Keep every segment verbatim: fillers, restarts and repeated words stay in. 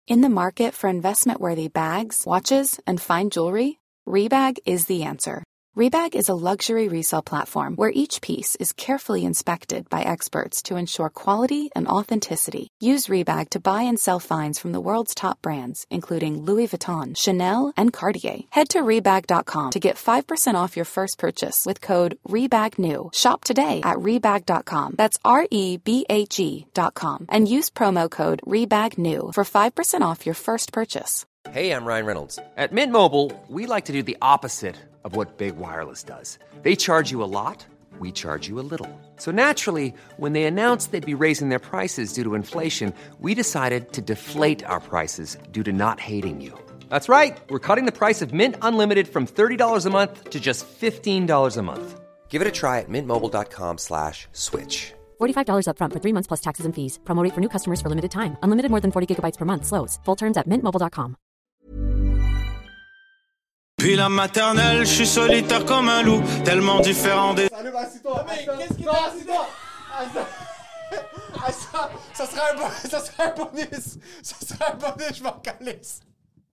In the market for investment-worthy bags, watches, and fine jewelry, Rebag is the answer. Rebag is a luxury resale platform where each piece is carefully inspected by experts to ensure quality and authenticity. Use Rebag to buy and sell finds from the world's top brands, including Louis Vuitton, Chanel, and Cartier. Head to Rebag dot com to get five percent off your first purchase with code REBAGNEW. Shop today at Rebag dot com. That's R E B A G dot com. And use promo code REBAGNEW for five percent off your first purchase. Hey, I'm Ryan Reynolds. At Mint Mobile, we like to do the opposite of what Big Wireless does. They charge you a lot, we charge you a little. So naturally, when they announced they'd be raising their prices due to inflation, we decided to deflate our prices due to not hating you. That's right. We're cutting the price of Mint Unlimited from thirty dollars a month to just fifteen dollars a month. Give it a try at mintmobile.com slash switch. forty-five dollars up front for three months plus taxes and fees. Promo rate for new customers for limited time. Unlimited more than forty gigabytes per month. Slows full terms at mint mobile dot com. Puis la maternelle, je suis solitaire comme un loup, tellement différent des... Salut, assis-toi. Mais qu'est-ce qu'il t'a assis-toi? Ah, ça, ça serait un bon, ça serait un bonus. Ça serait un bonus, je m'en calisse.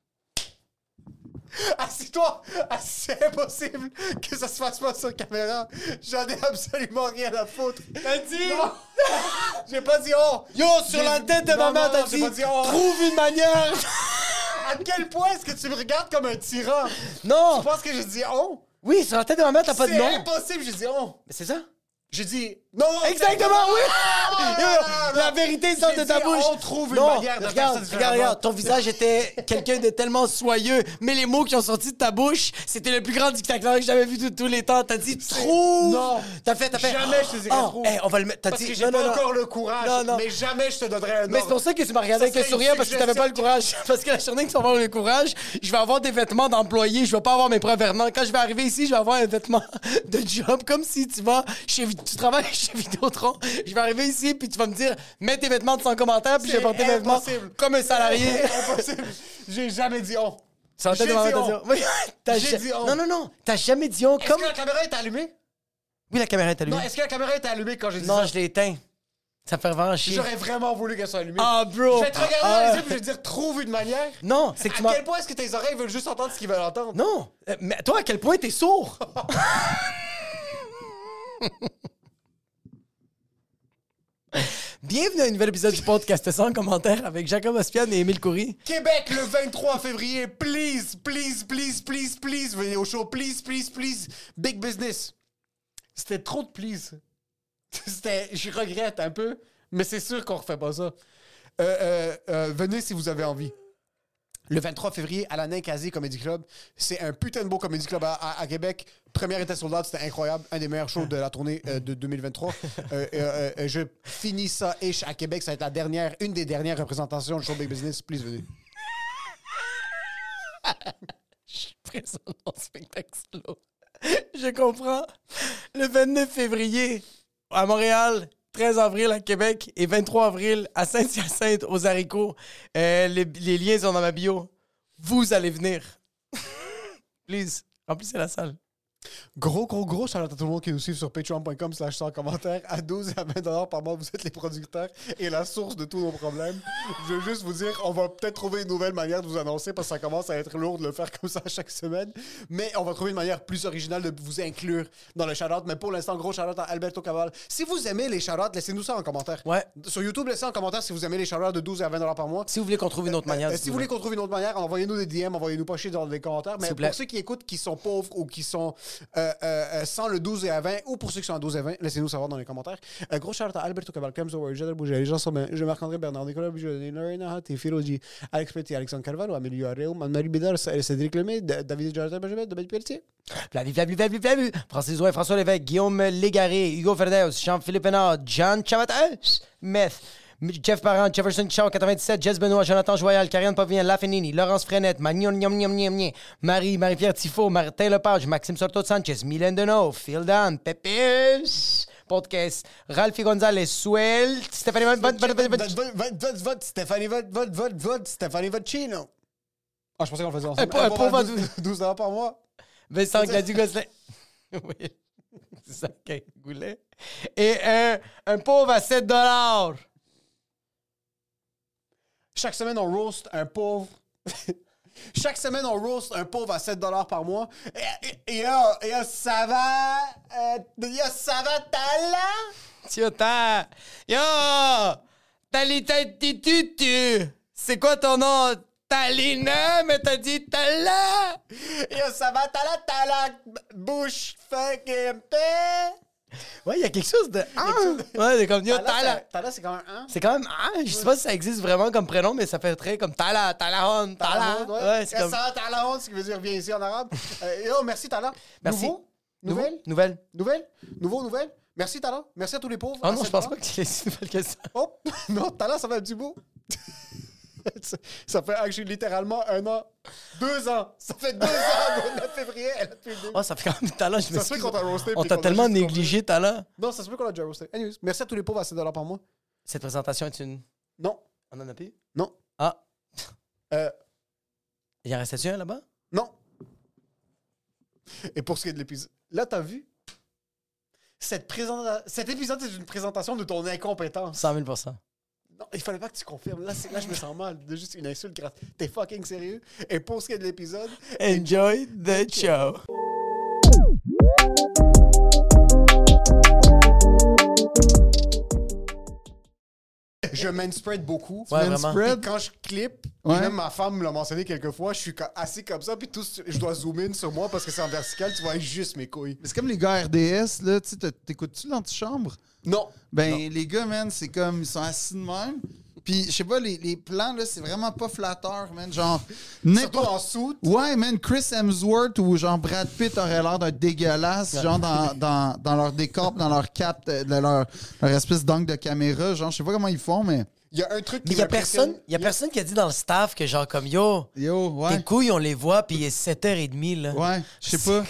Assis-toi. C'est impossible que ça se fasse pas sur caméra. J'en ai absolument rien à foutre. T'as dit? Non. J'ai pas dit oh. Yo, sur la tête de non, ma mère, non, t'as j'ai dit, pas dit oh. trouve une manière. À quel point est-ce que tu me regardes comme un tyran? Non. Tu penses que j'ai dit oh? Oui, sur la tête de ma mère, t'as pas de nom. C'est impossible, j'ai dit oh. Mais c'est ça? J'ai dit non. Exactement, oui. Ah, Yo, non, non, la non. vérité sort J'ai de ta dit, bouche. on trouve une non, manière de regarde, faire ça regarde, différemment. regarde, ton visage était quelqu'un de tellement soyeux, mais les mots qui ont sorti de ta bouche, c'était le plus grand dictateur que j'avais vu de tous les temps. T'as dit trouve. Non. T'as fait, t'as fait. Jamais je te dirais oh, trouve. Hey, on va le mettre. T'as Parce dit que j'ai non, pas non, non. encore le courage. Non, non. Mais jamais je te donnerai un Mais c'est pour ça que tu m'as regardé Ça avec un serait sourire une parce que t'avais pas le courage. Parce que la journée que tu vas avoir le courage, je vais avoir des vêtements d'employé, je vais pas avoir mes prévenants. Quand je vais arriver ici, je vais avoir un vêtement de job comme si tu vas chez tu travailles chez Vidéotron. Je vais arriver ici puis tu vas me dire mets tes vêtements sans commentaire puis je vais porter mes vêtements comme un salarié. C'est impossible. J'ai jamais dit on. Ça J'ai dit on. Oui, t'as J'ai ja- dit on. Non non non, t'as jamais dit on Est-ce comme que la caméra est allumée? Oui, la caméra est allumée. Non, est-ce que la caméra est allumée quand j'ai dit Non, ça? je l'ai éteint. Ça me fait vraiment chier. J'aurais vraiment voulu qu'elle soit allumée. Ah, bro. Je vais te regarder Ah. dans les yeux et je vais te dire trouve une manière. Non, c'est que tu À m'as quel point est-ce que tes oreilles veulent juste entendre ce qu'ils veulent entendre? Non, Euh, mais toi à quel point t'es sourd? Bienvenue à un nouvel épisode du podcast sans commentaire avec Jacob Ospian et Émile Coury. Québec, le vingt-trois février. Please, please, please, please, please. Venez au show. Please, please, please. Big business. C'était trop de please. C'était... Je regrette un peu, mais c'est sûr qu'on refait pas ça. Euh, euh, euh, venez si vous avez envie. Le vingt-trois février à la Ninkasi Comedy Club. C'est un putain de beau comedy club à, à, à Québec. Première était sold out, c'était incroyable. Un des meilleurs shows de la tournée euh, de deux mille vingt-trois. Euh, euh, euh, je finis ça ish à Québec. Ça va être la dernière, une des dernières représentations du show Big Business. Please, venez. Je suis présent dans le spectacle solo. Je comprends. Le vingt-neuf février à Montréal, treize avril à Québec et vingt-trois avril à Saint-Hyacinthe aux haricots. Euh, les, les liens sont dans ma bio. Vous allez venir. Please, remplissez la salle. Gros, gros, gros shout-out à tout le monde qui nous suit sur patreon point com slash sans commentaire. À douze et à vingt dollars par mois, vous êtes les producteurs et la source de tous nos problèmes. Je veux juste vous dire, on va peut-être trouver une nouvelle manière de vous annoncer parce que ça commence à être lourd de le faire comme ça chaque semaine. Mais on va trouver une manière plus originale de vous inclure dans le shout-out. Mais pour l'instant, gros shout-out à Alberto Caval. Si vous aimez les shout-outs, laissez-nous ça en commentaire. Ouais. Sur YouTube, laissez en commentaire si vous aimez les shout-outs de douze et à vingt dollars par mois. Si vous voulez qu'on trouve une autre manière. Euh, si vous voulez qu'on trouve une autre manière, envoyez-nous des D M, envoyez-nous pas chier dans les commentaires. Mais pour ceux qui écoutent, qui sont pauvres ou qui sont euh, euh, sans le douze et à vingt, ou pour ceux qui sont à douze et vingt, laissez-nous savoir dans les commentaires. Euh, gros shout-out à Alberto Cabal, Clem Zower, Jadel Bouger, les gens sont bien. Je Marc-André Bernard, Nicolas Bouger, Lorena Hatt, Philogie, Alex Petit, Alexandre Carvalho, Amélie Arréo, Anne-Marie Bédard, Cédric Lemay, David Jonathan Benjamin, David Pelletier. Flavie, Flavie, Flavie, Flavie. Francis Ouin, François Lévesque, Guillaume Légaré, Hugo Ferdeus, Jean-Philippe Hénard, John Chavatas, Meth, Jeff Parent, Jefferson Shaw, quatre-vingt-dix-sept, Jess Benoît, Jonathan Joyal, Karianne Pavien, Lafenini, Laurence Frenette, Magnon, Niam, Niam, Niam, Niam, Marie, Marie-Pierre Tifo, Martin Lepage, Maxime Sorto Sanchez, Mylène Deneau, Phil Dan, Pépis, Podcast, Ralphie Gonzalez, Swell, Stéphanie Vod, Vod, Vod, Vod, Vod, Vod, Stéphanie Vod, Vod, Vod, Vod, Stéphanie Vodchino. Ah, je pensais qu'on le faisait ensemble. Un pauvre à douze dollars par mois. Vincent Gladu-Gosselin. Oui, c'est ça qu'un goulet. Et un, un pauvre à sept dollars. Chaque semaine, on roast un pauvre. Chaque semaine, on roast un pauvre à sept dollars par mois. Et, et, et, là, et là, ça va... Euh, yo, ça va, t'as là? Yo, ta... Yo! Talitatutu! C'est quoi ton nom? Talina, mais t'as dit Tala! Yo, ça va, t'as là, t'as là, bouche, fucking paix. Ouais, il y a quelque chose de... Ah! Ouais, c'est comme yo, Tala. Tala, c'est quand même un. C'est quand même... Ah, je sais pas si ça existe vraiment comme prénom, mais ça fait très comme Tala, Talahon, Tala. Ouais, Ouais, c'est comme... Ça va, Tala, ce qui veut dire viens ici en arabe. Euh, yo, merci, Tala. Merci. Nouveau? Nouveau? Nouvelle? Nouvelle. Nouvelle? Nouveau, nouvelle? Merci, Tala. Merci à tous les pauvres. Oh à non, je sept pense dollars. pas que tu l'aies si nouvelle que ça. Oh, non, Tala, ça fait un petit bout. ça, ça fait actually, littéralement un an. Deux ans. Ça fait deux ans, le neuf février. Elle a depuis le début. Oh, ça fait quand même Tala, je Ça se fait qu'on t'a roasté. On puis t'a qu'on a tellement juste négligé, Tala. Non, ça se fait qu'on a déjà roasté. Anyways, merci à tous les pauvres à sept dollars par mois. Cette présentation est une... Non, On en a plus? non, Ah. euh, Il en restait-tu un là-bas? non. Et pour ce qui est de l'épisode, là, t'as vu? Cette présenta... Cet épisode, c'est une présentation de ton incompétence. cent mille pour cent. Non, il fallait pas que tu confirmes. Là, c'est... là je me sens mal de juste une insulte gratuite. T'es fucking sérieux? Et pour ce qui est de l'épisode... Enjoy the show. Je manspread beaucoup. Ouais, vraiment. Manspread, quand je clip, Ouais. même ma femme me l'a mentionné quelques fois, je suis co- assis comme ça, puis tout, je dois zoom in sur moi parce que c'est en vertical, tu vois juste mes couilles. Mais c'est comme les gars R D S, là, tu sais, t'as- t'écoutes-tu l'antichambre? Non. Ben, les gars, man, c'est comme, ils sont assis de même. Puis, je sais pas, les, les plans, là, c'est vraiment pas flatteur, man. Genre, Surtout n'importe... en soute. Ouais, man, Chris Hemsworth ou genre Brad Pitt aurait l'air d'un dégueulasse, genre dans, dans, dans leur décor, dans leur cap, de de leur, leur espèce d'angle de caméra. Genre, je sais pas comment ils font, mais... Il y a un truc qui Mais il y a m'impressionne. personne, il y a personne qui a dit dans le staff que genre comme yo, Yo, ouais. tes couilles on les voit puis il est sept heures trente là. Ouais, je sais pas.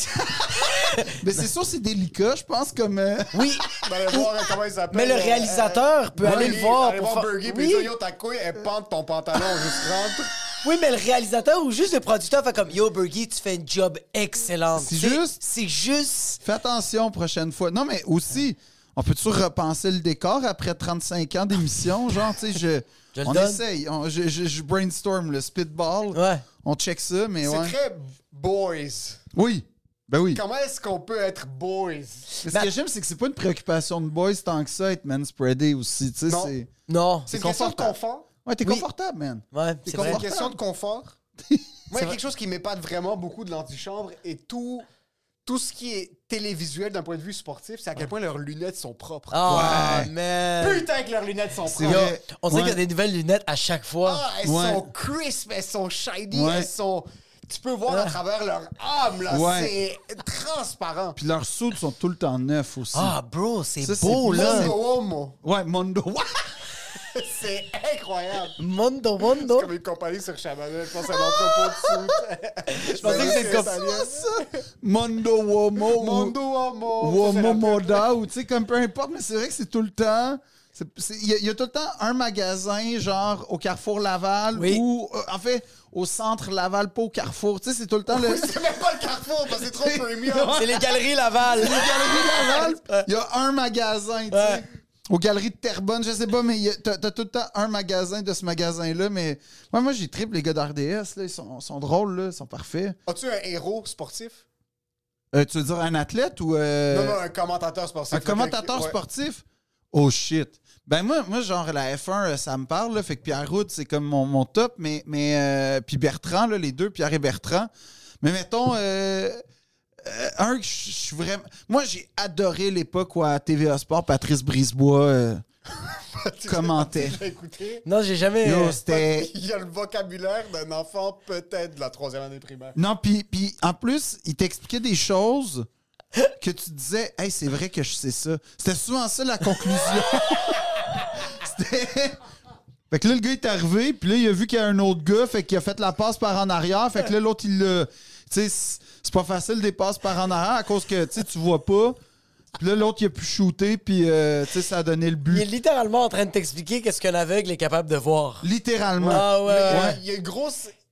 Mais c'est sûr, c'est délicat, je pense, comme... euh, Oui, D'aller voir comment il s'appelle. mais le euh, réalisateur peut euh, aller Burgie, le voir aller pour voir faire- Burgie, puis Oui. dire, yo, ta couille, elle pente ton pantalon, juste rentre. oui, mais le réalisateur ou juste le producteur fait comme yo Burgie, tu fais un job excellent. C'est Tu sais, juste- c'est juste Fais attention prochaine fois. Non, mais aussi, on peut toujours repenser le décor après trente-cinq ans d'émission? Genre, tu sais, je, Je le on donne. essaye. On- je, je- je brainstorm le spitball. ouais. On check ça, mais C'est ouais. très boys. Oui, ben oui. Comment est-ce qu'on peut être boys? Mais ce que j'aime, c'est que c'est pas une préoccupation de boys tant que ça, être manspreadé aussi. Tu sais, Non. c'est. Non. C'est une question de confortable. confort. Ouais, t'es Oui. confortable, man. Ouais, T'es c'est C'est vrai. une confortable. question de confort. Moi, il y a quelque chose qui m'épate vraiment beaucoup de l'antichambre et tout, tout ce qui est télévisuel d'un point de vue sportif, c'est à quel point leurs lunettes sont propres. Ah, Ouais. man. Putain que leurs lunettes sont C'est propres. vrai. On dirait Ouais. qu'il y a des nouvelles lunettes à chaque fois. Ah, elles Ouais. sont crisp, elles sont shiny, Ouais. elles sont... Tu peux voir à travers leur âme, là. Ouais. C'est transparent. Puis leurs soudes sont tout le temps neufs aussi. Ah, bro, c'est Ça, c'est beau, plus- là. c'est- Mondo Homo. Ouais, Mondo. C'est incroyable. Mondo, Mondo. Comme une compagnie sur Chabanel, je pense à l'entrepôt de soute. Je pensais que c'était comme ça. Mondo Womo. ou- Mondo Homo. Ça, c'est la Womo pub. Moda, ou tu sais, comme peu importe, mais c'est vrai que c'est tout le temps. c'est- c'est- Il y, a- il y a tout le temps un magasin, genre au Carrefour Laval, Oui. ou euh, en fait, au centre Laval, pas au Carrefour. Tu sais, c'est tout le temps le. C'est même pas le Carrefour, parce que c'est trop premium. C'est les galeries Laval. Les Galeries Laval, il y a un magasin, tu sais. Ouais. Aux Galeries de Terrebonne, je sais pas, mais il y a- t'as t'as tout le temps un magasin de ce magasin-là. Mais moi, moi j'ai triple les gars d'R D S, là, ils sont, sont drôles, là, ils sont parfaits. As-tu un héros sportif? Euh, tu veux dire un athlète ou. euh, Non, non, un commentateur sportif. Un commentateur Ouais. sportif? Oh shit. Ben moi, moi, genre la F un, euh, ça me parle, là, fait que Pierre Route, c'est comme mon, mon top, mais, mais euh, puis Bertrand, là, les deux, Pierre et Bertrand. Mais mettons, euh, euh, un que je je suis vraiment... Moi, j'ai adoré l'époque où à T V A Sport, Patrice Brisebois euh, Tu commentait. l'as écouté? Non, j'ai jamais. Yo, euh, c'était... Il y a le vocabulaire d'un enfant peut-être de la troisième année primaire. Non, puis puis en plus, il t'expliquait des choses que tu disais, hey, c'est vrai que je sais ça. C'était souvent ça la conclusion. C'était. Fait que là, le gars est arrivé, puis là, il a vu qu'il y a un autre gars, fait qu'il a fait la passe par en arrière, fait que là, l'autre, il l'a. Tu sais, c'est c'est pas facile des passes par en arrière à cause que, tu sais, tu vois pas. Puis là, l'autre, il a pu shooter, puis, euh, tu sais, ça a donné le Il est but. littéralement en train de t'expliquer qu'est-ce qu'un aveugle est capable de voir. Littéralement. Ah ouais. Mais il y a- Ouais. il y a une grosse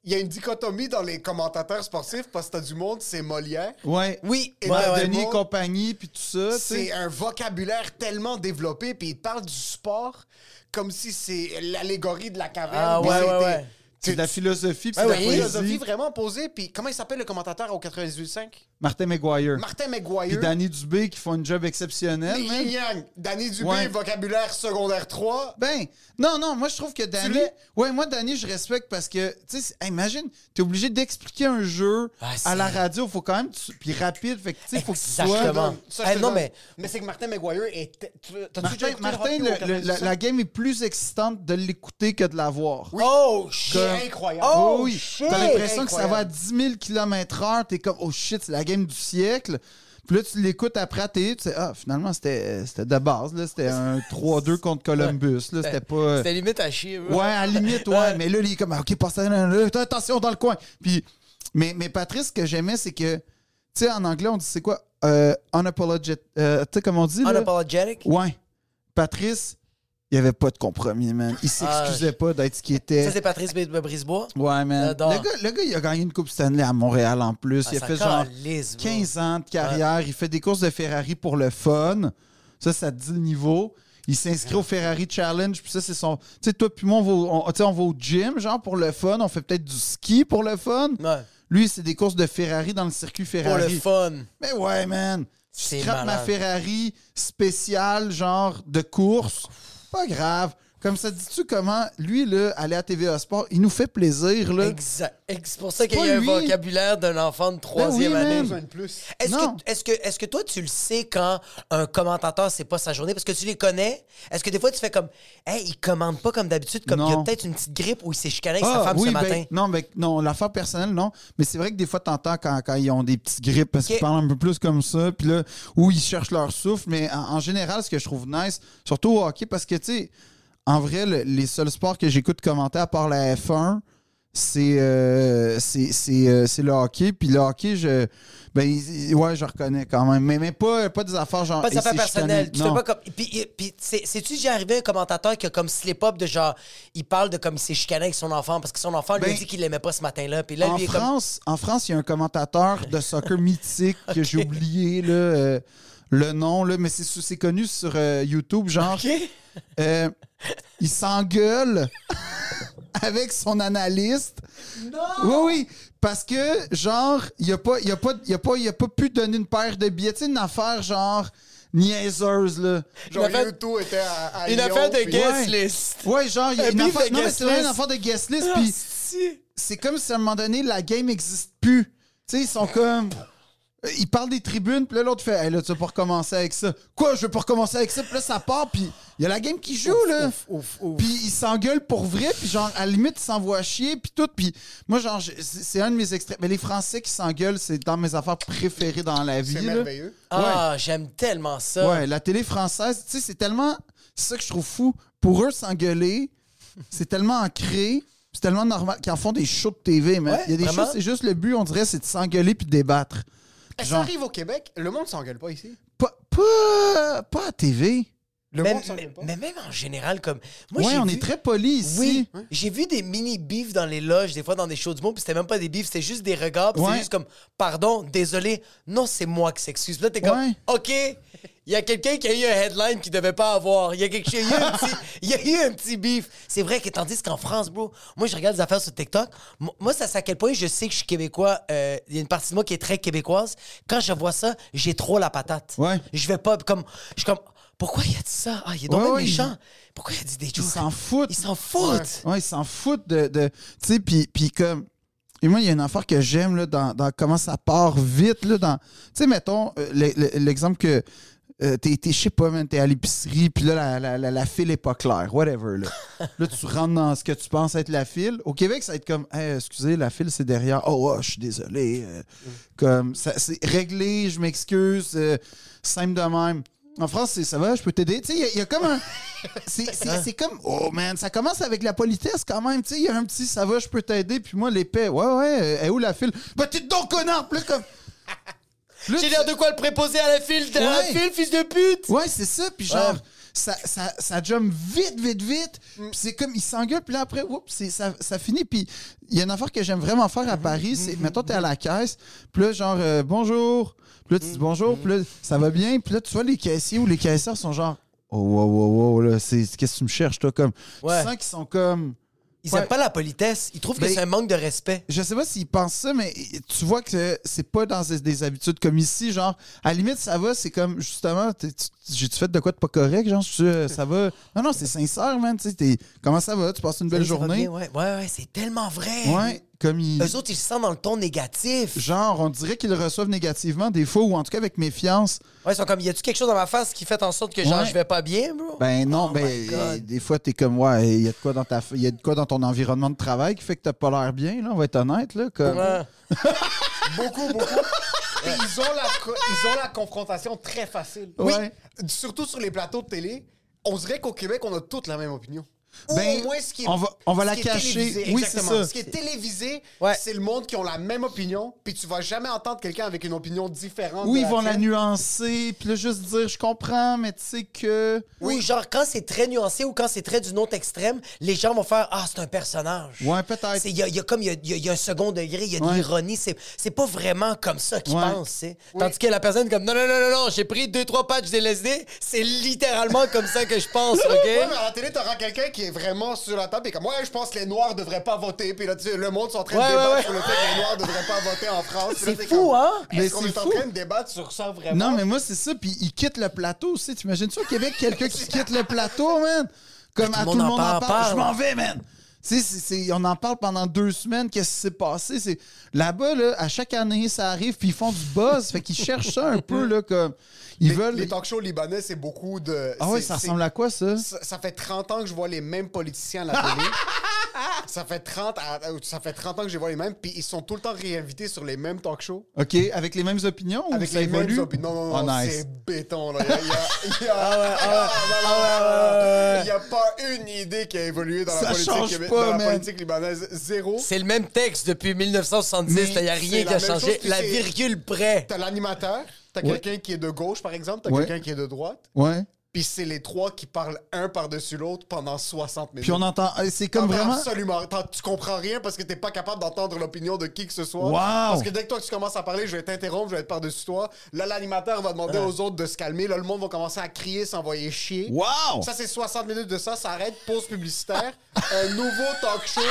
il y a une dichotomie dans les commentateurs sportifs parce que t'as du monde, c'est Molière. Ouais. Oui, Et ouais, t'as ouais. du Denis et monde, compagnie, puis tout ça. tu sais. c'est un vocabulaire tellement développé, puis ils parlent du sport comme si c'est l'allégorie de la caverne. Ah, puis ouais, c'était- ouais, ouais. C'est de la philosophie, puis C'est c'est de de la la philosophie poésie. vraiment posée. Puis comment il s'appelle le commentateur au quatre-vingt-dix-huit cinq? Martin McGuire. Martin Puis McGuire. Danny Dubé qui font un job exceptionnel. Yin man. Yang. Danny Dubé, Ouais. vocabulaire secondaire trois. Ben, non, non, moi je trouve que Danny. l'es? Ouais, moi Danny, je respecte parce que, tu sais, hey, imagine, t'es obligé d'expliquer un jeu Ah, c'est- à la radio, faut quand même. tu- Puis rapide, fait que, tu sais, faut que tu sois. Exactement. Ça, je Eh, te non, donne. mais- Mais c'est que Martin McGuire est. tu- T'as-tu déjà Martin, écouté Martin, le hockey au le- le- la, quatre-vingt-dix-huit cinq? la game est plus excitante de l'écouter que de la voir. Oh, shit! C'est incroyable. Oh, oui, shit! T'as l'impression que ça va à Incroyable. dix mille kilomètres heure, t'es comme, oh shit, c'est la game du siècle. Puis là, tu l'écoutes après à télé, tu sais, ah, finalement, c'était c'était de base, là. C'était un trois deux contre Columbus, là. C'était pas. C'était limite à chier. Ouais, à la limite, ouais. Ouais. Mais là, il est comme, OK, passe là, là, attention dans le coin. Puis, mais, mais Patrice, ce que j'aimais, c'est que, tu sais, en anglais, on dit, c'est quoi? Euh, unapologetic. Euh, tu sais, comment on dit, là? Unapologetic? Ouais. Patrice, il n'y avait pas de compromis, man. Il s'excusait pas d'être ce qu'il était. Ça, c'est Patrice B- Brisebois. Ouais, man. J'adore. Le gars, le gars, il a gagné une Coupe Stanley à Montréal en plus. Ah, il a ça fait genre calisse, bro. quinze ans de carrière. Il fait des courses de Ferrari pour le fun. Ça, ça te dit le niveau. Il s'inscrit au Ferrari Challenge. Puis ça, c'est son. Tu sais, toi, puis moi, on va, au- on, tu sais, on va au gym, genre pour le fun. On fait peut-être du ski pour le fun. Ouais. Lui, c'est des courses de Ferrari dans le circuit Pour Ferrari. le fun. Mais ouais, man. C'est Je scrape ma malade. Ferrari spéciale, genre de course. Pas grave. Comme ça, dis-tu comment, lui, là, aller à T V A Sport, il nous fait plaisir, là. Exact. C'est pour ça qu'il pas y a un lui. vocabulaire d'un enfant de troisième Ben oui, année. man. Besoin de plus. Est-ce Non. que, est-ce, que, est-ce que toi, tu le sais quand un commentateur, c'est pas sa journée? Parce que tu les connais. Est-ce que des fois, tu fais comme, hey, il commande pas comme d'habitude, comme il y a Non. peut-être une petite grippe ou il s'est chicané avec Ah, sa femme oui, ce ben, matin? non, ben, non, l'affaire personnelle, non. Mais c'est vrai que des fois, t'entends quand, quand ils ont des petites grippes parce Ok. qu'ils parlent un peu plus comme ça, puis là, où ils cherchent leur souffle. Mais en, en général, ce que je trouve nice, surtout au hockey, parce que, tu sais, en vrai, le- les seuls sports que j'écoute commenter à part la F un, c'est euh, c'est c'est, euh, c'est le hockey. Puis le hockey, je ben il- ouais, je reconnais quand même. Mais, mais pas, pas des affaires genre. Pas des hey, affaires c'est personnelles. chicané. Tu fais Non. pas comme. Puis, puis c'est- c'est-tu déjà arrivé un commentateur qui a comme slip-up de genre, il parle de comme il s'est chicané avec son enfant parce que son enfant lui a Ben, dit qu'il l'aimait pas ce matin-là. Puis là, En lui, il est comme. France, en France, il y a un commentateur de soccer mythique que j'ai oublié là, euh, le nom, là, mais c'est c'est connu sur euh, YouTube, genre. OK. euh, il s'engueule avec son analyste. Non! Oui, oui. Parce que, genre, il a pas, il a pas, il a pas, il a pas pu donner une paire de billets. Tu sais, une affaire, genre, niaiseuse, là. Genre, affaire- YouTube était à, à Une Lyon, affaire de puis- guest Ouais. list. Ouais, genre, il y a Un une beef affaire. de Non, mais guest c'est vraiment une list. affaire de guest list. Ah, Puis si. c'est comme si à un moment donné, la game n'existe plus. Tu sais, ils sont comme. Ils parlent des tribunes, puis là, l'autre fait hey, là, tu vas pas recommencer avec ça. Quoi, je veux pas recommencer avec ça? Puis là, ça part, puis il y a la game qui joue, là. Ouf, ouf, ouf. Puis ils s'engueulent pour vrai, puis genre, à la limite, ils s'envoient chier, puis tout. Puis moi, genre, je- c'est c'est un de mes extraits. Mais les Français qui s'engueulent, c'est dans mes affaires préférées dans la vie. C'est là. merveilleux. Ah, j'aime tellement ça. Ouais, la télé française, tu sais, c'est tellement. C'est ça que je trouve fou. Pour eux, s'engueuler, c'est tellement ancré, c'est tellement normal qu'ils en font des shows de T V, mais Ouais, il y a des vraiment? shows, c'est juste le but, on dirait, c'est de s'engueuler puis de débattre. Est-ce que Genre- ça arrive au Québec? Le monde s'engueule pas ici. Pas, pas, pas à T V. Le Mais, monde s'engueule pas. mais même en général, comme. Moi, ouais, j'ai on vu- est très poli ici. Oui, j'ai vu des mini beefs dans les loges, des fois dans des shows du monde, puis c'était même pas des beefs, c'était juste des regards, puis Ouais. c'est juste comme, pardon, désolé, non, c'est moi qui s'excuse. Puis là, t'es comme, Ouais. OK, il y a quelqu'un qui a eu un headline qu'il devait pas avoir. Il y a quelque chose, il y a eu un petit, il y a eu un petit beef. C'est vrai que tandis qu'en France, bro, moi, je regarde des affaires sur TikTok. Mo- Moi, ça, c'est à quel point je sais que je suis québécois. Euh, Il y a une partie de moi qui est très québécoise. Quand je vois ça, j'ai trop la patate. Ouais. Je vais pas, comme, je suis comme, pourquoi il a dit ça? Ah, il est donc Ouais, même ouais, méchant. Pourquoi il a dit des Ils choses? s'en foutent. Ils s'en foutent. Ouais, ils s'en foutent de. de tu sais, puis puis comme. Et moi, il y a une affaire que j'aime là, dans, dans comment ça part vite. Là, dans, tu sais, mettons, euh, le- le- l'exemple que. Euh, t'es, t'es, je sais pas, man, t'es à l'épicerie, puis là, la, la, la, la file est pas claire, whatever. Là. Là, tu rentres dans ce que tu penses être la file. Au Québec, ça va être comme, hey, excusez, la file, c'est derrière. Oh, oh je suis désolé. Euh, Comme, ça, c'est réglé, je m'excuse, euh, simple de même. En France, c'est ça va, je peux t'aider. Tu sais, il y a- il y, a comme un. C'est, c'est, c'est comme, oh man, ça commence avec la politesse quand même. Tu sais, il y a un petit, ça va, je peux t'aider, puis moi, l'épée, ouais, ouais, euh, elle est où la file? Bah, t'es donc connard! Puis là, comme. Là, J'ai tu- l'air de quoi le préposer à la file, à la Ouais. file, fils de pute! Ouais, c'est ça. Puis genre, Ouais. ça, ça, ça jump vite, vite, vite. Puis c'est comme, ils s'engueulent, puis là, après, oups, c'est, ça, ça finit. Puis il y a une affaire que j'aime vraiment faire à Paris, c'est, mettons, t'es à la caisse, puis là, genre, euh, bonjour. Puis là, tu dis bonjour, puis là, ça va bien. Puis là, tu vois, les caissiers ou les caissières sont genre, oh, wow, wow, wow, là, c'est, qu'est-ce que tu me cherches, toi, comme. Ouais. Tu sens qu'ils sont comme. Ils Ouais. aiment pas la politesse. Ils trouvent que Ben, c'est un manque de respect. Je sais pas s'ils pensent ça, mais tu vois que c'est pas dans des, des habitudes comme ici. Genre, à la limite, ça va, c'est comme, justement, t'es- tu- j'ai-tu fait de quoi de pas correct? Genre, je- euh, ça va. Non, non, c'est sincère, man. Tu sais, t'es- comment ça va? Tu passes une belle Ça va journée? bien, Ouais, ouais, ouais, c'est tellement vrai. Ouais, comme ils. Eux autres, ils se sentent dans le ton négatif. Genre, on dirait qu'ils le reçoivent négativement des fois, ou en tout cas avec méfiance. Ouais, ils sont comme, y a-tu quelque chose dans ma face qui fait en sorte que, genre, Ouais. je vais pas bien, bro? Ben non, Oh my ben God. des fois t'es comme ouais, il y a de quoi dans ta il y a de quoi dans ton environnement de travail qui fait que t'as pas l'air bien là, on va être honnête là comme Ouais. Beaucoup, beaucoup. Et ils, ont la, co- ils ont la confrontation très facile. Ouais. Surtout sur les plateaux de télé. On dirait qu'au Québec, on a toutes la même opinion. Ben, Ou au moins, ce qui est, on va- on va ce la qui est cacher. télévisé, Oui, c'est exactement. ça. Ce qui est télévisé, Ouais. c'est le monde qui ont la même opinion, puis tu vas jamais entendre quelqu'un avec une opinion différente. oui, de ils vont la tienne. nuancer, puis là juste dire je comprends mais tu sais que Ou genre, quand c'est très nuancé ou quand c'est très d'une autre extrême, les gens vont faire « Ah, c'est un personnage. » ouais, peut-être. Il y a, il y a comme il y a, il y a- il y a un second degré, il y a de Ouais. l'ironie. C'est, c'est pas vraiment comme ça qu'ils Ouais. pensent. tu sais. Tandis que la personne est comme non, non, non, non, non, j'ai pris deux, trois patchs d'L S D, c'est littéralement comme ça que je pense, OK? Ouais, mais à la télé, t'auras quelqu'un qui est vraiment sur la table et comme, ouais, je pense que les Noirs devraient pas voter. Puis là, tu sais, le monde sont en train Ouais, de débattre ouais, ouais. sur le fait que les Noirs devraient pas voter en France. Puis là, C'est t'es fou, comme, hein? Est-ce Mais qu'on c'est est en fou. train de débattre sur ça vraiment? Non, mais moi c'est ça puis ils quittent le plateau aussi, t'imagines-tu au Québec quelqu'un qui quitte le plateau, man? Comme à tout le monde en parle, je m'en vais, man. Tu sais, c'est- c'est- on en parle pendant deux semaines. Qu'est-ce qui s'est passé? C'est, là-bas, là, à chaque année, ça arrive, puis ils font du buzz. Fait qu'ils cherchent ça un peu, là, comme. Ils les, veulent. les talk shows libanais, c'est beaucoup de. Ah ouais, c'est- ça c'est- ressemble à quoi, ça? Ça, ça fait trente ans que je vois les mêmes politiciens à la télé. ça, fait trente à- ça fait trente ans que je les vois les mêmes, puis ils sont tout le temps réinvités sur les mêmes talk shows. OK, avec les mêmes opinions ou Avec ça les évolue? mêmes opinions. Non, non, Oh, non, nice. c'est béton. Là. Il y a, il y a- il y a- Ah, non, non, non, non. Il y a pas une idée qui a évolué dans la Ça politique, change québé- pas, dans la man. politique libanaise. Zéro. C'est le même texte depuis mille neuf cent soixante-dix. Mais Il n'y a c'est rien qui la a même changé. chose, puis La c'est- virgule près. T'as l'animateur, t'as Ouais. quelqu'un qui est de gauche, par exemple, t'as Ouais. quelqu'un qui est de droite, Ouais. puis c'est les trois qui parlent un par-dessus l'autre pendant soixante minutes. Puis on entend. euh, C'est comme T'entends vraiment. Absolument. T'en- Tu comprends rien parce que t'es pas capable d'entendre l'opinion de qui que ce soit. Wow. Parce que dès que toi tu commences à parler, je vais t'interrompre, je vais être par-dessus toi. Là, l'animateur va demander aux autres de se calmer. Là, le monde va commencer à crier, s'envoyer chier. Wow! Ça, c'est soixante minutes de ça. Ça arrête, pause publicitaire. Un nouveau talk show.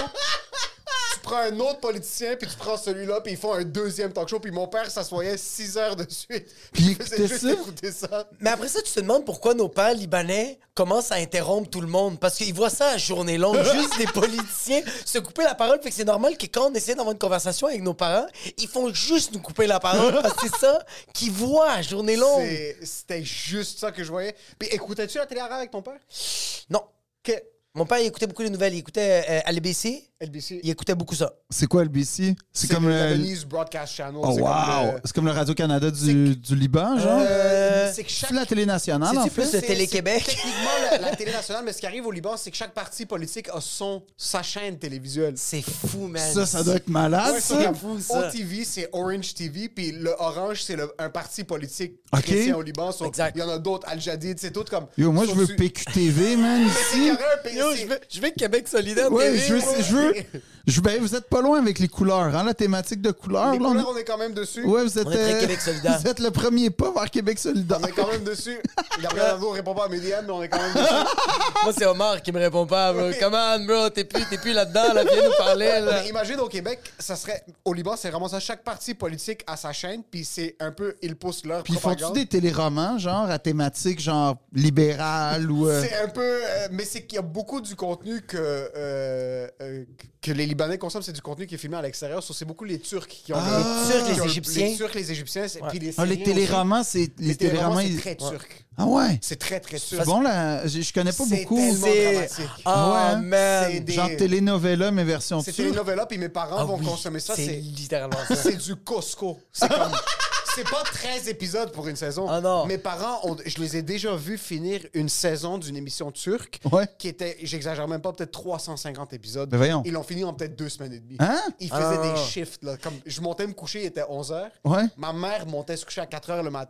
Tu prends un autre politicien, puis tu prends celui-là, puis ils font un deuxième talk show. Puis mon père s'assoyait six heures de suite. Puis il il faisait écoutait juste ça? écouter ça. Mais après ça, tu te demandes pourquoi nos pères libanais commencent à interrompre tout le monde. Parce qu'ils voient ça à journée longue, juste des politiciens se couper la parole. Fait que c'est normal que quand on essaie d'avoir une conversation avec nos parents, ils font juste nous couper la parole parce que c'est ça qu'ils voient à journée longue. C'est- C'était juste ça que je voyais. Puis écoutais-tu la télé arabe avec ton père? Non. Que... Mon père, il écoutait beaucoup les nouvelles. Il écoutait euh, à l'B C. L B C. Il écoutait beaucoup ça. C'est quoi le B C? C'est C'est comme le le. Lebanese Broadcast Channel. Oh, c'est wow! comme le- C'est comme le Radio-Canada du, du Liban, genre? Euh, c'est que C'est chaque... la télé nationale, en C'est-tu plus fait. le Télé-Québec? C'est techniquement la, la télé nationale, mais ce qui arrive au Liban, c'est que chaque parti politique a son, sa chaîne télévisuelle. C'est fou, man. Ça, ça doit être malade, Ouais, ça. c'est comme fou, ça. O T V, c'est Orange T V, puis le Orange, c'est le- un parti politique Ok. chrétien au Liban. So, Exact. il y en a d'autres, Al-Jadid, c'est tout comme... Yo, moi, je sont veux su- P Q T V, man, Mais c'est ici. carré, un pays- Yo, c'est- je veux, je veux Québec solidaire. Ouais, T V, je veux, moi. je veux, je- ben, vous êtes pas loin avec les couleurs, hein, la thématique de couleurs. Les là, on- couleurs, on est quand même dessus. Ouais, vous êtes, On est très Québec solidaire. Vous êtes le premier pas vers Québec solidaire. On est quand même dessus. Gabriel Nadeau répond pas à mes D M, mais on est quand même dessus. Moi, c'est Omar qui me répond pas, bro. Come on, bro. T'es plus, t'es plus là-dedans, là. Viens nous parler, là. Mais imagine au Québec, ça serait au Liban, c'est vraiment ça. Chaque parti politique a sa chaîne, puis c'est un peu ils poussent leur Puis font-tu propagande. des téléromans, genre, à thématique, genre, libérale ou... euh, C'est un peu, euh, mais c'est qu'il y a beaucoup du contenu que euh, euh, que les Libanais consomment, c'est du contenu qui est filmé à l'extérieur. So, c'est beaucoup les Turcs qui ont Ah. Les Turcs, qui les ont- Égyptiens. les Turcs, les Égyptiens, c'est- puis les Ah, les Syriens téléromans, c'est... aussi. Les, Les téléromans, téléromans, c'est ils- très turc. Ah ouais? C'est très très turc. C'est bon, là? Je, je connais pas C'est beaucoup. tellement C'est- dramatique. Oh, Ouais, hein? man. C'est des- Genre telenovela, mais version C'est turque. télénovela, puis mes parents Ah vont oui, consommer ça. C'est C'est littéralement ça. c'est du Costco. C'est comme. C'est pas treize épisodes pour une saison. Ah non. Mes parents, ont- je les ai déjà vus finir une saison d'une émission turque Ouais. qui était, j'exagère même pas, peut-être trois cent cinquante épisodes. Ben voyons. Ils l'ont fini en peut-être deux semaines et demie. Hein? Ils faisaient Ah. des shifts. Là, comme je montais me coucher, il était onze heures. Ouais. Ma mère montait se coucher à quatre heures le matin.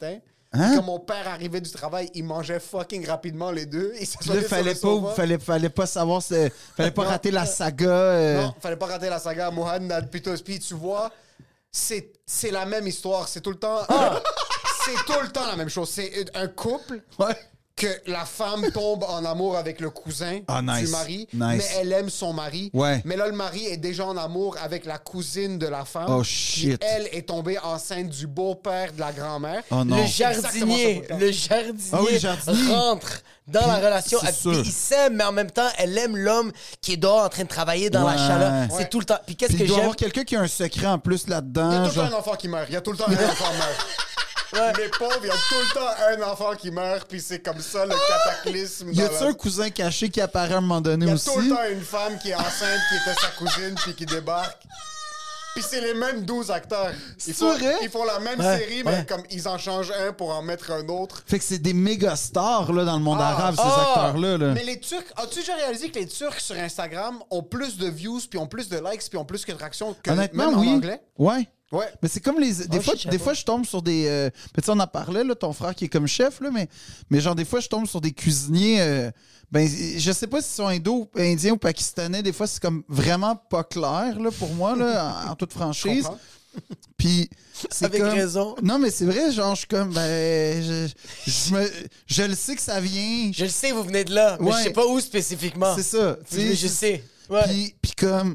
Hein? Quand mon père arrivait du travail, il mangeait fucking rapidement les deux. Il Puis là, fallait pas, fallait, fallait pas savoir, c'est- fallait pas Non, rater la euh, saga. euh. Non, fallait pas rater la saga Mohan Nadpitos. Puis tu vois, c'est c'est la même histoire. C'est tout le temps... c'est tout le temps la même chose. C'est un couple... Ouais. que la femme tombe en amour avec le cousin Ah, nice. du mari, Nice. mais elle aime son mari. Ouais. Mais là, le mari est déjà en amour avec la cousine de la femme. Oh, Puis shit. elle est tombée enceinte du beau-père de la grand-mère. Oh non. Le Exactement jardinier, ça, tout le temps. le jardinier, Ah oui, le jardinier. rentre dans Puis, la relation. c'est Puis sûr. il s'aime, mais en même temps, elle aime l'homme qui est dehors en train de travailler dans la Ouais. chaleur. Ouais. C'est tout le temps. Puis qu'est-ce Puis que il doit y j'aime? avoir quelqu'un qui a un secret en plus Il y a là-dedans. tout le temps genre- un enfant qui meurt. Il y a tout le temps un enfant qui meurt. Les pauvres, il y a tout le temps un enfant qui meurt, puis c'est comme ça le cataclysme. Y dans a-tu la- un cousin caché qui apparaît à un moment donné Il y a aussi? tout le temps une femme qui est enceinte, qui était sa cousine, puis qui débarque. Puis c'est les mêmes douze acteurs. Ils C'est font, vrai? ils font la même Ouais, série, ouais. mais comme ils en changent un pour en mettre un autre. Fait que c'est des méga stars là, dans le monde Ah. arabe, ces Ah. acteurs-là. Là. Mais les Turcs, as-tu déjà réalisé que les Turcs sur Instagram ont plus de views, puis ont plus de likes, puis ont plus que de réactions que Honnêtement, même oui. en anglais? Ouais. Ouais. Mais c'est comme les. Des, Oh, fois, shit, des j'avoue. fois, je tombe sur des. Euh, ben, tu sais, on en parlait, là, ton frère qui est comme chef, là, mais, mais genre, des fois, je tombe sur des cuisiniers. Euh, ben, je sais pas s'ils sont indo, indiens ou pakistanais. Des fois, c'est comme vraiment pas clair, là, pour moi, là, en, en toute franchise. comprends. Puis, c'est Avec comme- raison. Non, mais c'est vrai, genre, je suis comme. Ben, je, je, me- je le sais que ça vient. Je le sais, vous venez de là, mais Ouais. je sais pas où spécifiquement. C'est ça. tu sais, Mais je sais. Ouais. Puis, puis comme,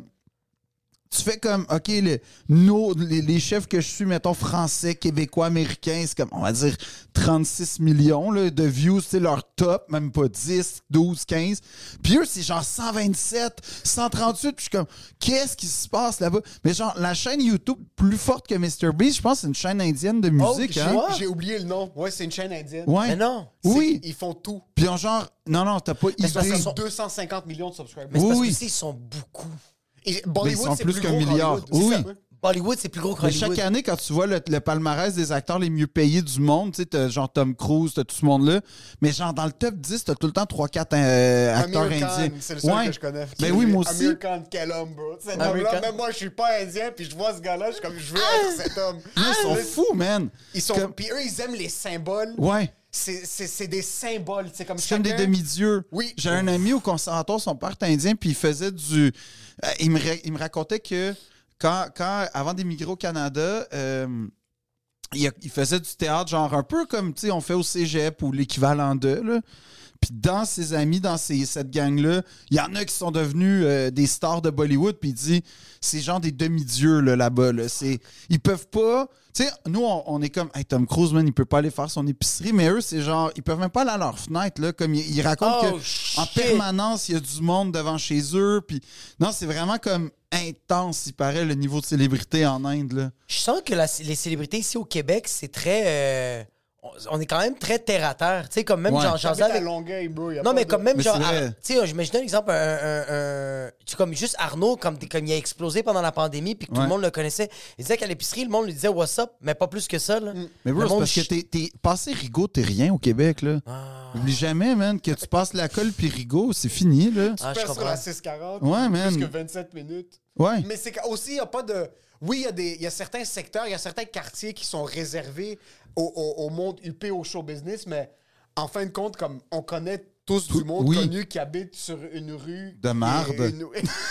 tu fais comme, OK, le- nos, les, les chefs que je suis, mettons, français, québécois, américains, c'est comme, on va dire, trente-six millions là, de views, c'est leur top, même pas dix, douze, quinze. Puis eux, c'est genre cent vingt-sept, cent trente-huit, puis je suis comme, qu'est-ce qui se passe là-bas? Mais genre, la chaîne YouTube plus forte que MrBeast, je pense que c'est une chaîne indienne de musique, j'ai, hein? j'ai oublié le nom. Ouais, c'est une chaîne indienne. Ouais. Mais non. C'est- Oui. Ils font tout. Puis en genre, non, non, t'as pas Mais c'est parce idée. qu'ils ont deux cent cinquante millions de subscribers. Mais c'est parce Oui, que oui. aussi, ils sont beaucoup. Et Mais ils Bollywood, sont c'est plus plus qu'un gros milliard. qu'Hollywood, c'est Oui. ça, hein? Bollywood, c'est plus gros que Mais Hollywood. chaque année, quand tu vois le, le palmarès des acteurs les mieux payés du monde, tu sais, t'as genre Tom Cruise, t'as tout ce monde-là. Mais genre, dans le top dix, t'as tout le temps trois quatre euh, acteurs Amir Khan, indiens. c'est le seul Ouais. que je connais. Ben oui, moi aussi. Amir Khan, quel homme, bro. Cet Amir homme-là, Khan. même moi, je suis pas indien, puis je vois ce gars-là, je suis comme, je veux être cet homme. Ils sont Mais- fous, man. Ils sont... Comme- Puis eux, ils aiment les symboles. Ouais. C'est, c'est, c'est des symboles. C'est comme C'est comme des chacun- demi-dieux. Oui. J'ai un ami au conservatoire, son père est indien, puis il faisait du. euh, il, me, ra- il me racontait que quand, quand avant d'émigrer au Canada, euh, il, a- il faisait du théâtre, genre un peu comme tu sais, on fait au cégep ou l'équivalent de. Là. Puis dans ses amis, dans ces, cette gang-là, il y en a qui sont devenus euh, des stars de Bollywood. Puis il dit, c'est genre des demi-dieux là, là-bas. Là. C'est, ils peuvent pas. Tu sais, nous, on, on est comme, hey, Tom Cruise, man, il peut pas aller faire son épicerie. Mais eux, c'est genre, ils peuvent même pas aller à leur fenêtre. Là, comme ils, ils racontent Oh, que en shit. permanence, il y a du monde devant chez eux. Puis non, c'est vraiment comme intense, il paraît, le niveau de célébrité en Inde. Là. Je sens que la- les célébrités ici au Québec, c'est très. euh, on, on est quand même très terre à terre. Tu sais, comme même Ouais. genre, J'habite j'en à avec. Longueuil, bro. y a Non, pas mais de- comme même Mais genre. c'est vrai. Ar- Tu sais, je me je donne un exemple. Un, un- un- tu sais, comme juste Arnaud, comme, comme il a explosé pendant la pandémie, puis que tout Ouais. le monde le connaissait. Il disait qu'à l'épicerie, le monde lui disait What's up, mais pas plus que ça. Là. Mais bro, Le c'est monde parce que ch- t'es, t'es passé Rigaud, t'es rien au Québec. Là. Oublie jamais, man, que tu passes la colle puis Rigaud, c'est fini. Là. Ah, je Perds sur comprends. la six quarante. Ouais, man. Plus que vingt-sept minutes. Ouais. Mais c'est qu'aussi, il n'y a pas de. Oui, il y, a des- il y a certains secteurs, il y a certains quartiers qui sont réservés au, au- au monde huppé, au show business, mais en fin de compte, comme on connaît tous Tout- du monde oui. connu qui habite sur une rue. De qui marde. est une-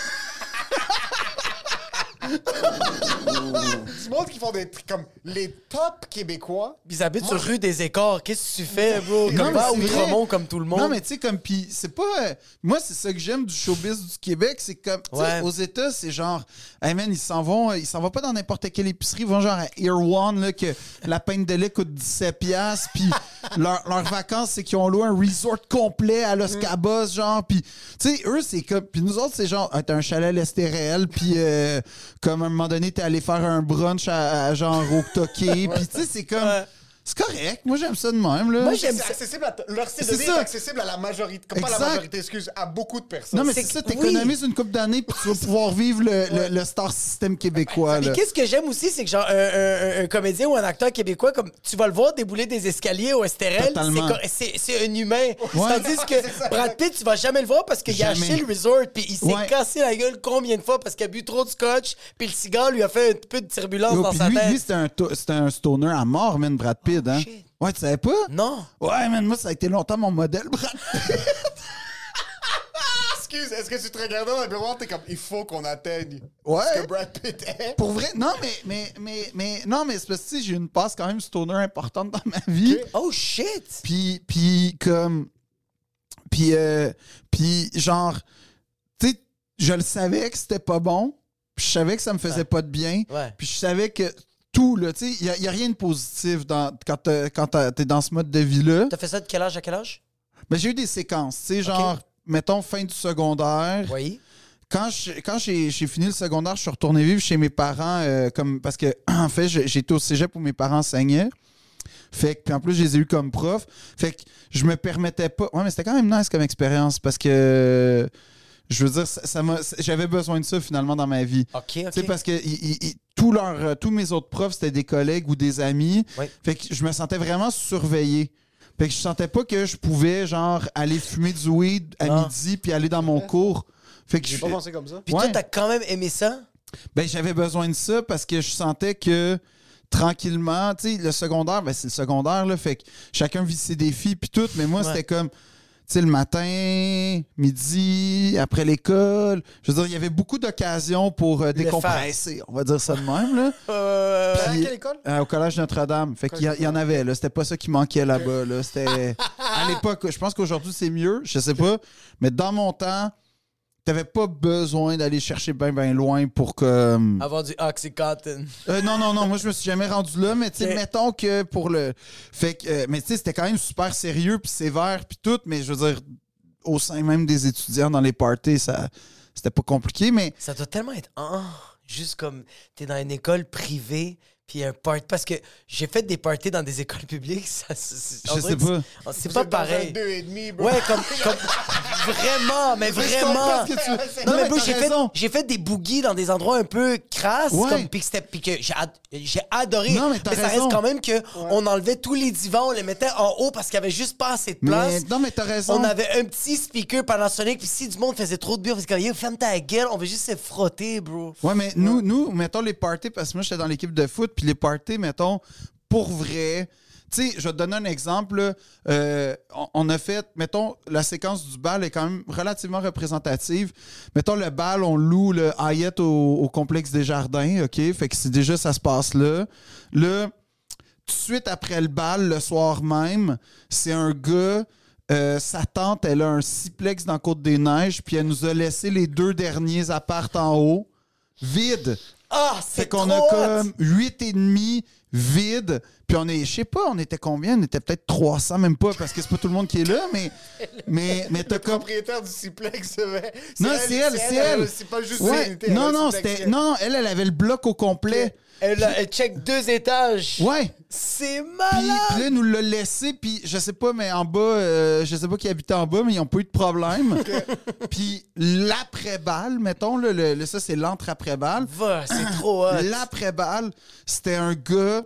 du monde qui font des trucs comme les top québécois. Ils habitent sur rue des Écarts. Qu'est-ce que tu fais, bro? Non, Comme mais va à c'est vrai. Outremont comme tout le monde. Non, mais tu sais, comme, pis c'est pas. euh, moi, c'est ça que j'aime du showbiz du Québec, c'est comme, tu sais, Ouais. aux États, c'est genre, hey man, ils s'en vont, ils s'en vont pas dans n'importe quelle épicerie, ils vont genre à Air One, là, que la pinte de lait coûte dix-sept piastres, puis leur- leurs vacances, c'est qu'ils ont loué un resort complet à Los Cabos, genre, puis, tu sais, eux, c'est comme, puis nous autres, c'est genre, ah, t'as un chalet à l'Estérel, puis euh, comme à un moment donné, t'es allé faire un brunch à, à genre au Toqué, puis tu sais, c'est comme. Ouais. C'est correct. Moi, j'aime ça de même, là. Moi, C'est j'aime ça. accessible à t- leur style de C'est vie ça. est accessible à la majorité. Pas Exact. la majorité, excuse, à beaucoup de personnes. Non, mais C'est c'est ça, que- t'économises une couple d'années puis tu vas pouvoir vivre le, le- le star system québécois. Et Là. qu'est-ce que j'aime aussi, c'est que genre un, un- un- un comédien ou un acteur québécois, comme tu vas le voir débouler des escaliers au Estérel, Totalement. c'est co- c'est c'est un humain. Ouais. Tandis que Brad Pitt, tu vas jamais le voir parce qu'il a Jamais. acheté le resort puis il s'est Ouais. cassé la gueule combien de fois parce qu'il a bu trop de scotch puis le cigare lui a fait un peu de turbulence Yo, dans puis sa lui, tête. lui c'était un, to- c'était un stoner à mort, man, Brad Pitt. Hein? Shit. Ouais, tu savais pas? Non. Ouais, man, moi, ça a été longtemps mon modèle, Brad Pitt. Excuse, est-ce que tu te regardais dans le miroir, t'es comme, il faut qu'on atteigne Ouais. ce que Brad Pitt est? Pour vrai, non, mais, mais, mais, mais, non, mais c'est parce que, tu sais, j'ai une passe quand même stoner importante dans ma vie. Ok. Oh shit! Puis, puis, comme, puis, euh, puis, genre, tu sais, je le savais que c'était pas bon, puis je savais que ça me faisait Ouais. pas de bien, Ouais. puis je savais que tout, là, tu sais, il n'y a, a rien de positif dans, quand t'es quand t'es dans ce mode de vie-là. T'as fait ça de quel âge à quel âge? Mais j'ai eu des séquences, tu sais, genre, mettons, fin du secondaire. Oui. Quand je- quand j'ai j'ai fini le secondaire, je suis retourné vivre chez mes parents, euh, comme parce que, en fait, j'ai- j'étais au cégep où mes parents enseignaient. Fait que, puis en plus, je les ai eus comme prof. Fait que je me permettais pas. Ouais, mais c'était quand même nice comme expérience parce que, je veux dire, ça, ça m'a- j'avais besoin de ça finalement dans ma vie. OK, Tu sais, OK. parce que i- i- i- tous leurs, euh, tous mes autres profs, c'était des collègues ou des amis. Oui. Fait que je me sentais vraiment surveillé. Fait que je sentais pas que je pouvais, genre, aller fumer du weed à Ah. midi puis aller dans mon cours. Fait que J'ai je, pas pensé comme ça. Puis Ouais. toi, t'as quand même aimé ça? ben, j'avais besoin de ça parce que je sentais que tranquillement, tu sais, le secondaire, ben, c'est le secondaire, là. Fait que chacun vit ses défis puis tout. Mais moi, Ouais. c'était comme, tu sais, le matin, midi, après l'école. Je veux dire, il y avait beaucoup d'occasions pour euh, Le décompresser. On va dire ça de même, là. Euh, À Puis- quelle école? Euh, au collège Notre-Dame. Fait qu'il y, a- il y en avait, là. C'était pas ça qui manquait là-bas, là. C'était. À l'époque, je pense qu'aujourd'hui, c'est mieux. Je sais pas. Mais dans mon temps, t'avais pas besoin d'aller chercher bien, bien loin pour que. avoir du Oxycontin. Euh, non, non, non. Moi, je me suis jamais rendu là. Mais, tu sais, Ok. mettons que pour le. Fait que. euh, mais, tu sais, c'était quand même super sérieux, puis sévère, puis tout. Mais, je veux dire, au sein même des étudiants dans les parties, ça. C'était pas compliqué, mais. Ça doit tellement être... ah, juste comme t'es dans une école privée, puis un party... Parce que j'ai fait des parties dans des écoles publiques, ça... c'est- on Je dirait sais que pas. c'est- C'est Vous pas êtes dans un pareil. deux et demi, bro. Ouais, comme... comme... Vraiment, mais Je comprends vraiment... ce que tu- Non, Non, mais mais bro, t'as j'ai fait, raison. j'ai fait des boogies dans des endroits un peu crasses, Ouais. comme, puis que, c'était- puis que j'ai, ad- j'ai adoré. Non, mais t'as ça raison. reste quand même que on enlevait tous les divans, on les mettait en haut parce qu'il y avait juste pas assez de place. Mais, non, mais t'as raison. On avait un petit speaker Panasonic, puis si du monde faisait trop de bruit, on faisait comme, yo, ferme ta gueule, on veut juste se frotter, bro. Ouais, mais nous, nous, mettons les parties, parce que moi, j'étais dans l'équipe de foot, puis les parties, mettons, pour vrai. Tu sais, je vais te donner un exemple. là. Euh, on, on a fait, mettons, la séquence du bal est quand même relativement représentative. Mettons, le bal, on loue le Hyatt au, au complexe des Jardins, OK? Fait que c'est déjà, ça se passe là. Là, tout de suite après le bal, le soir même, c'est un gars... euh, sa tante, elle a un sixplex dans Côte-des-Neiges, puis elle nous a laissé les deux derniers apparts en haut, vides. Ah, Fait c'est qu'on trop a hot! comme huit et demi vide. Puis on est, je sais pas, on était combien? On était peut-être trois cents, même pas, parce que c'est pas tout le monde qui est là, mais, mais, mais t'as Le comme. propriétaire du Ciplex, c'est vrai. Non, c'est elle, c'est elle. C'est pas juste Ouais. l'unité, elle Non, a le non, Ciplex. c'était. Non, non, elle, elle avait le bloc au complet. Elle, a- elle check deux étages. Ouais. C'est Puis, malade! puis là, nous l'a laissé, puis je sais pas, mais en bas, euh, je sais pas qui habitait en bas, mais ils ont pas eu de problème. Puis l'après-balle, mettons, là, le, le- ça, c'est l'entre-après-balle. Va, c'est trop hot. L'après-balle, c'était un gars.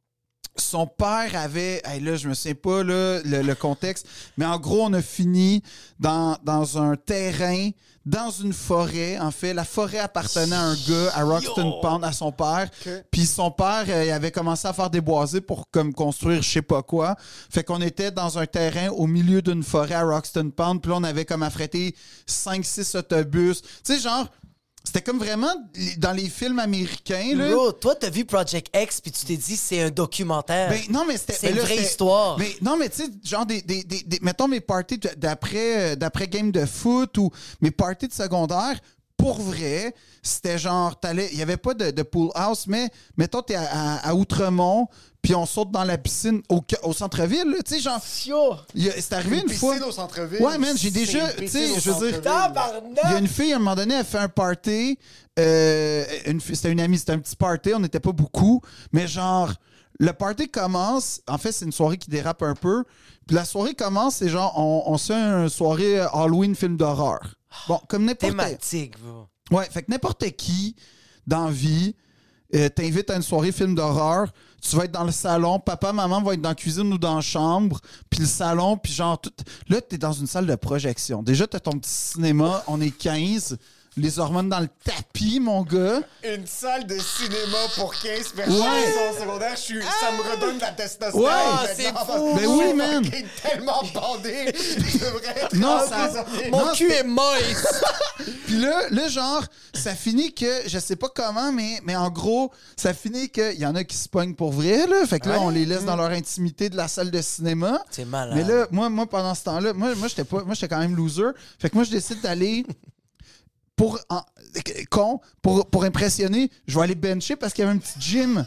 Son père avait. Hey, là, je me souviens pas là, le, le contexte, mais en gros, on a fini dans, dans un terrain, dans une forêt. En fait, la forêt appartenait à un gars, à Roxton Pond, à son père. Puis son père, euh, il avait commencé à faire des boisés pour comme construire je sais pas quoi. Fait qu'on était dans un terrain au milieu d'une forêt à Roxton Pond. Puis là, on avait comme affrété cinq six autobus. Tu sais, genre. C'était comme vraiment les- dans les films américains, là. Bro, toi, t'as vu Project X, puis tu t'es dit, c'est un documentaire. Ben, non, mais c'était. C'est ben une là, vraie c'était- histoire. Mais non, mais tu sais, genre des, des, des, des- mettons mes parties de- d'après, euh, d'après game de foot ou mes parties de secondaire, pour vrai, c'était genre, t'allais, il y avait pas de, de pool house, mais mettons, t'es à, à, à Outremont, puis on saute dans la piscine au, au centre-ville, là, tu sais, genre, Yo! il y a- c'est arrivé Une une, fois. piscine au centre-ville. Ouais, man, j'ai déjà, C'est une tu sais, piscine au je veux dire, centre-ville. Tabarnak! il y a une fille, à un moment donné, elle fait un party. Euh, une fille- c'était une amie, c'était un petit party. On n'était pas beaucoup. Mais genre, le party commence. En fait, c'est une soirée qui dérape un peu. Puis la soirée commence, c'est genre, on, on se fait une soirée Halloween film d'horreur. Bon, comme n'importe Thématique, bro. Ouais, fait que n'importe qui, dans la vie, euh, t'invite à une soirée film d'horreur, tu vas être dans le salon, papa, maman vont être dans la cuisine ou dans la chambre, puis le salon, puis genre, tout... là, t'es dans une salle de projection. Déjà, t'as ton petit cinéma, on est quinze. les hormones dans le tapis, mon gars. Une salle de cinéma pour quinze personnes Ouais. en secondaire, je suis, ça me redonne de la testostérone. Ouais, maintenant. c'est Parce fou. que Ben oui, je suis man. fucking tellement bandé. Je devrais être Non, en ça- prison. Mon Non, cul est moist! Puis là, là, genre, ça finit que, je sais pas comment, mais, mais en gros, ça finit qu'il y en a qui se pognent pour vrai, là. Fait que là, Ouais. on les laisse dans leur intimité de la salle de cinéma. C'est malade. Mais là, moi, moi pendant ce temps-là, moi, moi j'étais pas, moi, j'étais quand même loser. Fait que moi, je décide d'aller pour, en- con, pour, pour impressionner, je vais aller bencher parce qu'il y avait un petit gym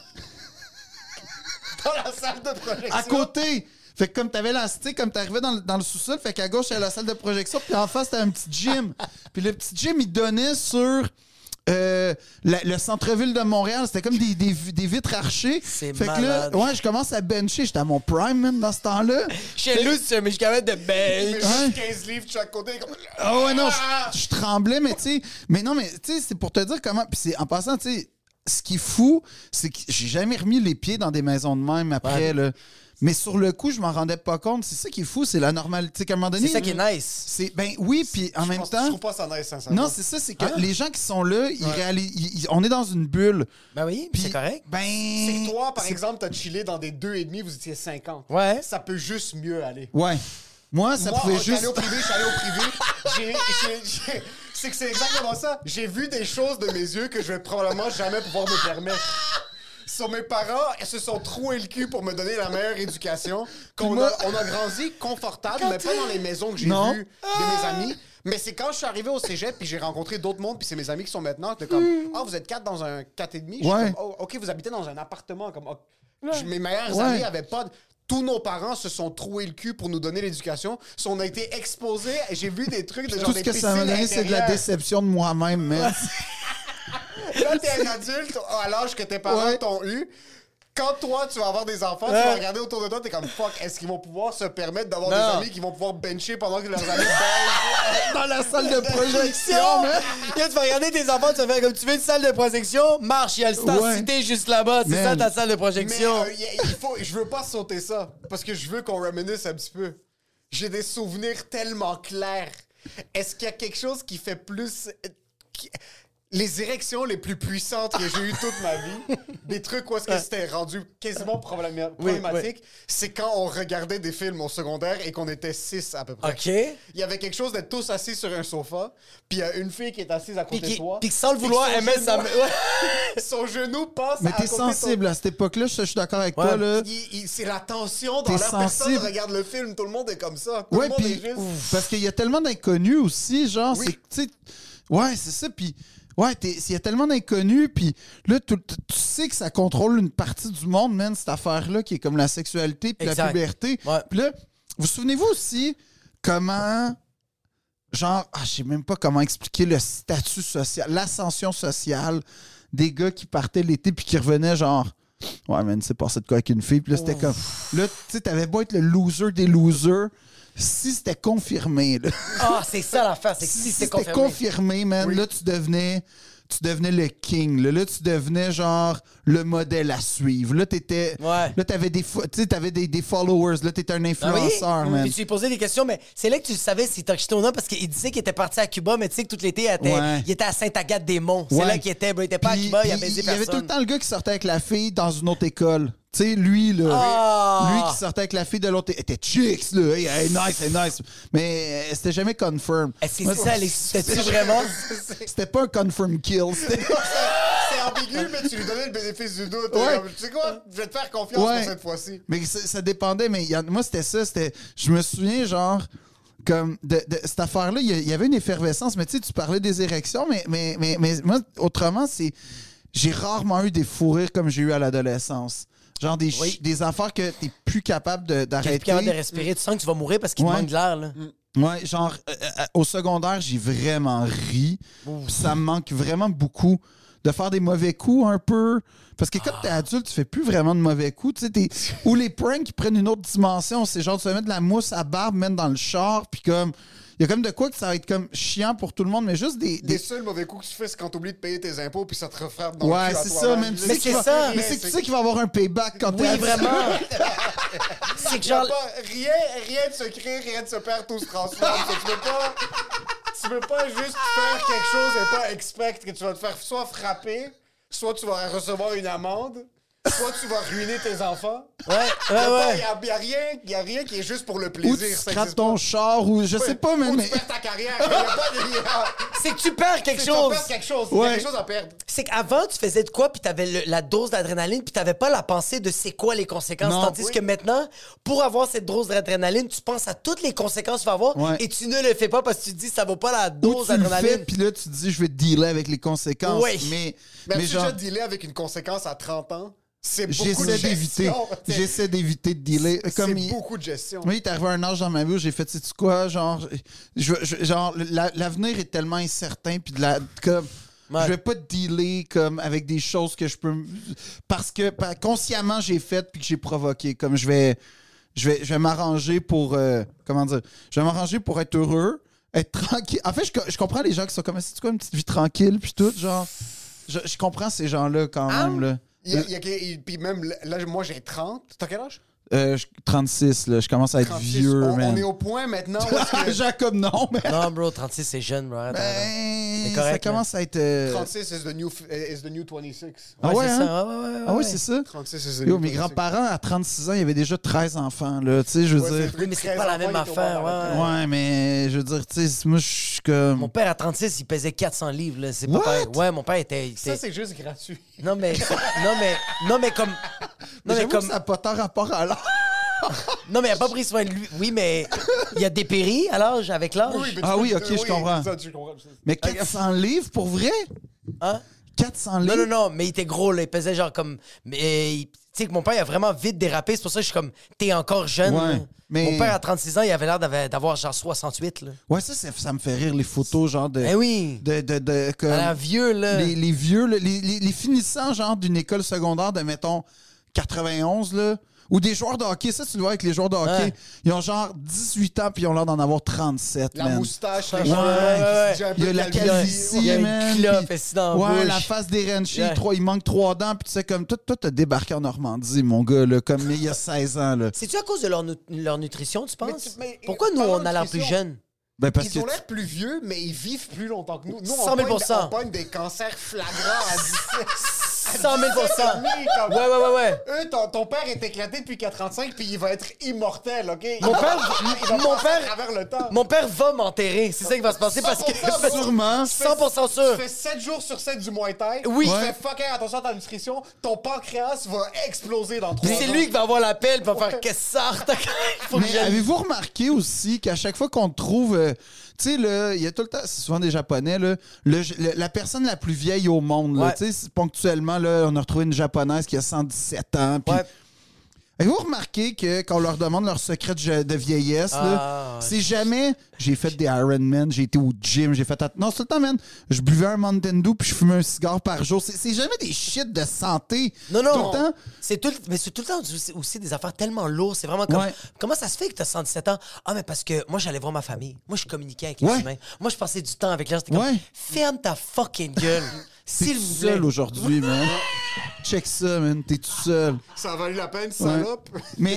Dans la salle de projection. à côté. Fait que comme t'avais la, tu sais, comme t'arrivais dans, le- dans le sous-sol, fait qu'à gauche, il y avait la salle de projection, puis en face, t'avais un petit gym. Puis le petit gym, il donnait sur euh, la- le centre-ville de Montréal. C'était comme des, des, des vitres archées. C'est Fait malade. que là, ouais, je commence à bencher. J'étais à mon prime, man, dans ce temps-là. Je suis loser, mais je suis capable de Mais bench. juste Ouais. quinze livres de chaque côté. Comme... Ah ouais, non, Ah! je, je tremblais, mais tu sais, mais non, mais tu sais, c'est pour te dire comment. Puis c'est en passant, tu sais, ce qui est fou, c'est que j'ai jamais remis les pieds dans des maisons de même après, Ouais. là. Mais sur le coup, je m'en rendais pas compte. C'est ça qui est fou, c'est la normalité. Qu'à un moment donné. C'est ça qui est nice. c'est- Ben oui, puis en Je même pense- temps. Je trouve pas ça nice, sincèrement. Non, c'est ça, c'est que Ah. les gens qui sont là, ils réalisent. ils- ils- on est dans une bulle. Ben oui, Puis, c'est correct. Ben. C'est que toi, par c'est- exemple, t'as chillé dans des deux et demi, vous étiez cinquante. Ouais. Ça peut juste mieux aller. Ouais. Moi, ça Moi, pouvait je suis allé juste. au privé, je suis allé au privé. J'ai- j'ai- j'ai- C'est que c'est exactement ça. J'ai vu des choses de mes yeux que je vais probablement jamais pouvoir me permettre. Sur mes parents, ils se sont troués le cul pour me donner la meilleure éducation. Qu'on moi- a, on a grandi confortable, mais pas dans les maisons que j'ai Non. vues de mes amis. Mais c'est quand je suis arrivé au cégep puis j'ai rencontré d'autres mondes puis c'est mes amis qui sont maintenant de comme ah vous êtes quatre dans un quatre et demi. Je suis Ouais. comme, oh, ok vous habitez dans un appartement comme oh. Je- mes meilleurs Ouais. amis avaient pas de- tous nos parents se sont troués le cul pour nous donner l'éducation. So, on a été exposés et j'ai vu des trucs de genre Tout ce des que ça m'a piscines donné, c'est de la intérieures. déception de moi-même, man. Là, t'es un adulte à l'âge que tes parents Ouais. t'ont eu. Quand toi, tu vas avoir des enfants, tu vas regarder autour de toi, t'es comme fuck, est-ce qu'ils vont pouvoir se permettre d'avoir Non. des amis qui vont pouvoir bencher pendant que leurs amis benchent? Dans la salle de projection, Projection, man. Là, tu vas regarder tes enfants, tu vas faire comme tu veux une salle de projection, marche, il y a le Star Ouais. Cité juste là-bas, c'est Man. ça ta salle de Mais projection. euh, y a- il faut, je veux pas sauter ça parce que je veux qu'on reminisce un petit peu. J'ai des souvenirs tellement clairs. Est-ce qu'il y a quelque chose qui fait plus... euh, qui- Les érections les plus puissantes que j'ai eues toute ma vie, des trucs où est-ce que c'était rendu quasiment probléma- problématique, c'est quand on regardait des films au secondaire et qu'on était six à peu près. OK. Il y avait quelque chose d'être tous assis sur un sofa, puis il y a une fille qui est assise à Puis côté de qui- toi. puis que sans le vouloir, Puis que elle son met sa... genou- Ouais. Son genou passe Mais à t'es côté de ton- sensible à cette époque-là, je je suis d'accord avec Ouais. toi, là. il- il- c'est la tension dans T'es l'air. Personne sensible. regarde le film. Tout le monde est comme ça. Tout Ouais, le monde puis est juste... parce qu'il y a tellement d'inconnus aussi, genre, Oui. c'est, tu sais, ouais, c'est ça, puis ouais, t'es- il y a tellement d'inconnus, puis là, tu, tu- tu sais que ça contrôle une partie du monde, man, cette affaire-là, qui est comme la sexualité puis la Exact. puberté. Ouais. Puis là, vous souvenez-vous aussi comment, genre, ah, je sais même pas comment expliquer le statut social, l'ascension sociale des gars qui partaient l'été puis qui revenaient, genre, ouais, man, c'est passé de quoi avec une fille, puis là, c'était comme, là, tu sais, t'avais beau être le loser des losers, si c'était confirmé, là. Ah, c'est ça l'affaire, c'est que si Si c'est c'était confirmé. confirmé, man, là, tu devenais, tu devenais le king. Là, Là, tu devenais, genre, le modèle à suivre. Là, t'étais... Ouais. Là, t'avais des, fo- tu sais, t'avais des, des followers. Là, t'étais un Ah oui? influenceur, man. Puis tu lui posais des questions, mais c'est là que tu savais si t'as jeté ou non, parce qu'il disait qu'il était parti à Cuba, mais tu sais que tout l'été, il était, Ouais. il était à Sainte-Agathe-des-Monts. C'est Ouais. là qu'il était, bro. Il était pas à Puis- Cuba, il a puis baisé Il y avait tout personne. le temps le gars qui sortait avec la fille dans une autre école. Tu sais, lui, là. Ah! Lui qui sortait avec la fille de l'autre école. était chicks, là. Hey, hey, nice, hey, nice. Mais euh, c'était jamais confirm. Est-ce que Moi, c'est ça, les- c'était-tu vraiment? C'était pas un confirm kill. C'était... C'est ambigu, mais tu lui donnais le bénéfice du doute. Ouais. Comme, tu sais quoi? Je vais te faire confiance Ouais. pour cette fois-ci. Mais ça, ça dépendait, mais il y en- moi, c'était ça. C'était, je me souviens, genre, comme de, de cette affaire-là, il y, a- il y avait une effervescence. Mais tu sais, tu parlais des érections, mais, mais, mais, mais moi, autrement, c'est. J'ai rarement eu des fous rires comme j'ai eu à l'adolescence. Genre des, ch- Oui. des affaires que t'es plus capable de- T'es d'arrêter. plus capable de respirer, tu sens que tu vas mourir parce qu'il te Ouais. manque de l'air, là. Ouais, genre, euh, euh, au secondaire, j'ai vraiment ri. Puis ça me manque vraiment beaucoup de faire des mauvais coups un peu. Parce que quand t'es adulte, tu fais plus vraiment de mauvais coups. Tu sais, t'es- ou les pranks qui prennent une autre dimension. C'est genre, tu vas mettre de la mousse à barbe, mettre dans le char, puis comme. Il y a comme de quoi que ça va être comme chiant pour tout le monde, mais juste des. Les des... seuls mauvais coups que tu fais, c'est quand tu oublies de payer tes impôts puis ça te refrappe dans Ouais, le cul à c'est toi-même. ça, même. tu Mais sais qu'il c'est va- ça. Mais c'est que tu sais qu'il va y avoir un payback quand t'es Oui, adulte. vraiment. C'est que Y a genre. pas- rien, rien de se crée, rien de se perd, tout se transforme. Ça, tu veux pas... tu peux pas juste faire quelque chose et pas expect que tu vas te faire soit frapper, soit tu vas recevoir une amende, soit tu vas ruiner tes enfants. Ouais, ouais, Il ouais. n'y a, y a rien, y a rien qui est juste pour le Ou plaisir. tu ça scrapes existe ton pas. char, ou je sais pas, mais... Ou mais... tu perds ta carrière. Y a pas de... y a- C'est que tu perds quelque c'est que tu chose. perds quelque chose. Il y Ouais. a quelque chose à perdre. C'est qu'avant, tu faisais de quoi, puis t'avais le- la dose d'adrénaline, puis t'avais pas la pensée de c'est quoi les conséquences. Non. Tandis Oui. que maintenant, pour avoir cette dose d'adrénaline, tu penses à toutes les conséquences que tu vas avoir, Ouais. et tu ne le fais pas parce que tu te dis ça vaut pas la Ou dose tu le fais, d'adrénaline. puis là, tu te dis, je vais te dealer avec les conséquences. Ouais. Mais, Mais, mais tu genre, déjà dealé avec une conséquence à trente ans? C'est beaucoup de j'essaie d'éviter. gestion. J'essaie d'éviter de dealer. C'est Comme il- beaucoup de gestion. Oui, il est arrivé un âge dans ma vie où j'ai fait, sais-tu quoi, genre, je, je- genre la- l'avenir est tellement incertain, puis de la, comme, Ouais. je vais pas dealer comme avec des choses que je peux, m- parce que pa- consciemment j'ai fait puis que j'ai provoqué, comme je vais, je vais, je vais m'arranger pour, euh, comment dire, je vais m'arranger pour être heureux, être tranquille. En fait, je, co- je comprends les gens qui sont comme, c'est quoi une petite vie tranquille puis tout, genre, je, je comprends ces gens-là quand Ah. même là. Il y a, il y a que- il- puis même là, moi j'ai trente. T'as quel âge? Euh, je- trente-six là, je commence à être trente-six. vieux, on, man. on est au point maintenant où est-ce que Jacob, non, mais. Non, bro, trente-six, c'est jeune, bro. Attends, attends. Ben, C'est correct, ça commence à être. euh, trente-six is the new, is the new vingt-six. Ah ouais, c'est hein? ça. Ouais, ouais, ouais, Ah oui, ouais. c'est ça? trente-six is the Yo, new mes vingt-six. grands-parents, à trente-six ans, il y avait déjà treize enfants, là. Tu sais, je veux Ouais, dire. c'est- Oui, mais c'est treize pas la enfants, même il était au affaire, bord de la ouais. Ouais, mais je veux dire, tu sais, moi, je suis comme. Mon père, à trente-six, il pesait quatre cents livres, là. C'est pas What? pareil. Ouais, mon père était. il Ça, était- c'est juste gratuit. Non, mais. Non, mais. Non, mais comme. Non, mais J'avoue comme. que ça n'a pas tant rapport à l'âge. Non, mais il a pas pris soin de lui. Oui, mais. Il a dépéri à l'âge, avec l'âge. mais tu Ah peux- oui, ok, je comprends. ça, tu comprends. Mais quatre cents livres, pour vrai? Hein? quatre cents livres? Non, non, non, mais il était gros, là. Il pesait genre comme. Mais. il- Tu sais que mon père, il a vraiment vite dérapé. C'est pour ça que je suis comme. T'es encore jeune. Ouais, là. mais- Mon père, à trente-six ans, il avait l'air d'ava- d'avoir genre soixante-huit, là. Ouais, ça, ça, ça me fait rire, les photos, genre de. Eh oui. De, de, de, comme- À l'air vieux, là. les, les vieux, là, les, les, les finissants, genre, d'une école secondaire de, mettons, quatre-vingt-onze, là. Ou des joueurs de hockey, ça, tu le vois avec les joueurs de hockey. Ouais. Ils ont genre dix-huit ans, puis ils ont l'air d'en avoir trente-sept, La man. moustache, Ouais, les cheveux, ouais, ouais. déjà un Il y a peu la calvitie. calvitie, Il y a une man, clope puis- ici dans la Ouais, bouche. la face dérenchée, Yeah. trois- il manque trois dents, puis tu sais, comme, toi, toi, t'as débarqué en Normandie, mon gars, là, comme il y a seize ans, là. C'est-tu à cause de leur, nu- leur nutrition, tu Mais penses? tu- mais- Pourquoi nous, parlant on a l'air plus nutrition, jeunes? Ben, parce Ils ont que. l'air plus vieux, mais ils vivent plus longtemps que nous. Nous, cent on mille pogne, pour cent. on pogne des cancers flagrants à dix-sept. cent mille pour cent. Ouais, ouais, ouais, ouais. Eux, ton, ton père est éclaté depuis qu'il a trente-cinq, puis il va être immortel, OK? Il Mon va- père- il va mon passer père- à travers le temps. Mon père va m'enterrer. C'est ça qui va se passer parce que. cent pour cent, Sûrement. cent pour cent sûr. Tu fais sept jours sur sept du Muay Thai. Oui. Tu Ouais. fais fucking attention à ta nutrition. Ton pancréas va exploser dans trois C'est ans. lui qui va avoir la pelle pour faire qu'est-ce que ça t'as- faut que Mais j'aille- avez-vous remarqué aussi qu'à chaque fois qu'on te trouve. euh, tu sais, là, il y a tout le temps, c'est souvent des Japonais, là, le- le- la personne la plus vieille au monde, là, Ouais. tu sais, c'est- ponctuellement, là, on a retrouvé une Japonaise qui a cent dix-sept ans. Puis, Ouais. avez-vous remarqué que quand on leur demande leur secret de, je- de vieillesse, là, Ah, c'est jamais j'ai fait des Ironman, j'ai été au gym, j'ai fait. att- Non, c'est tout le temps, man. Je buvais un Mountain Dew puis je fumais un cigare par jour. C'est c'est jamais des shit de santé. Non, non. Tout le temps. C'est tout, mais c'est tout le temps aussi, aussi des affaires tellement lourdes. C'est vraiment comme. Ouais. Comment ça se fait que t'as cent dix-sept ans? Ah, mais parce que moi, j'allais voir ma famille. Moi, je communiquais avec les Ouais. humains. Moi, je passais du temps avec les gens. C'était comme, Ouais. ferme ta fucking gueule. T'es S'il tout vous plaît. seul aujourd'hui, man. Check ça, man. T'es tout seul. Ça a valu la peine, Ouais. salope. Mais.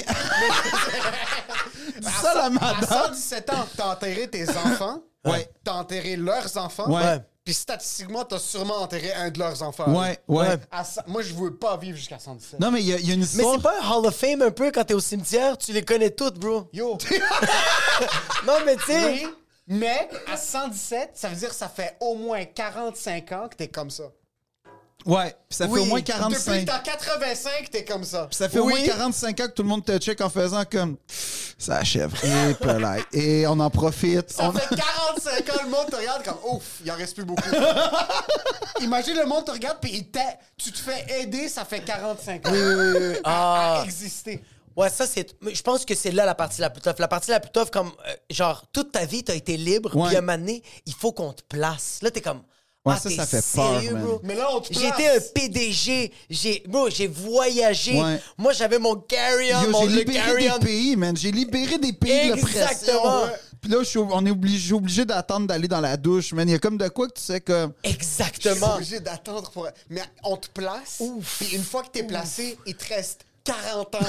Dis ça, la À madame. cent dix-sept ans, t'as enterré tes enfants. Ouais. T'as enterré leurs enfants. Ouais. Puis statistiquement, t'as sûrement enterré un de leurs enfants. Ouais, ouais. À cent- Moi, je veux pas vivre jusqu'à cent dix-sept. Non, mais il y, a- il y a une Mais histoire. c'est pas un Hall of Fame un peu quand t'es au cimetière? Tu les connais toutes, bro. Yo. Non, mais tu sais. Oui, mais à cent dix-sept, ça veut dire que ça fait au moins quarante-cinq ans que t'es comme ça. Ouais. Puis ça fait Oui. au moins Depuis quarante-cinq. que t'as quatre-vingt-cinq, t'es comme ça. Puis ça fait au Oui. moins quarante-cinq ans que tout le monde te check en faisant comme. Ça achève. Et pelay. Et on en profite. Ça On- fait quarante-cinq ans, le monde te regarde comme ouf, il en reste plus beaucoup. Imagine le monde te regarde, puis il t'a- tu te fais aider, ça fait quarante-cinq ans à, à Ah. exister. Ouais, ça, c'est. mais je pense que c'est là la partie la plus tough. La partie la plus tough, comme. euh, genre, toute ta vie, t'as été libre, Ouais. puis à un moment donné, il faut qu'on te place. Là, t'es comme. Ouais, ah, ça, t'es ça fait peur, sérieux, man. bro? Mais là, on te J'ai place. été un P D G. J'ai, bro, j'ai voyagé. Ouais. Moi, j'avais mon carry-on, Yo, mon j'ai le libéré carry-on. des pays, man. J'ai libéré des pays de pression. Exactement. Ouais. Puis là, je suis- on est obligé, obligé d'attendre d'aller dans la douche, man. Il y a comme de quoi que tu sais comme. Je suis Exactement. obligé d'attendre pour. Mais on te place. Puis une fois que t'es placé, il te reste quarante ans.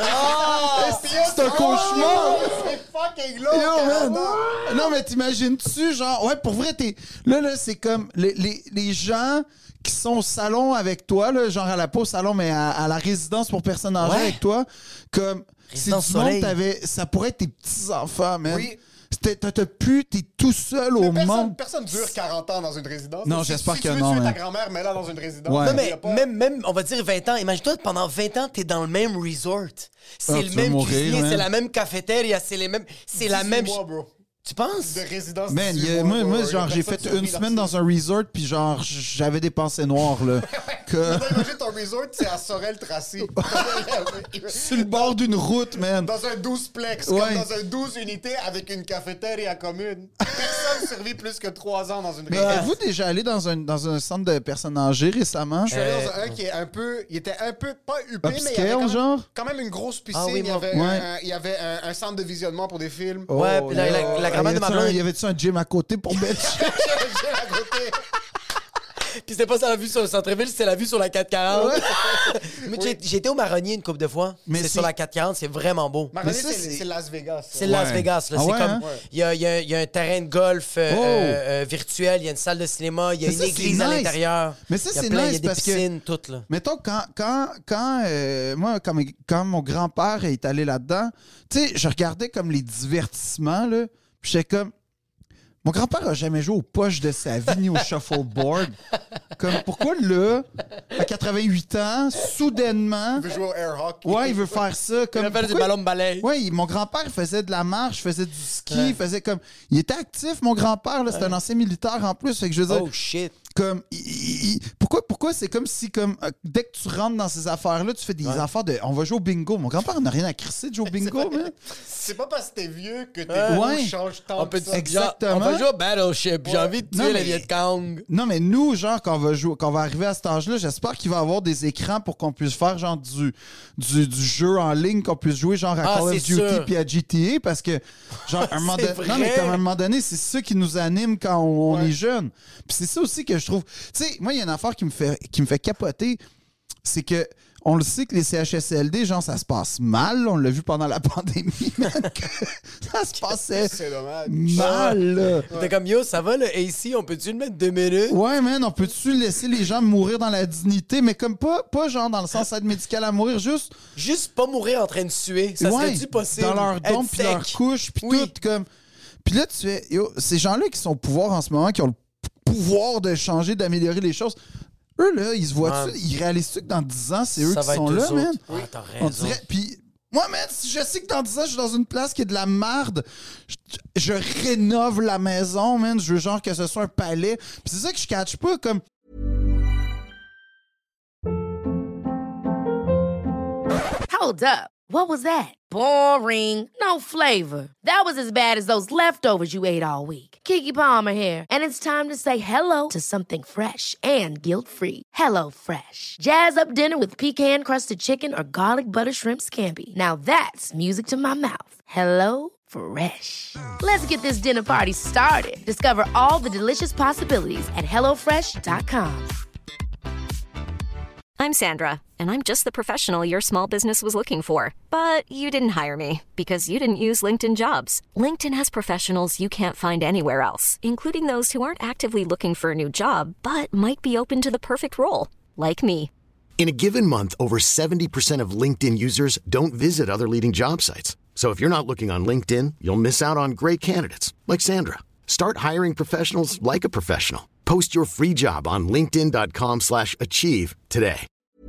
Oh, c'est un cauchemar! C'est fucking long! Yo, quarante man. ans. Non, mais t'imagines-tu, genre, ouais, pour vrai, t'es. Là, là, c'est comme les, les, les gens qui sont au salon avec toi, là, genre à la pas au salon, mais à, à la résidence pour personnes âgées Ouais. avec toi, comme. C'est Résidence du monde, Soleil. t'avais. Ça pourrait être tes petits-enfants, man. Oui. C'était- T'as t'as pu, t'es tout seul au Personne, monde. personne dure quarante ans dans une résidence. Non, Si- j'espère si que tu veux non, tuer man. ta grand-mère, mets-la dans une résidence. Ouais. Non, Il mais y a pas- même, même, on va dire vingt ans. Imagine-toi, pendant vingt ans, t'es dans le même resort. C'est Ah, le tu vas même mourir, cuisinier, man. c'est la même cafétéria, c'est les mêmes. C'est la dix-huit même. mois, bro. Tu penses? De résidence. Man, dix-huit il y a- mois, moi, bro. moi, Il y a genre, j'ai personne fait qui une survit semaine là-dessus. dans un resort, puis genre, j'avais des pensées noires, là. que... Maintenant, imagine ton resort, c'est à Sorel-Tracy. Sur le bord d'une route, man. Dans un douze plex, Ouais. comme dans un douze unités avec une cafétéria commune. Personne survit plus que trois ans dans une Mais résidence. êtes-vous déjà allé dans un, dans un centre de personnes âgées récemment? Je suis allé dans Euh, un qui est un peu... Il était un peu, pas huppé, mais il y Upscale, avait quand même, genre? quand même une grosse piscine. Ah oui, il y moi- avait, ouais. un, il y avait un, un centre de visionnement pour des films. Ouais, puis la- la- yeah. la grand-mère de ma Y avait-tu un- blonde- Y avait-tu un gym à côté pour mettre? J'ai à côté. Puis c'était pas ça la vue sur le centre-ville, c'était la vue sur la quatre cent quarante. Mais j'ai- j'ai été au Marronnier une couple de fois. Mais C'est c'est- sur la quatre cent quarante, c'est vraiment beau. Marronnier, ça, c'est c'est- c'est Las Vegas. ça. C'est Las Ouais. Vegas. Là. Ah C'est ouais, comme. hein? Il y, a, il y a- il y a un terrain de golf euh, Oh! euh, euh, virtuel, il y a une salle de cinéma, il y a Mais une ça, église c'est à nice. l'intérieur. Mais ça, Il y a c'est plein- Il y nice a des parce que- piscines, toutes. Là. Mettons, quand, quand, quand euh, moi, quand, mes- quand mon grand-père est allé là-dedans, tu sais, je regardais comme les divertissements, là, puis j'étais comme... Mon grand-père a jamais joué aux poches de sa vie ni au shuffleboard. Comme, pourquoi là, à quatre-vingt-huit ans, soudainement... Il veut jouer au air hockey. Ouais, il veut faire ça. Comme, Il a fait du pourquoi- ballon de balai. Ouais, il- mon grand-père faisait de la marche, faisait du ski, il faisait comme... Il était actif, mon grand-père, là, c'était un ancien militaire en plus, fait que je veux dire... Oh shit. Comme, il- il- il- pourquoi, pourquoi c'est comme si, comme, euh, dès que tu rentres dans ces affaires-là, tu fais des affaires de. On va jouer au bingo. Mon grand-père n'a rien à crisser de jouer au bingo, man. C'est pas parce que t'es vieux que tes Ouais. goûts Ouais. changent tant On peut que ça. Exactement. On va jouer au Battleship. J'ai Ouais. envie de Non, tuer mais- les Viet Cong. Non, mais nous, genre, quand on va jouer, quand on va arriver à cet âge-là, j'espère qu'il va y avoir des écrans pour qu'on puisse faire, genre, du, du, du jeu en ligne, qu'on puisse jouer, genre, à Ah, Call of c'est Duty sûr. puis à G T A, parce que, genre, à un moment C'est donné. Non, mais vrai. comme à un moment donné, c'est ça qui nous anime quand on, on Ouais. est jeune. Puis c'est ça aussi que je trouve. Tu sais, moi, il y a une affaire qui me fait, qui me fait capoter, c'est que. On le sait que les C H S L D, genre, ça se passe mal. On l'a vu pendant la pandémie, man, que ça se passait C'est dommage. mal, là. T'es comme yo, ça va le A C, on peut-tu le mettre deux minutes? Ouais, man, on peut-tu laisser les gens mourir dans la dignité, mais comme pas, pas genre dans le sens aide médicale à mourir, juste Juste pas mourir en train de suer. Ça ouais, serait-tu possible? dans leur Être dôme puis leur sec? couche puis Oui. tout comme. Puis là tu fais yo, ces gens-là qui sont au pouvoir en ce moment, qui ont le pouvoir de changer, d'améliorer les choses. Eux là, ils se voient-tu, Ouais. ils réalisent-tu que dans dix ans, c'est eux Ça qui va sont être là, eux man? autres. Ah, t'as On raison. dirait puis moi, man, si je sais que dans dix ans, je suis dans une place qui est de la marde, je, je rénove la maison, man. Je veux genre que ce soit un palais. Puis c'est ça que je catch pas, comme Hold up. What was that? Boring. No flavor. That was as bad as those leftovers you ate all week. Keke Palmer here, and it's time to say hello to something fresh and guilt-free. Hello Fresh. Jazz up dinner with pecan-crusted chicken or garlic butter shrimp scampi. Now that's music to my mouth. Hello Fresh. Let's get this dinner party started. Discover all the delicious possibilities at hello fresh dot com. I'm Sandra, and I'm just the professional your small business was looking for. But you didn't hire me because you didn't use LinkedIn Jobs. LinkedIn has professionals you can't find anywhere else, including those who aren't actively looking for a new job, but might be open to the perfect role, like me. In a given month, over seventy percent of LinkedIn users don't visit other leading job sites. So if you're not looking on LinkedIn, you'll miss out on great candidates like Sandra. Start hiring professionals like a professional. Post your free job on linkedin dot com slash achieve today.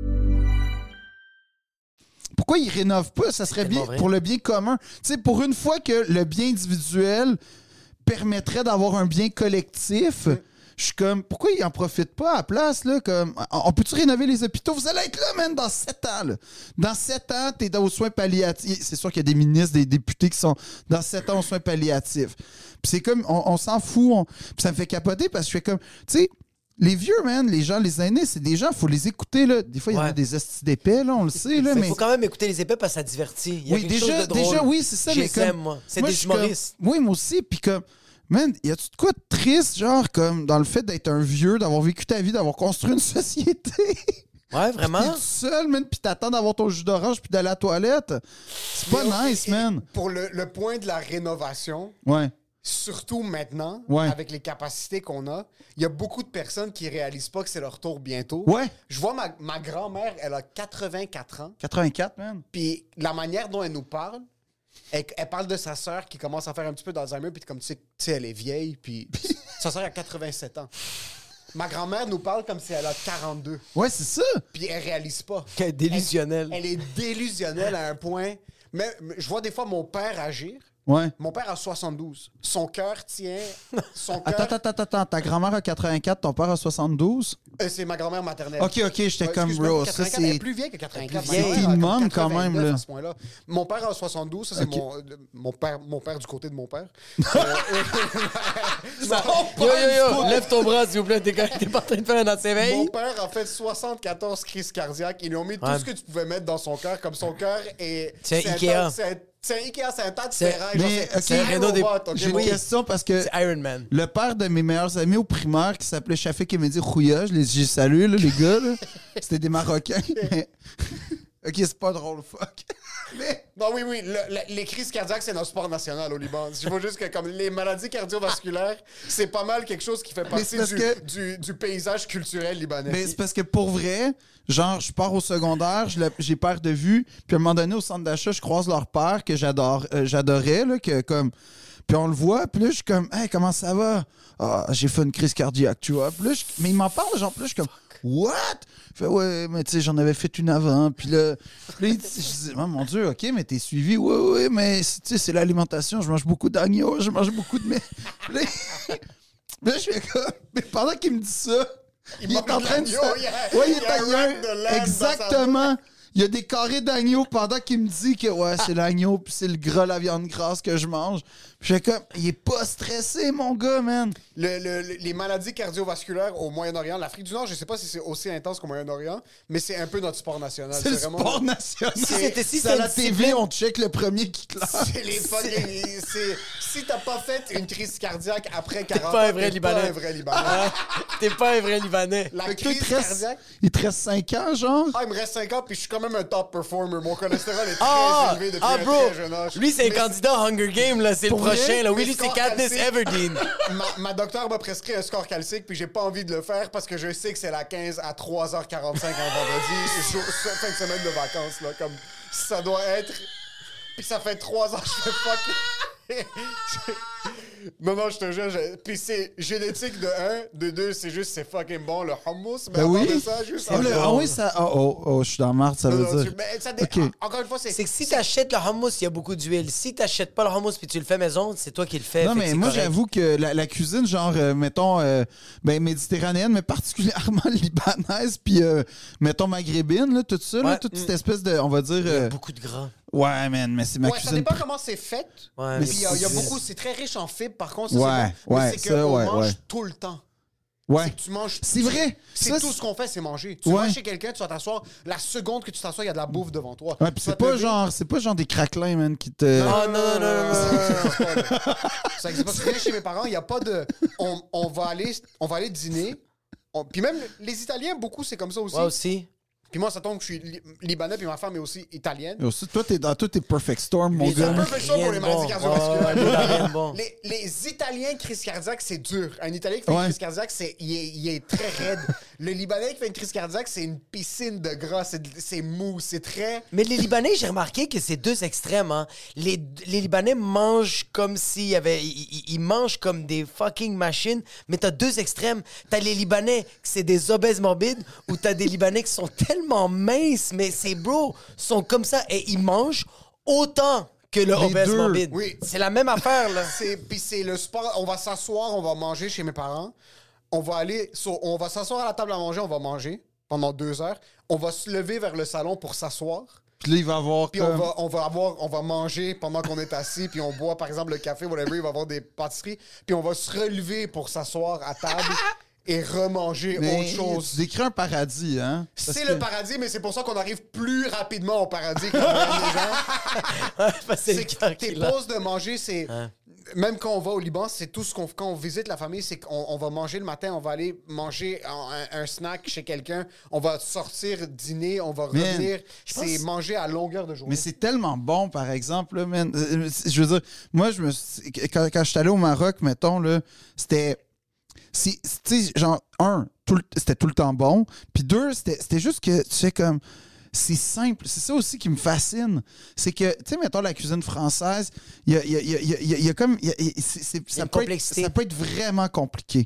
pourquoi ils rénovent pas? Ça serait bien vrai. pour le bien commun. Tu sais, pour une fois que le bien individuel permettrait d'avoir un bien collectif, Mm. je suis comme, pourquoi ils en profitent pas à la place, là? Comme, on on peut-tu rénover les hôpitaux? Vous allez être là, man, dans sept ans, là. Dans sept ans, t'es dans- aux soins palliatifs. C'est sûr qu'il y a des ministres, des députés qui sont dans sept ans aux soins palliatifs. Puis c'est comme, on, on s'en fout. on- Puis ça me fait capoter parce que je fais comme, tu sais, les vieux, man, les gens, les aînés, c'est des gens, il faut les écouter, là. Des fois, il y en a Ouais. des estis d'épais, là, on le sait, là, Il mais... faut quand même écouter les épais parce que ça divertit. Il y a Oui, quelque déjà, chose de drôle. déjà, oui, c'est ça, Je mais les comme... aime, moi. C'est moi, des je suis comme- humoristes. Oui, moi aussi, puis comme... Man, y a-tu de quoi de triste, genre, comme, dans le fait d'être un vieux, d'avoir vécu ta vie, d'avoir construit une société? Ouais, vraiment? T'es tout seul, man, puis t'attends d'avoir ton jus d'orange puis d'aller à la toilette. C'est pas Mais nice, et- man. Pour le, le point de la rénovation, Ouais. surtout maintenant, Ouais. avec les capacités qu'on a, il y a beaucoup de personnes qui réalisent pas que c'est leur tour bientôt. Ouais. Je vois ma, ma grand-mère, elle a quatre-vingt-quatre ans, quatre-vingt-quatre, man. puis la manière dont elle nous parle, elle, elle parle de sa sœur qui commence à faire un petit peu d'Alzheimer, puis comme tu sais, tu sais, elle est vieille, puis sa sœur a quatre-vingt-sept ans. Ma grand-mère nous parle comme si elle a quarante-deux. Ouais, c'est ça. Puis elle réalise pas. Qu'elle est délusionnelle. Elle, elle est délusionnelle à un point. Mais, mais je vois des fois mon père agir. Ouais. Mon père a soixante-douze. Son cœur tient. Son cœur. Attends, attends, attends, attends. Ta grand-mère a quatre-vingt-quatre, ton père a soixante-douze? Euh, c'est ma grand-mère maternelle. Ok, ok, j'étais Ouais, comme, excuse-moi, bro, quatre-vingt-quatre, ça, c'est- Elle est plus vieille que quatre-vingt-quatre. C'est Ma grand-mère a immense, comme quand même, quatre-vingt-neuf là. à ce point-là. Mon père a soixante-douze. Ça, c'est Ok. mon, euh, mon, père, mon père du côté de mon père. Yo, yo, yo, lève ton bras, s'il vous plaît. T'es, t'es pas en train de faire un dans ses Mon veilles? père a fait soixante-quatorze crises cardiaques. Ils lui ont mis Ouais. tout ce que tu pouvais mettre dans son cœur, comme son cœur est. C'est un un Ikea. tas- C'est un, c'est un Ikea, c'est un tas de C'est- ferraille. genre, Mais, c'est- ok, c'est un Renault des- robot, ok, J'ai une bon. question parce que C'est Iron Man. le père de mes meilleurs amis au primaire qui s'appelait Shafik Emedi Rouya, je les j'ai salué, là, les gars. là. C'était des Marocains. Mais... ok, c'est pas drôle, fuck. Mais... Non, oui, oui. le- le- les crises cardiaques, c'est notre sport national au Liban. Je vois juste que comme les maladies cardiovasculaires, c'est pas mal quelque chose qui fait partie c'est parce du, que- du, du paysage culturel libanais. Mais c'est parce que pour vrai, genre, je pars au secondaire, je l'ai- j'ai peur de vue, puis à un moment donné, au centre d'achat, je croise leur père que j'adore, euh, j'adorais, là, que comme. Puis on le voit, puis là, je suis comme, hey, comment ça va? Ah, j'ai fait une crise cardiaque, tu vois. Puis là, je- mais il m'en parle, genre, puis là, je suis comme, what? Il fait, ouais, mais tu sais, j'en avais fait une avant. Puis là, puis là, il dit- je dis, oh, mon Dieu, ok, mais t'es suivi. Ouais, ouais, mais c'est- tu sais, c'est l'alimentation. Je mange beaucoup d'agneau, je mange beaucoup de. Mais... Puis là, puis là, je fais comme, mais pendant qu'il me dit ça, Il il, mange est en de train de. l'agneau, se- il y a- Ouais, il il y est a un il y a un- rack de lamb dans sa Exactement. Il y a des carrés d'agneau pendant qu'il me dit que ouais, c'est l'agneau, puis c'est le gras, la viande grasse que je mange. Puis je fais comme, il est pas stressé, mon gars, man. Le- le- le- les maladies cardiovasculaires au Moyen-Orient, l'Afrique du Nord, je sais pas si c'est aussi intense qu'au Moyen-Orient, mais c'est un peu notre sport national. C'est le vraiment- sport national. Si c'était- si C'est à c'était la une T V, discipline- on check le premier qui classe. C'est les fucking- c'est- Si t'as pas fait une crise cardiaque après T'es quarante pas un ans, vrai t'es Libanais. pas un vrai Libanais. Ah, t'es pas un vrai Libanais. La Fait que toi, il crise te reste- cardiaque... il te reste cinq ans, genre. Ah, il me reste cinq ans, puis je suis quand même un top performer. Mon cholestérol est très Ah, élevé depuis ah, un bro, très jeune âge. lui c'est un Mais candidat à Hunger Games, là, c'est le Pour vrai? prochain, là. Oui, Mais lui c'est score Katniss calcique. Everdeen. Ma, ma docteure m'a prescrit un score calcique, puis j'ai pas envie de le faire parce que je sais que c'est la quinze à trois heures quarante-cinq un vendredi, jour- fin de semaine de vacances, là, comme ça doit être. Puis ça fait trois ans que je fais fuck. Non, non, je te jure. je- Puis c'est génétique de un, de deux, c'est juste, c'est fucking bon, le hummus. Mais Ben à part oui. de ça, juste Ah, le- ah oui, ça. Oh, oh, oh, je suis dans la marde, ça Non, veut non, dire. tu- mais ça dé- Ok. Encore une fois, c'est. C'est que si t'achètes le hummus, il y a beaucoup d'huile. Si t'achètes pas le hummus puis tu le fais maison, c'est toi qui le fais. Non, fait que mais c'est moi, correct. j'avoue que la, la cuisine, genre, euh, mettons, euh, ben, méditerranéenne, mais particulièrement libanaise, puis, euh, mettons, maghrébine, là, tout ça, là, Ouais. toute cette espèce de, on va dire... Il y a euh, beaucoup de gras. ouais, man, mais c'est ma Ouais, ça cuisine... dépend comment c'est fait. Ouais, Puis mais il y a, il y a c'est- beaucoup, c'est très riche en fibres, par contre. Ça, Ouais, c'est bon. ouais, Mais c'est ça, qu'on ouais, mange ouais. tout le temps. Ouais. C'est que tu manges. C'est vrai. C'est Ça, tout c'est- ce qu'on fait, c'est manger. Tu Ouais. vas chez quelqu'un, tu vas t'asseoir. La seconde que tu t'assois, il y a de la bouffe devant toi. Ouais, puis Tu vas c'est te pas lever. genre, c'est pas genre des craquelins, man, qui te... Ah, non, non, non, non, non, non. Ça existe pas. Tu viens chez mes parents, il n'y a pas de. On, on va aller, on va aller dîner. On- Puis même les Italiens, beaucoup, c'est comme ça aussi. Moi aussi. Puis moi, ça tombe que je suis li- libanais, puis ma femme est aussi italienne. Et aussi, toi, t'es dans tout tes perfect storm, mon Les gars. un peu chaud pour les Rien de maladies bon. cardiovasculaires. Ouais, ouais, rien de bon. Les, les Italiens, crise cardiaque, c'est dur. Un Italien qui fait Ouais. une crise cardiaque, c'est, il, est, il est très raide. Le Libanais qui fait une crise cardiaque, c'est une piscine de gras, c'est, c'est mou, c'est très... Mais les Libanais, j'ai remarqué que c'est deux extrêmes. Hein. Les, les Libanais mangent comme s'il y avait... Ils, ils- ils mangent comme des fucking machines, mais t'as deux extrêmes. T'as les Libanais, que c'est des obèses morbides, ou t'as des Libanais qui sont tellement minces, mais ces bros sont comme ça, et ils mangent autant que le Les obèse deux. morbide. Oui. C'est la même affaire, là. C'est, puis c'est le sport. On va s'asseoir, on va manger chez mes parents. On va aller... sur- on va s'asseoir à la table à manger, on va manger pendant deux heures. On va se lever vers le salon pour s'asseoir. Puis là, il va avoir Puis on comme... va, on va avoir, on va manger pendant qu'on est assis, puis on boit par exemple le café, whatever, il va y avoir des pâtisseries, puis on va se relever pour s'asseoir à table et remanger Mais autre chose. tu décris un paradis, hein? Parce C'est que- le paradis, mais c'est pour ça qu'on arrive plus rapidement au paradis que la moyenne des gens. Parce que c'est le C'est cœur que tes qui l'a. pauses de manger, c'est même quand on va au Liban, c'est tout ce qu'on... Quand on visite la famille, c'est qu'on on va manger le matin, on va aller manger un, un snack chez quelqu'un, on va sortir dîner, on va Man, revenir. je C'est pense- manger à longueur de journée. Mais c'est tellement bon, par exemple, là, man. Euh, Je veux dire, moi, je me suis- quand, quand je suis allé au Maroc, mettons, là, c'était... Tu sais, genre, un, tout le- c'était tout le temps bon. Puis deux, c'était c'était juste que, tu sais, comme... C'est simple. C'est ça aussi qui me fascine. C'est que, tu sais, mettons, la cuisine française, il y a, il y a- il y a- il y a- il y a comme... il y a- il- c'est- c'est- ça, une peut être, complexité. ça peut être vraiment compliqué.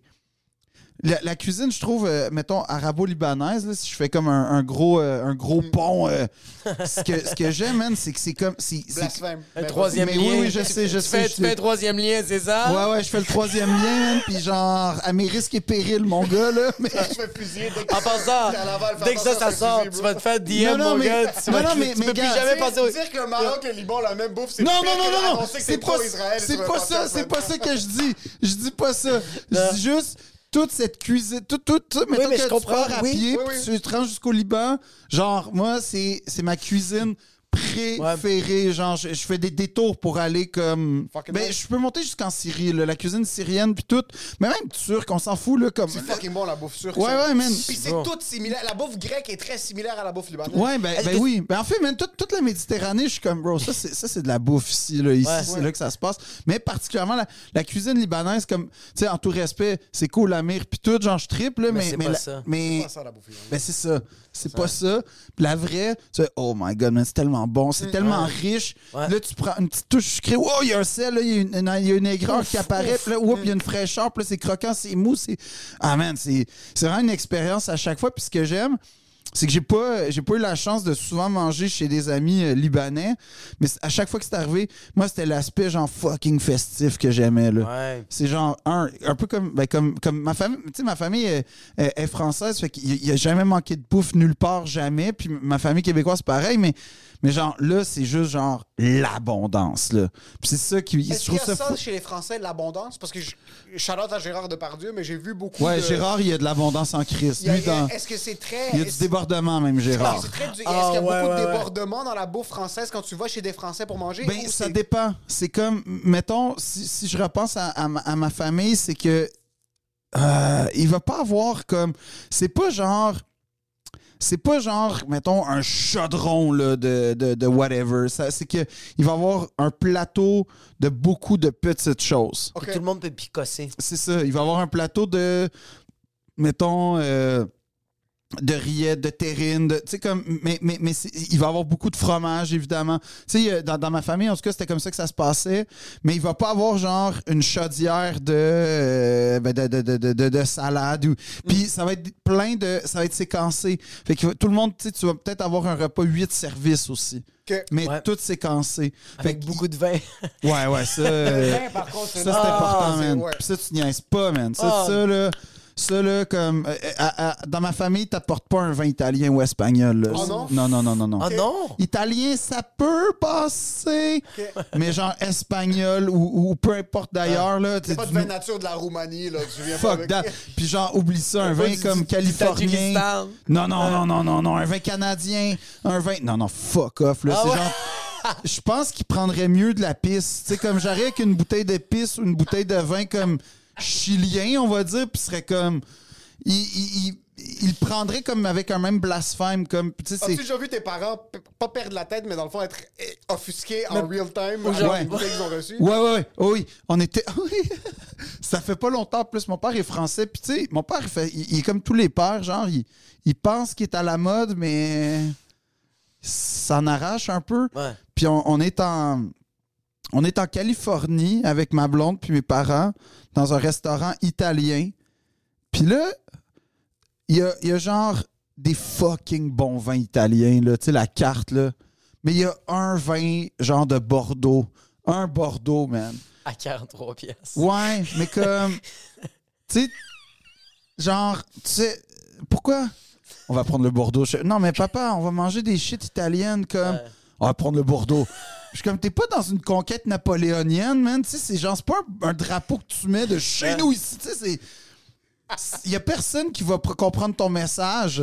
La, la cuisine, je trouve, euh, mettons, arabo-libanaise, là, si je fais comme un, un gros, euh, un gros pont, euh, ce que, ce que j'aime, man, c'est que c'est comme... c'est- c'est- Blasphème. Un Ben, troisième mais lien. oui, oui, je sais, je tu sais, Fais, je tu fais sais. un troisième lien, c'est ça? Ouais, ouais, je fais le troisième lien, man, puis genre, à mes risques et périls, mon gars, là. Mais... vas-y. Je fais fusiller dès que En passant, t'es à Laval, fais dès que ça, ça attention, sort, fais tu fusiller, vas bro. te faire D Non, M, non, mon mais- gars. Tu, non, vas- non, tu mais- peux mais plus gars, jamais Dire- passer au... Dire que le Maroc et le Liban ont la même bouffe, c'est Non, pire non, non, que non, non, d'annoncer que c'est t'es pas, pro-Israël. c'est sur un pas podcast, ça, c'est man. pas ça que je dis. Je dis pas ça. Je dis juste toute cette cuisine, tout, tout, tout, mettons mais que je tu comprends, pars à oui. pied, Oui, puis oui. tu te rends jusqu'au Liban. Genre, moi, c'est, c'est ma cuisine préférée. Genre, je, je fais des détours pour aller comme... Fucking Ben, nice. je peux monter jusqu'en Syrie, là, la cuisine syrienne, puis tout. Mais même turc, on s'en fout, là, comme... C'est fucking bon, la bouffe turque. Ouais, ça. ouais, man. Puis c'est tout similaire. La bouffe grecque est très similaire à la bouffe libanaise. Ouais, ben, ben oui. Ben, en fait, même toute, toute la Méditerranée, je suis comme, bro, ça, c'est, ça, c'est de la bouffe ici. Là. Ici, Ouais. c'est Ouais. là que ça se passe. Mais particulièrement, la, la cuisine libanaise, comme, tu sais, en tout respect, c'est cool, la mire, puis tout, genre, je triple, là, Mais mais. c'est mais pas la- ça. Mais, C'est pas ça, la bouffe libanaise. ben, c'est ça. C'est pas ça. Puis la vraie, tu sais, oh my god, man, c'est tellement bon, c'est tellement riche. Ouais. Là, tu prends une petite touche sucrée, oh, il y a un sel, là, il y a une, une- il y a une aigreur qui apparaît, puis là, oups, il y a une fraîcheur, puis là, c'est croquant, c'est mou, c'est. Ah, man, c'est, c'est vraiment une expérience à chaque fois. Puis ce que j'aime, c'est que j'ai pas, j'ai pas eu la chance de souvent manger chez des amis euh, libanais, mais c- à chaque fois que c'est arrivé, moi, c'était l'aspect genre fucking festif que j'aimais, là. Ouais. C'est genre, un, un peu comme, ben, comme, comme ma famille, tu sais, ma famille est, est- est française, fait qu'il n'y a jamais manqué de bouffe nulle part, jamais, puis ma famille québécoise, c'est pareil, mais, mais genre, là, c'est juste genre l'abondance, là. Puis c'est ça qui, Est-ce je qu'il trouve y a ça ça fou. chez les Français, l'abondance? Parce que je shout-out à Gérard Depardieu, mais j'ai vu beaucoup Ouais, de... Gérard, il y a de l'abondance en crise. Il y a- Lui, dans- Est-ce que c'est très... il y a du est-ce- débordement, même, Ah, Gérard. c'est très du- Est-ce Ah, qu'il y a ouais, beaucoup ouais, de ouais. débordements dans la bouffe française quand tu vas chez des Français pour manger? Ben, ou ça c'est- dépend. C'est comme, mettons, si, si je repense à, à ma, à ma famille, c'est que euh, il va pas avoir comme. C'est pas genre. C'est pas genre, mettons, un chaudron là, de, de, de whatever. Ça, c'est que il va avoir un plateau de beaucoup de petites choses. Ok. Tout le monde peut picosser. C'est ça. Il va avoir un plateau de, mettons, euh, de rillettes, de terrine, de, tu sais, comme, mais, mais, mais c'est- il va avoir beaucoup de fromage, évidemment. Tu sais, dans, dans ma famille, en tout cas, c'était comme ça que ça se passait, mais il va pas avoir, genre, une chaudière de, euh, ben, de, de, de, de, de- de salade. Ou, puis ça va être plein de, ça va être séquencé. Fait que tout le monde, tu sais, tu vas peut-être avoir un repas huit services aussi. Ok. Mais Ouais. tout séquencé. Fait Avec que- beaucoup de vin. Ouais, ouais, ça. euh, Le vin, par contre, ça, c'est c'est Ah, important, c'est- man. ouais. Puis ça, tu niaises pas, man. Ça, Ah. ça là, ça, là, comme... euh, à- à- dans ma famille, t'apportes pas un vin italien ou espagnol, là. Oh non? Non, non, non, non, non. Oh non! Italien, ça peut passer, mais genre espagnol ou, ou peu importe d'ailleurs, là. C'est t'es pas de du- vin nature de la Roumanie, là. Tu viens pas Fuck avec... that. Puis genre, oublie ça, un vin du- comme du californien. Tadjikistan. Non, non, non, non, non, non. Un vin canadien, un vin... Non, non, fuck off, là. Ah c'est ouais? genre... Je pense qu'il prendrait mieux de la pisse. Tu sais, comme j'aurais avec une bouteille de pisse ou une bouteille de vin comme chilien, on va dire, puis serait comme... Il, il, il, il prendrait comme avec un même blasphème, comme... Tu sais, As-tu c'est... déjà vu tes parents p- pas perdre la tête, mais dans le fond être eh, offusqués en real time Ouais. avec une bouteille qu'ils ont reçue? Ouais, ouais, ouais. Oh oui, on était. Oui. Ça fait pas longtemps. En plus, mon père est français. Puis, tu sais, mon père, il, fait... il, il est comme tous les pères. Genre, il, il pense qu'il est à la mode, mais. Ça en arrache un peu. Ouais. Puis, on, on est en. On est en Californie avec ma blonde puis mes parents dans un restaurant italien. Puis là, il y a, il y a genre des fucking bons vins italiens, là. Tu sais, la carte, là. Mais il y a un vin genre de Bordeaux. Un Bordeaux, man. À quarante-trois pièces. Ouais, mais comme... Tu sais, genre, tu sais, pourquoi on va prendre le Bordeaux? Je- Non, mais papa, on va manger des shit italiennes comme... Ouais. On va prendre le Bordeaux. Je suis comme, t'es pas dans une conquête napoléonienne, man. Tu sais, c'est genre, c'est pas un, un drapeau que tu mets de chez Ouais. nous ici. Tu sais, c'est... Il y a personne qui va pr- comprendre ton message.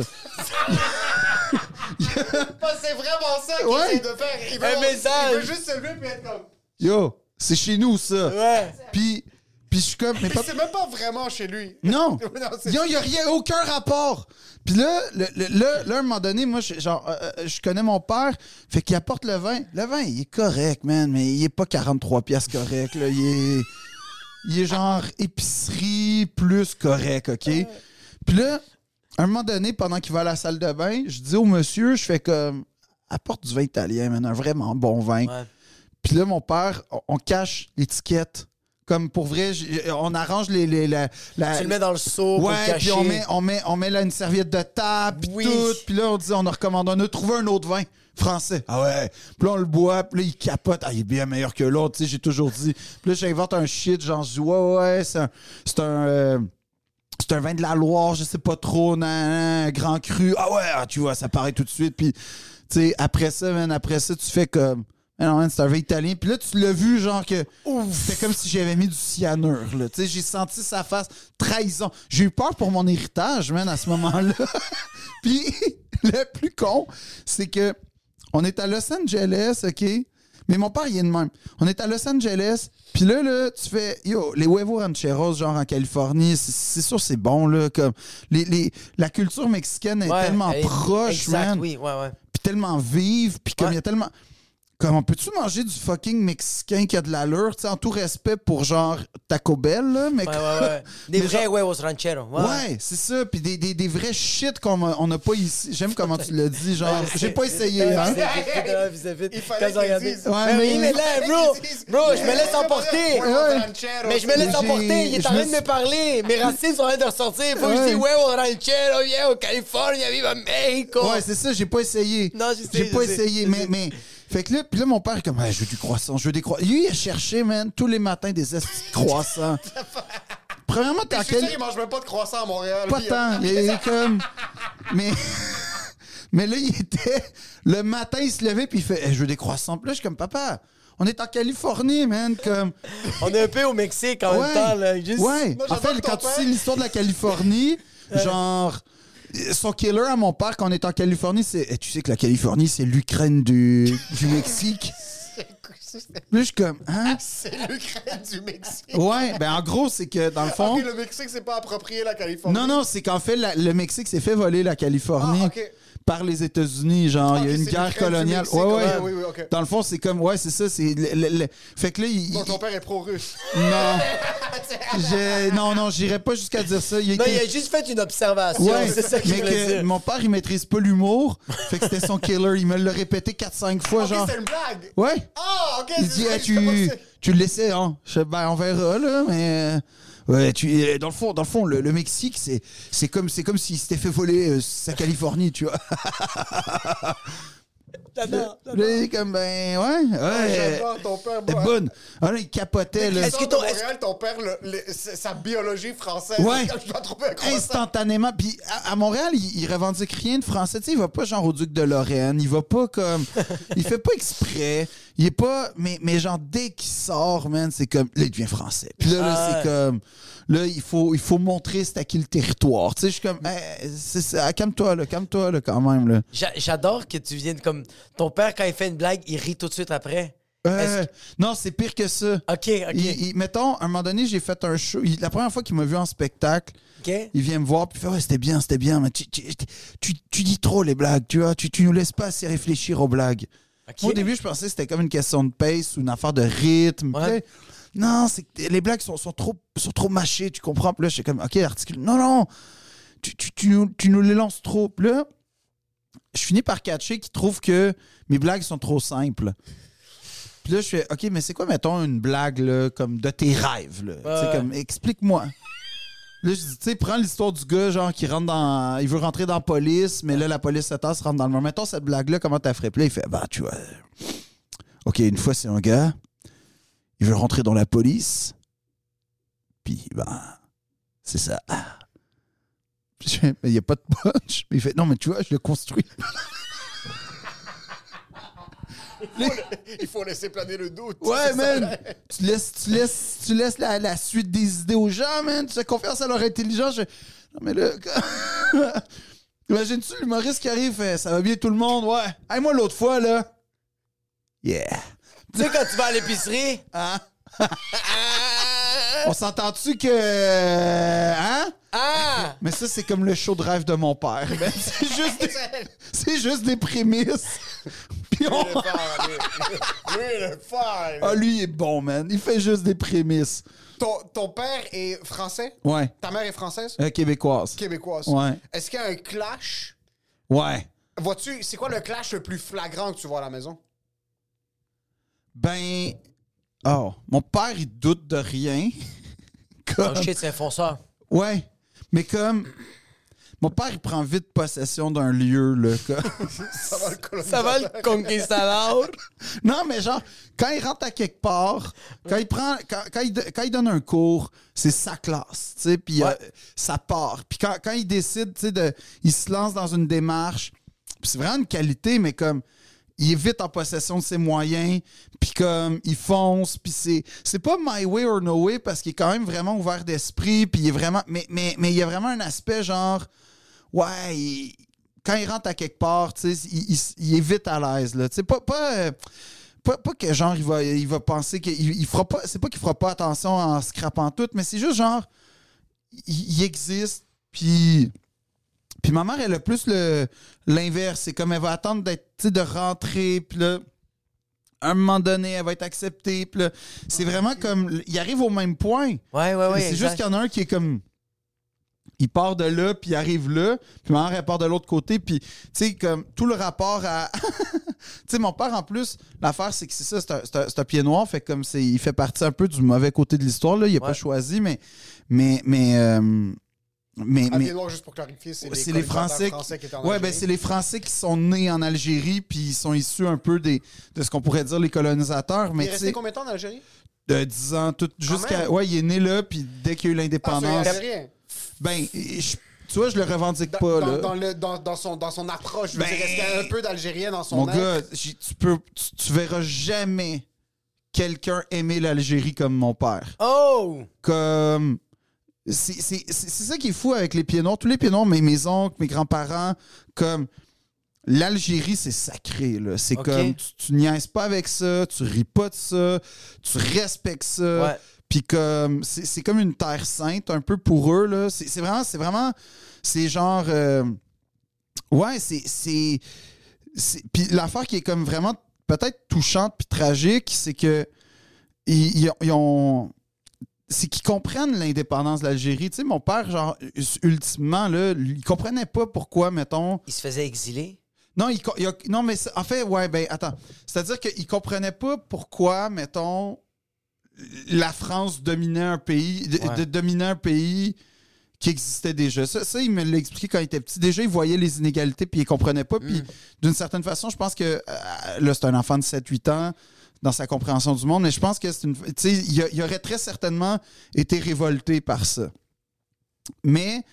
Bah, c'est vraiment ça qu'il Ouais. essaie de faire. Il veut, Un message. Il veut juste se lever et être comme... Yo, C'est chez nous, ça. Ouais. Puis, puis je suis comme... Mais Mais pas... c'est même pas vraiment chez lui. Non! Non, c'est- Il n'y a rien, aucun rapport. Puis là, le, le, là, là, à un moment donné, moi, je, genre, euh, euh, je connais mon père, fait qu'il apporte le vin. Le vin, il est correct, man, mais il est pas quarante-trois piastres correct, là. Il est, il est genre épicerie plus correct, OK? Puis là, à un moment donné, pendant qu'il va à la salle de bain, je dis au monsieur, je fais comme, apporte du vin italien, man, un vraiment bon vin. Ouais. Puis là, mon père, on, on cache l'étiquette. Comme pour vrai, j- on arrange les, les, la, la- Tu le mets dans le seau pour le Ouais, cacher. puis on met, on met, on met là une serviette de table, puis Oui. tout. Puis là, on dit, on a recommandé, on a trouvé un autre vin français. Ah ouais. Puis là, on le boit, puis là, il capote. Ah, il est bien meilleur que l'autre, tu sais, j'ai toujours dit. Puis là, j'invente un shit, genre, je dis, ouais, ouais, c'est un... C'est un euh, c'est un vin de la Loire, je sais pas trop, nan, nan, grand cru. Ah ouais, ah, tu vois, ça paraît tout de suite. Puis, tu sais, après ça, man, après ça, tu fais comme... Mais non, man, c'est un vin italien. Puis là, tu l'as vu, genre que... C'était comme si j'avais mis du cyanure, là. Tu sais, j'ai senti sa face trahison. J'ai eu peur pour mon héritage, man, à ce moment-là. Puis, le plus con, c'est que on est à Los Angeles, OK? Mais mon père, il est de même. On est à Los Angeles, puis là, là, tu fais... Yo, les huevos rancheros, genre en Californie, c'est, c'est sûr c'est bon, là. Comme les, les, la culture mexicaine est Ouais, tellement elle est- proche, exact, man. oui, ouais, ouais. Puis tellement vive, puis comme il Ouais. y a tellement... Comment peux-tu manger du fucking mexicain qui a de l'allure, tu sais, en tout respect pour genre Taco Bell, là, mais... Ouais, ouais, ouais. Des Mais vrais genre- huevos rancheros. Ouais. Ouais, c'est ça. Puis des, des, des vrais shit qu'on a- on n'a pas ici. J'aime comment tu l'as dit, genre. J'ai pas essayé, hein. Il fallait Quand qu'ils ils disent. Ouais, mais mais- oui, mais là, bro, Ils disent- bro, je me laisse emporter. Ouais. Mais je me laisse J'ai- emporter. Il est je en train me de me parler. Mes racines sont en train de ressortir. Il faut que je Ouais. dise huevos rancheros, yeah, au Californie, viva Mexico. Ouais, c'est ça, j'ai pas essayé. Non, je sais, J'ai je pas sais, essayé, je mais, sais. mais. Fait que là, puis là, mon père est comme, ah, je veux du croissant, je veux des croissants. Lui, il a cherché, man, tous les matins des estis de croissants. Premièrement, t'es en Je suis sûr quel. qu'il mange même pas de croissant à Montréal. Pas Puis, tant. Il est comme. Mais. Mais là, il était. Le matin, il se levait, puis il fait, Eh, je veux des croissants. Puis là, je suis comme, papa, on est en Californie, man. Comme. On est un peu au Mexique en Ouais. même temps. Là. Juste... Ouais. Moi, En j'adore fait, ton quand tu père. sais l'histoire de la Californie, genre. Son killer à mon père quand on est en Californie, c'est. Eh, tu sais que la Californie, c'est l'Ukraine du, du Mexique. Là, je suis comme. Hein? C'est l'Ukraine du Mexique. Ouais, ben en gros, c'est que dans le fond. Ok, le Mexique, c'est pas approprié la Californie. Non, non, c'est qu'en fait, la- le Mexique s'est fait voler la Californie Ah, ok. par les États-Unis. Genre, Ah, il y a ok, une c'est guerre l'Ukraine du coloniale. Mexique, Ouais, ouais. ouais, oui, oui, ok. Dans le fond, c'est comme. Ouais, c'est ça. C'est le- le- le- Fait que là, il. Donc, ton il- père est pro-russe. Non. J'ai- Non, non, j'irais pas jusqu'à dire ça. Il Non, était- il a juste fait une observation. Ouais, C'est ça qu'il mais voulait que dire. mon père, il maîtrise pas l'humour. Fait que c'était son killer. Il me l'a répété quatre cinq fois, Ok, genre. c'est une blague. Ouais. Ah, ok. Il c'est dit, vrai, ah, je sais pas tu, que c'est- tu le laissais, hein? Je fais, ben, on verra, là, mais. euh, Ouais, tu, euh, dans le fond, dans le, fond le, le Mexique, c'est, c'est comme, c'est comme s'il s'était fait voler euh, sa Californie, tu vois. J'adore. Là, il est comme, ben, ouais, ouais. J'adore ton père. Elle est moi. bonne. Ah là, il capotait, là. Est-ce que Est-ce ton- que Montréal, ton père, le- le- c'est- sa biologie française, Ouais. quand je dois trouver un croissant. Instantanément. Puis à, à Montréal, il, il revendique rien de français. Tu sais, il va pas genre au Duc de Lorraine. Il va pas comme. Il fait pas exprès. Il est pas. Mais, mais genre, dès qu'il sort, man, c'est comme. Là, il devient français. Puis là, là, Ah ouais. c'est comme. Là, il faut, il faut montrer c'est à qui le territoire. Tu sais, je suis comme. Hey, c'est ça. Calme-toi, là. Calme-toi, là, quand même, là. J'a- J'adore que tu viennes comme. Ton père, quand il fait une blague, il rit tout de suite après. Euh, Est-ce Non, c'est pire que ça. Ok, ok. Il- il- mettons, à un moment donné, j'ai fait un show. Il- la première fois qu'il m'a vu en spectacle, Ok. il vient me voir, puis il fait, ouais, c'était bien, c'était bien, mais tu, tu, tu, tu dis trop les blagues, tu vois, tu, tu nous laisses pas assez réfléchir aux blagues. Ok. Moi, au début, je pensais que c'était comme une question de pace ou une affaire de rythme. Ouais. Puis là, non, c'est que les blagues sont, sont, trop, sont trop mâchées, tu comprends? Puis là, j'étais comme, OK, articule. Non, non, tu, tu, tu, nous, tu nous les lances trop. Puis là, je finis par catcher qu'il trouve que mes blagues sont trop simples. Puis là, je fais, OK, mais c'est quoi, mettons, une blague, là, comme de tes rêves, là? Tu sais, Ouais. comme, explique-moi. Là, je dis, tu sais, prends l'histoire du gars, genre, qui rentre dans. Il veut rentrer dans la police, mais là, la police se tasse, rentre dans le mur. Mettons cette blague-là, comment t'as fait? Puis là, il fait, bah, tu vois. OK, une fois, c'est un gars, il veut rentrer dans la police, puis, ben, c'est ça. Je fais, mais il n'y a pas de punch. Il fait, non, mais tu vois, je le construis. Il faut laisser planer le doute. Ouais, C'est ça. man! Tu laisses, tu laisses, tu laisses la, la suite des idées aux gens, man! Tu fais confiance à leur intelligence. Je... Non, mais là... Imagine-tu l'humoriste qui arrive, fait, ça va bien tout le monde? Ouais. Hey, moi, l'autre fois, là... Yeah. Tu sais, quand tu vas à l'épicerie, Hein? On s'entend-tu que... Hein? Ah! Mais ça, c'est comme le show de rêve de mon père. Ben, c'est, juste des, c'est juste des prémices. Puis on... Lui, le fort. Ah, lui, il est bon, man. Il fait juste des prémices. Ton, ton père est français? Ouais. Ta mère est française? Euh, québécoise. Québécoise. Ouais. Est-ce qu'il y a un clash? Ouais. Vois-tu, c'est quoi le clash le plus flagrant que tu vois à la maison? Ben... Oh, mon père, il doute de rien. Comme... Oh shit, c'est un fonceur. Ouais. Mais comme... Mon père, il prend vite possession d'un lieu, là. Comme... Ça va le coloniser. Ça va le conquistador. Non, mais genre, quand il rentre à quelque part, quand il prend, quand, quand, il, quand il donne un cours, c'est sa classe, tu sais, puis Ouais. euh, ça part. Puis quand, quand il décide, tu sais, de, il se lance dans une démarche, puis c'est vraiment une qualité, mais comme, il est vite en possession de ses moyens, puis comme, il fonce, puis c'est, c'est pas my way or no way, parce qu'il est quand même vraiment ouvert d'esprit, puis il est vraiment, mais, mais, mais il y a vraiment un aspect genre, ouais, il- quand il rentre à quelque part, tu sais, il, il- il est vite à l'aise, là. Tu sais, pas, pas, euh, pas, pas que genre, il va, il va penser qu'il il fera pas. C'est pas qu'il fera pas attention en scrapant tout, mais c'est juste genre, il, il existe, puis. Puis ma mère, elle a plus le, l'inverse. C'est comme elle va attendre d'être, tu sais, de rentrer, puis là, à un moment donné, elle va être acceptée, puis là, c'est vraiment comme. Il arrive au même point. Ouais, ouais, ouais. Mais c'est exact. juste qu'il y en a un qui est comme. Il part de là, puis il arrive là, puis ma mère, elle part de l'autre côté, puis, tu sais, comme tout le rapport à. Tu sais, mon père, en plus, l'affaire, c'est que c'est ça, c'est un, c'est un, c'est un pied noir, fait comme c'est. Il fait partie un peu du mauvais côté de l'histoire, là. Il n'a Ouais. pas choisi, mais. Mais. Mais. euh, mais, Ah, mais bien, non, juste pour clarifier, c'est les, c'est les Français, Français qui étaient en ouais, ben Algérie. c'est les Français qui sont nés en Algérie, puis ils sont issus un peu des, de ce qu'on pourrait dire les colonisateurs. Il Mais est tu resté sais, combien de temps en Algérie? de dix ans, tout, jusqu'à. même. Ouais, il est né là, puis dès qu'il y a eu Ah, c'est l'indépendance. algérien. Ben, je- tu vois, je le revendique Dans, pas, dans, là. dans le, dans, dans son, dans son approche, je veux Ben, dire, est-ce qu'il y a un peu d'Algérien dans son Mon être? gars, j'ai- tu, peux, tu, tu verras jamais quelqu'un aimer l'Algérie comme mon père. Oh! Comme. C'est c'est- c'est- c'est ça qui est fou avec les pieds noirs. Tous les pieds noirs, mes, mes oncles, mes grands-parents, comme. L'Algérie, c'est sacré, là. C'est Ok. comme. Tu, tu niaises pas avec ça, tu ris pas de ça, tu respectes ça. Ouais. Puis comme. C'est c'est comme une terre sainte, un peu pour eux, là. C'est c'est vraiment. C'est vraiment. C'est genre. euh, ouais, c'est. c'est- c'est- Puis l'affaire qui est comme vraiment peut-être touchante puis tragique, c'est que. Ils, ils ont- ils ont c'est qu'ils comprennent l'indépendance de l'Algérie. Tu sais, mon père, genre, ultimement, là, il comprenait pas pourquoi, mettons. Il se faisait exiler. Non, il, co- il a- non mais c'est- en fait, ouais, ben, attends. C'est-à-dire qu'il comprenait pas pourquoi, mettons, la France dominait un pays, de- Ouais. de- dominait un pays qui existait déjà. Ça, ça, il me l'a expliqué quand il était petit. Déjà, il voyait les inégalités, puis il comprenait pas. Puis, d'une certaine façon, je pense que, euh, là, c'est un enfant de sept huit ans, dans sa compréhension du monde, mais je pense que c'est une. Tu sais, il, a- il aurait très certainement été révolté par ça. Mais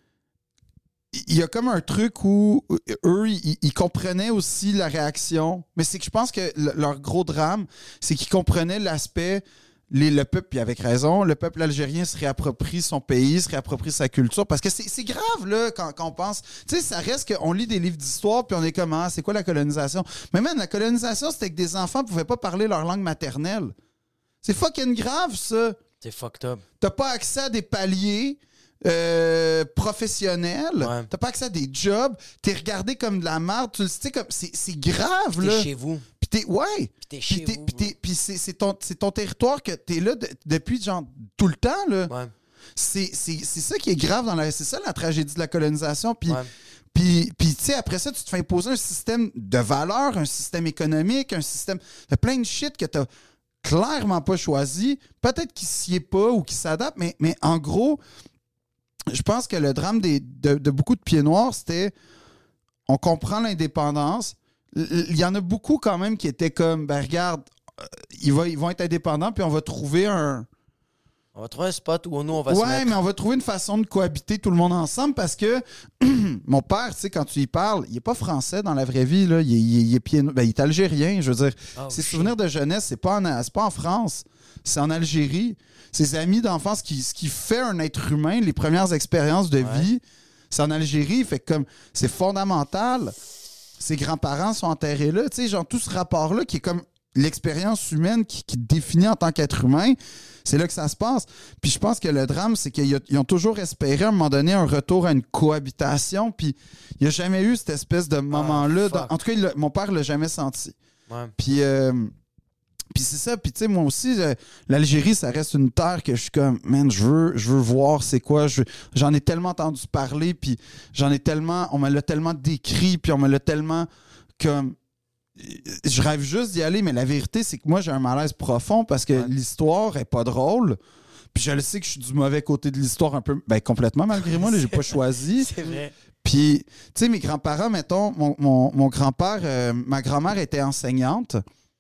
il y a comme un truc où eux, ils, ils comprenaient aussi la réaction, mais c'est que je pense que le- leur gros drame, c'est qu'ils comprenaient l'aspect. Les, le peuple, puis avec raison, le peuple algérien se réapproprie son pays, se réapproprie sa culture, parce que c'est c'est grave, là, quand, quand on pense. Tu sais, ça reste qu'on lit des livres d'histoire, puis on est comme, ah, c'est quoi la colonisation? Mais man, la colonisation, c'était que des enfants ne pouvaient pas parler leur langue maternelle. C'est fucking grave, ça. C'est fucked up. T'as pas accès à des paliers euh, professionnels. Ouais. T'as pas accès à des jobs. T'es regardé comme de la merde. Tu le sais, comme c'est c'est grave, T'es là. chez vous. Puis t'es, ouais. Puis t'es chez Puis t'es- vous. puis t'es- puis c'est c'est ton, c'est ton territoire que t'es là de- depuis genre tout le temps, là. Ouais. C'est c'est- c'est ça qui est grave dans la. C'est ça la tragédie de la colonisation. Puis. Ouais. Puis, puis tu sais, après ça, tu te fais imposer un système de valeurs, un système économique, un système. Il y a plein de shit que t'as clairement pas choisi. Peut-être qu'il s'y est pas ou qu'il s'adapte, mais, mais en gros, je pense que le drame des, de, de beaucoup de pieds noirs, c'était on comprend l'indépendance. Il y en a beaucoup quand même qui étaient comme, ben regarde, euh, ils, va- ils vont être indépendants, puis on va trouver un. On va trouver un spot où nous, on va se Ouais, mettre. mais on va trouver une façon de cohabiter tout le monde ensemble parce que mon père, tu sais, quand tu y parles, il est pas français dans la vraie vie, là. Il est, il est- il est pieds noirs. Ben, il est algérien, je veux dire. Oh, Ses shit. souvenirs de jeunesse, c'est pas, en, c'est pas en France, c'est en Algérie. Ses amis d'enfance, qui, ce qui fait un être humain, les premières expériences de Ouais. vie, c'est en Algérie. Fait que comme c'est fondamental. Ses grands-parents sont enterrés là. Tu sais, genre tout ce rapport-là qui est comme l'expérience humaine qui, qui te définit en tant qu'être humain, c'est là que ça se passe. Puis je pense que le drame, c'est qu'ils ont toujours espéré à un moment donné un retour à une cohabitation, puis il n'y a jamais eu cette espèce de moment-là. Ah, dans- en tout cas, il, mon père l'a jamais senti. Ouais. Puis... Euh, Puis c'est ça, puis tu sais, moi aussi, euh, l'Algérie, ça reste une terre que je suis comme, man, je veux, je veux voir c'est quoi. Je, j'en ai tellement entendu parler, puis j'en ai tellement, on me l'a tellement décrit, puis on me l'a tellement comme. Je rêve juste d'y aller, mais la vérité, c'est que moi, j'ai un malaise profond parce que ouais. l'histoire est pas drôle. Puis je le sais que je suis du mauvais côté de l'histoire un peu, ben complètement malgré moi, là, j'ai pas choisi. C'est vrai. Puis, tu sais, mes grands-parents, mettons, mon, mon, mon grand-père, euh, ma grand-mère était enseignante.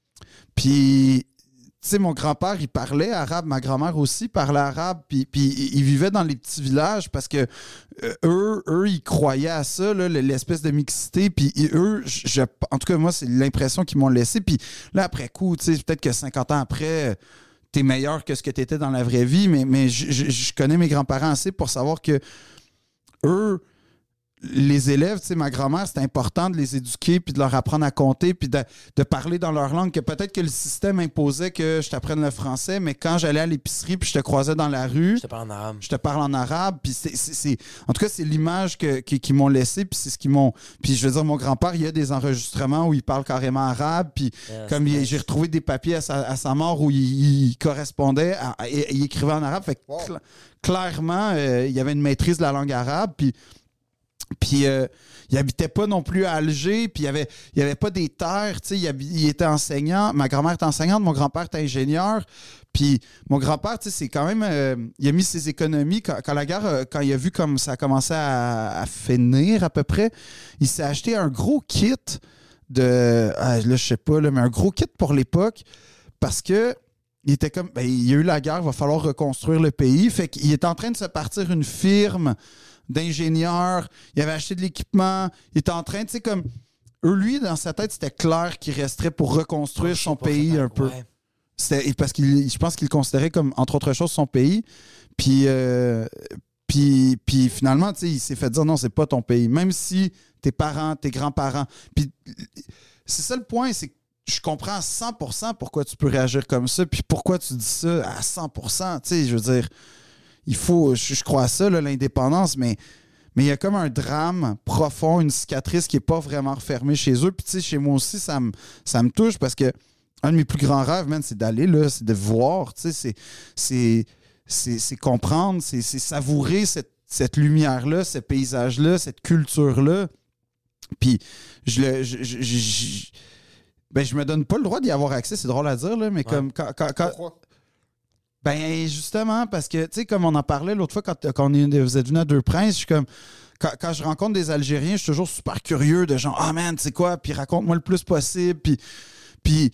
Puis, tu sais, mon grand-père, il parlait arabe, ma grand-mère aussi parlait arabe, puis, puis ils vivaient dans les petits villages parce que euh, eux, eux, ils croyaient à ça, là, l'espèce de mixité, puis eux, je, en tout cas, moi, c'est l'impression qu'ils m'ont laissé. Puis là, après coup, tu sais, peut-être que cinquante ans après, t'es meilleur que ce que t'étais dans la vraie vie, mais, mais je, je, je connais mes grands-parents assez pour savoir que eux, les élèves, tu sais, ma grand-mère, c'était important de les éduquer puis de leur apprendre à compter puis de, de parler dans leur langue, que peut-être que le système imposait que je t'apprenne le français, mais quand j'allais à l'épicerie puis je te croisais dans la rue... Je te parle en arabe. Je te parle en arabe, puis c'est, c'est, c'est... En tout cas, c'est l'image que, que, qu'ils m'ont laissée, puis c'est ce qu'ils m'ont... Puis je veux dire, mon grand-père, il y a des enregistrements où il parle carrément arabe, puis yes, comme il, j'ai retrouvé des papiers à sa, à sa mort où il, il correspondait, à, à, il écrivait en arabe, fait que wow. cl- clairement, euh, il y avait une maîtrise de la langue arabe, puis... Puis, euh, il habitait pas non plus à Alger, puis il y avait, il y avait pas des terres, tu sais, il, il était enseignant. Ma grand-mère était enseignante, mon grand-père était ingénieur. Puis, mon grand-père, tu sais, c'est quand même... Euh, il a mis ses économies. Quand, quand la guerre, euh, quand il a vu comme ça a commencé à, à finir à peu près, il s'est acheté un gros kit de... Ah, là, je sais pas, là, mais un gros kit pour l'époque, parce que il était comme... Ben, il y a eu la guerre, il va falloir reconstruire le pays. Fait qu'il est en train de se partir une firme d'ingénieur, il avait acheté de l'équipement, il était en train, tu sais, comme... Eux, lui, dans sa tête, c'était clair qu'il resterait pour reconstruire oh, son pays pas, un peu. Ouais. C'était, parce qu'il, je pense qu'il le considérait comme, entre autres choses, son pays. Puis, euh, puis, puis finalement, tu sais, il s'est fait dire, non, c'est pas ton pays. Même si tes parents, tes grands-parents... Puis c'est ça le point, c'est que je comprends à cent pour cent pourquoi tu peux réagir comme ça, puis pourquoi tu dis ça à cent pour cent. Tu sais, je veux dire... Il faut, je, je crois à ça, là, l'indépendance, mais mais il y a comme un drame profond, une cicatrice qui n'est pas vraiment refermée chez eux. Puis, tu sais, chez moi aussi, ça me ça me touche parce que un de mes plus grands rêves, man, c'est d'aller là, c'est de voir, tu sais, c'est, c'est, c'est, c'est comprendre, c'est, c'est savourer cette, cette lumière-là, ce paysage-là, cette culture-là. Puis, je le. Je, je, je, je, ben, je me donne pas le droit d'y avoir accès, c'est drôle à dire, là, mais ouais. comme. Quand, quand, quand, Pourquoi? Ben, justement, parce que, tu sais, comme on en parlait l'autre fois quand, quand on est, vous êtes venu à Deux Princes, je suis comme, quand, quand je rencontre des Algériens, je suis toujours super curieux de genre, ah oh man, tu sais quoi, puis raconte-moi le plus possible, puis, puis,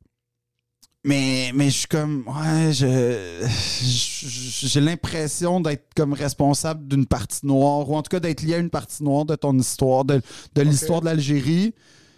mais, mais je suis comme, ouais, je, je, j'ai l'impression d'être comme responsable d'une partie noire, ou en tout cas d'être lié à une partie noire de ton histoire, de, de okay. l'histoire de l'Algérie.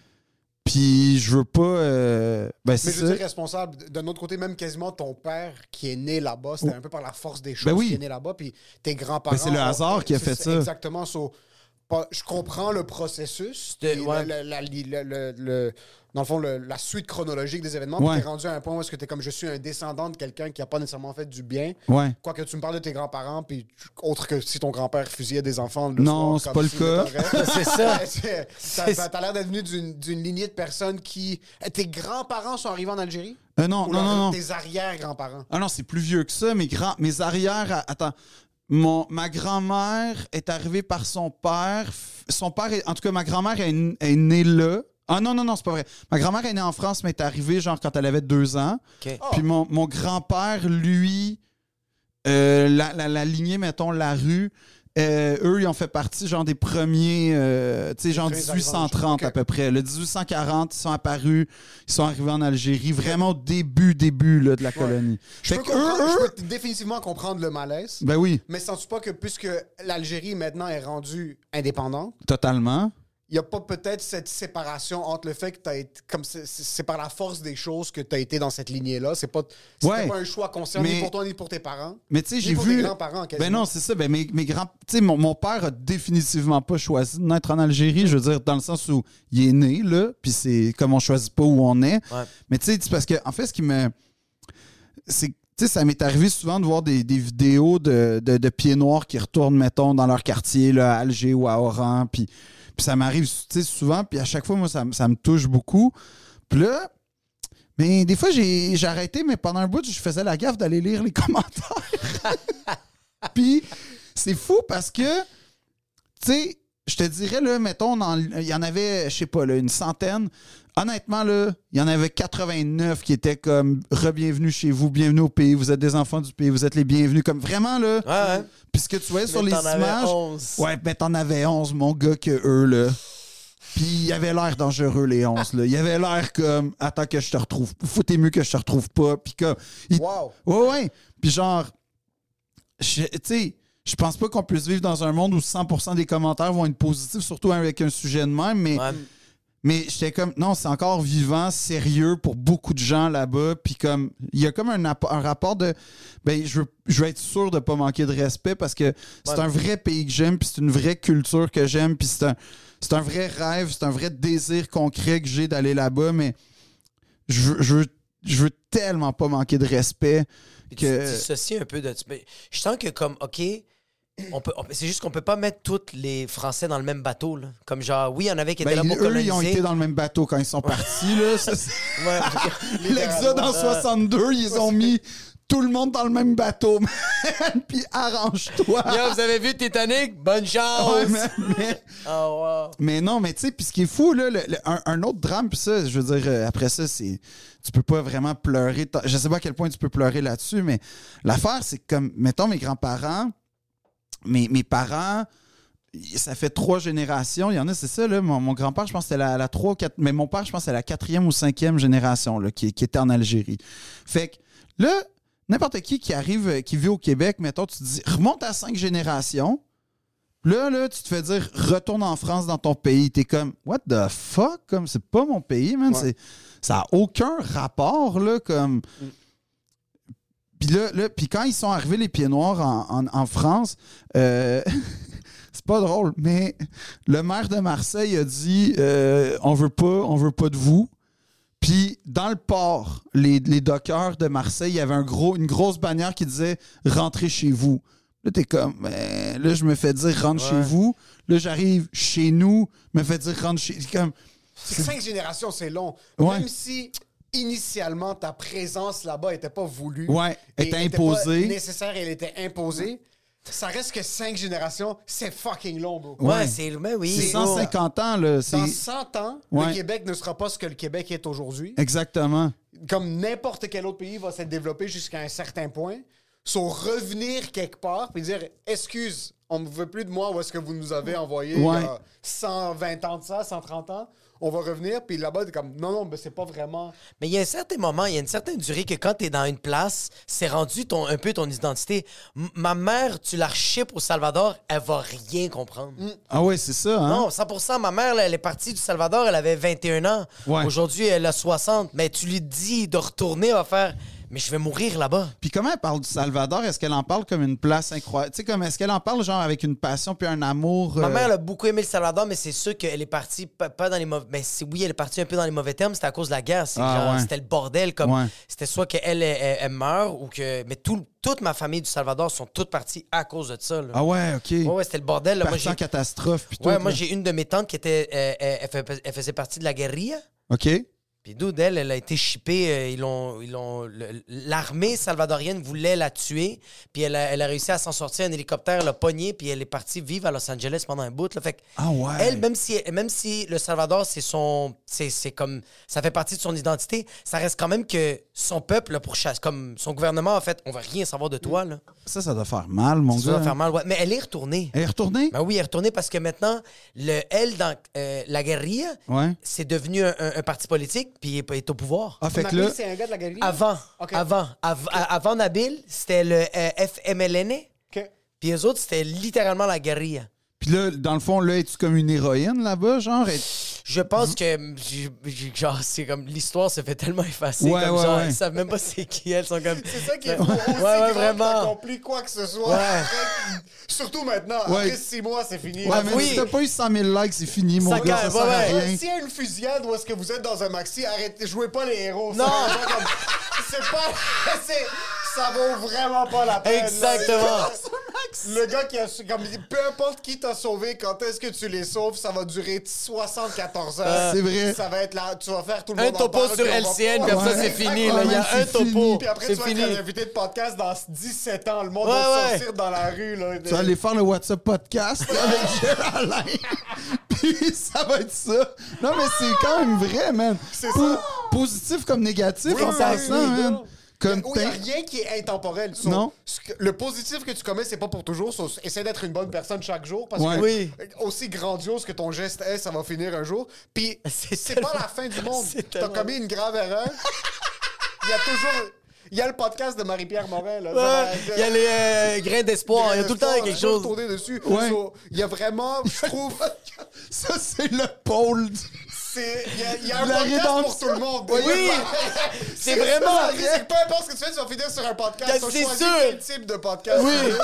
Puis je veux pas... Euh... Ben, c'est mais je veux ça. dire responsable. D'un autre côté, même quasiment ton père qui est né là-bas, c'était oh. un peu par la force des choses ben oui. qui est né là-bas. Puis tes grands-parents... Ben c'est le hasard qui a fait ça. Exactement. So, pas, je comprends le processus. De, ouais. la, la, la, le, le, le, dans le fond, le, la suite chronologique des événements. Ouais. Tu es rendu à un point où est-ce que tu es comme je suis un descendant de quelqu'un qui n'a pas nécessairement fait du bien. Ouais. Quoique tu me parles de tes grands-parents, puis autre que si ton grand-père fusillait des enfants. Le non, soir, c'est pas le cas. C'est ça. c'est, c'est, t'as, t'as l'air d'être venu d'une, d'une lignée de personnes qui... Tes grands-parents sont arrivés en Algérie? Euh, non, Ou non, leur, non, non. Tes arrière-grands-parents? Ah non, c'est plus vieux que ça. Mes, grands, mes arrières... Attends. Mon, ma grand-mère est arrivée par son père. Son père, est, en tout cas, ma grand-mère est, est née là. Ah non, non, non, c'est pas vrai. Ma grand-mère est née en France, mais est arrivée genre quand elle avait deux ans. Okay. Puis mon, mon grand-père, lui, euh, la, la, la lignée, mettons, la rue, euh, eux, ils ont fait partie genre des premiers, euh, tu sais, genre dix-huit cent trente okay. à peu près. Le dix-huit cent quarante, ils sont apparus, ils sont arrivés en Algérie, vraiment au début, début là, de la ouais. colonie. Je peux, eux, eux, je peux définitivement comprendre le malaise. Ben oui. Mais sens-tu pas que puisque l'Algérie maintenant est rendue indépendante, totalement. il n'y a pas peut-être cette séparation entre le fait que tu as été. Comme c'est, c'est par la force des choses que tu as été dans cette lignée-là. C'est pas, c'était Ouais. pas un choix conscient Mais- ni pour toi ni pour tes parents. Mais tu sais, Ni j'ai pour vu. tes grands-parents, Ben quasiment. non, c'est ça. Ben mes, mes grands. Tu sais, mon, mon père a définitivement pas choisi de naître en Algérie. Je veux dire, dans le sens où il est né, là, puis c'est comme on choisit pas où on est. Ouais. Mais tu sais, c'est parce que, en fait, ce qui me. C'est. Tu sais, ça m'est arrivé souvent de voir des, des vidéos de, de, de pieds noirs qui retournent, mettons, dans leur quartier, là, à Alger ou à Oran. Puis, puis ça m'arrive, tu sais, souvent. Puis à chaque fois, moi, ça, me- ça me touche beaucoup. Puis là, mais des fois, j'ai, j'ai arrêté, mais pendant un bout, je faisais la gaffe d'aller lire les commentaires. Puis c'est fou parce que, tu sais, je te dirais, là, mettons, dans- il y en avait, je sais pas, là, une centaine. Honnêtement, là, il y en avait quatre-vingt-neuf qui étaient comme « Re-bienvenue chez vous, bienvenue au pays, vous êtes des enfants du pays, vous êtes les bienvenus ». Comme vraiment, là. Ouais, ouais. Puis ce que tu voyais sur Mais les t'en avais images... onze. Ouais, ben t'en avais onze, mon gars, que eux, là. Puis il avait l'air dangereux, les onze, là. Il avait l'air comme « Attends que je te retrouve. Foutez mieux que je te retrouve pas. » Puis comme... il- Wow! Ouais, ouais. Puis genre... je- Tu sais... Je pense pas qu'on puisse vivre dans un monde où cent pour cent des commentaires vont être positifs, surtout avec un sujet de même, mais... Ouais. Mais j'étais comme, non, c'est encore vivant, sérieux pour beaucoup de gens là-bas. Puis comme, il y a comme un, app- un rapport de, ben, je veux, je veux être sûr de pas manquer de respect parce que c'est Ouais. un vrai pays que j'aime, puis c'est une vraie culture que j'aime, puis c'est un, c'est un vrai rêve, c'est un vrai désir concret que j'ai d'aller là-bas, mais je veux, je veux, je veux tellement pas manquer de respect Puis tu que... te dissocies un peu de... mais je sens que comme, OK, on peut, on- c'est juste qu'on peut pas mettre tous les Français dans le même bateau. Là. Comme genre, oui, il y en avait qui étaient Ben, là pour eux, coloniser. ils ont été dans le même bateau quand ils sont partis. Là. Ça, c'est- Ouais. L'exode en soixante-deux, ils ont mis tout le monde dans le même bateau. man. Puis arrange-toi. Yo, vous avez vu Titanic? Bonne chance! Ouais, mais, mais- Oh, wow. mais non, mais tu sais, puis ce qui est fou, là, le- le- un, un autre drame, puis ça, je veux dire, euh, après ça, c'est. Tu peux pas vraiment pleurer. tant- Je sais pas à quel point tu peux pleurer là-dessus, mais l'affaire, c'est que, comme, mettons, mes grands-parents, mes, mes parents, ça fait trois générations. Il y en a, c'est ça, là. Mon, mon grand-père, je pense que c'était la, la trois ou quatre. Mais mon père, je pense que c'était la quatrième ou cinquième génération là, qui, qui était en Algérie. Fait que là, n'importe qui qui arrive, euh, qui vit au Québec, mettons, tu te dis, remonte à cinq générations. Là, là, tu te fais dire, retourne en France dans ton pays. T'es comme, what the fuck? Comme, c'est pas mon pays, man. Ouais. C'est, ça a aucun rapport, là, comme. Puis là, là puis quand ils sont arrivés, les Pieds Noirs, en, en, en France, euh, c'est pas drôle, mais le maire de Marseille a dit euh, on veut pas, on veut pas de vous. Puis dans le port, les, les dockers de Marseille, il y avait un gros, une grosse bannière qui disait rentrez chez vous. Là, t'es comme, ben, là, je me fais dire rentre Ouais. chez vous. Là, j'arrive chez nous, me fait dire rentre chez. C'est comme, C'est que cinq générations, c'est long. Ouais. Même si initialement ta présence là-bas n'était pas voulue, Ouais, et était était imposée. pas nécessaire, elle était imposée. Ça reste que cinq générations, c'est fucking long, bro. Ouais, Ouais. c'est... Mais oui. c'est gros. cent cinquante ans, là. Dans C'est... cent ans, Ouais. le Québec ne sera pas ce que le Québec est aujourd'hui. Exactement. Comme n'importe quel autre pays va s'être développé jusqu'à un certain point. Sauf revenir quelque part et dire excuse, on ne veut plus de moi où est-ce que vous nous avez envoyé Ouais. il y a cent vingt ans de ça, cent trente ans. On va revenir, puis là-bas, t'es comme non, non, mais c'est pas vraiment. Mais il y a un certain moment, il y a une certaine durée que quand tu es dans une place, c'est rendu ton, un peu ton identité. M- ma mère, tu la ship au Salvador, elle va rien comprendre. Ah ouais, c'est ça, hein? Non, cent pour cent. Ma mère, là, elle est partie du Salvador, elle avait vingt et un ans. Ouais. Aujourd'hui, elle a soixante. Mais tu lui dis de retourner, elle va faire « Mais je vais mourir là-bas. » Puis comment elle parle du Salvador? Est-ce qu'elle en parle comme une place incroyable? Tu sais, comme est-ce qu'elle en parle genre avec une passion puis un amour? Ma euh, mère, elle a beaucoup aimé le Salvador, mais c'est sûr qu'elle est partie pas, pas dans les mauvais... Mais c'est, oui, elle est partie un peu dans les mauvais termes. C'était à cause de la guerre. C'est Ah, genre, ouais. C'était le bordel. Comme, Ouais. C'était soit qu'elle elle, elle, elle meurt ou que... Mais tout, toute ma famille du Salvador sont toutes parties à cause de ça. Là. Ah ouais, OK. Ouais, ouais, c'était le bordel. Là. Moi, Parti j'ai... en catastrophe puis tout. Ouais, moi, là. j'ai une de mes tantes qui était... euh, elle, elle fait- elle faisait partie de la guérilla. OK. Puis d'où d'elle, elle a été chippée. euh, ils l'ont, ils l'ont, le- l'armée salvadorienne voulait la tuer. Puis elle a, elle a réussi à s'en sortir. Un hélicoptère l'a pognée. Puis elle est partie vivre à Los Angeles pendant un bout. Là. Fait que Ah ouais. elle, même si, même si le Salvador, c'est son. C'est, c'est comme. Ça fait partie de son identité, ça reste quand même que son peuple, là, pour chasser. Comme son gouvernement, en fait, on va rien savoir de toi. Là. Ça, ça doit faire mal, mon Ça gars. va faire mal. Ouais. Mais elle est retournée. Elle est retournée? Ben oui, elle est retournée parce que maintenant, le, elle, dans euh, la guérilla, Ouais. c'est devenu un, un- un parti politique, puis il est, est au pouvoir. Ah, fait que Nabil, là... c'est un gars de la galerie. Avant, Ok. avant, av- a- avant Nabil, c'était le euh, F M L N. OK. Puis eux autres, c'était littéralement la guérilla. Puis Puis là, dans le fond, là, es-tu comme une héroïne là-bas, genre? Et... Je pense que, j- j- genre, c'est comme, l'histoire se fait tellement effacer, Ouais, comme ouais, genre, ouais. ils savent même pas c'est qui, elles sont comme... C'est ça qui est fou. Ouais, Aussi ouais, grand vraiment. que t'accomplis quoi que ce soit. Ouais. Après, surtout maintenant, Ouais. après six mois, c'est fini. Ouais, mais oui. si t'as pas eu cent mille likes, c'est fini, mon Ça gars, ça calme, sert à ouais, ouais. rien. S'il y a une fusillade où est-ce que vous êtes dans un maxi, arrêtez, jouez pas les héros. Non. Ça, genre comme- c'est pas... c'est- ça vaut vraiment pas la peine. là. Exactement. Le gars qui a... Comme, peu importe qui t'a sauvé, quand est-ce que tu les sauves, ça va durer soixante-quatorze heures. C'est vrai. Ça va être là... Tu vas faire tout le Un monde en topo parle, sur puis on va L C N, pas- puis après ça, Ouais. c'est fini, là. Il y a c'est un topo. fini. Puis après, C'est tu vas fini. être un invité de podcast dans dix-sept ans. Le monde Ouais, va ouais. sortir dans la rue. Là, Tu vas aller faire le WhatsApp podcast avec Gérald. Puis ça va être ça. Non, mais c'est quand même vrai, man. C'est Po- ça. Positif comme négatif Oui, en oui, passant, oui, man. oui. Comme Il n'y a t'es- rien qui est intemporel. So, Non. ce que- le positif que tu commets, c'est pas pour toujours. So, essaie d'être une bonne personne chaque jour. Parce Ouais. que Oui. aussi grandiose que ton geste est, ça va finir un jour. Puis C'est c'est tellement- pas la fin du monde. c'est T'as tellement- commis une grave erreur. Il y a toujours... Il y a le podcast de Marie-Pierre Morin. Là. Ça va- Ouais, il y a les euh, grains d'espoir, il y a tout le temps quelque Je peux chose. tourner dessus. Ouais. So, il y a vraiment, je trouve... Ça, c'est le pôle. du- C'est- Il y a, il y a un La podcast pour rédemption. tout le monde. Oui, Il y a- c'est vraiment ça, vrai. c'est que peu importe ce que tu fais, tu vas finir sur un podcast. So, C'est choisis sûr. quel type de podcast. Oui. tu veux.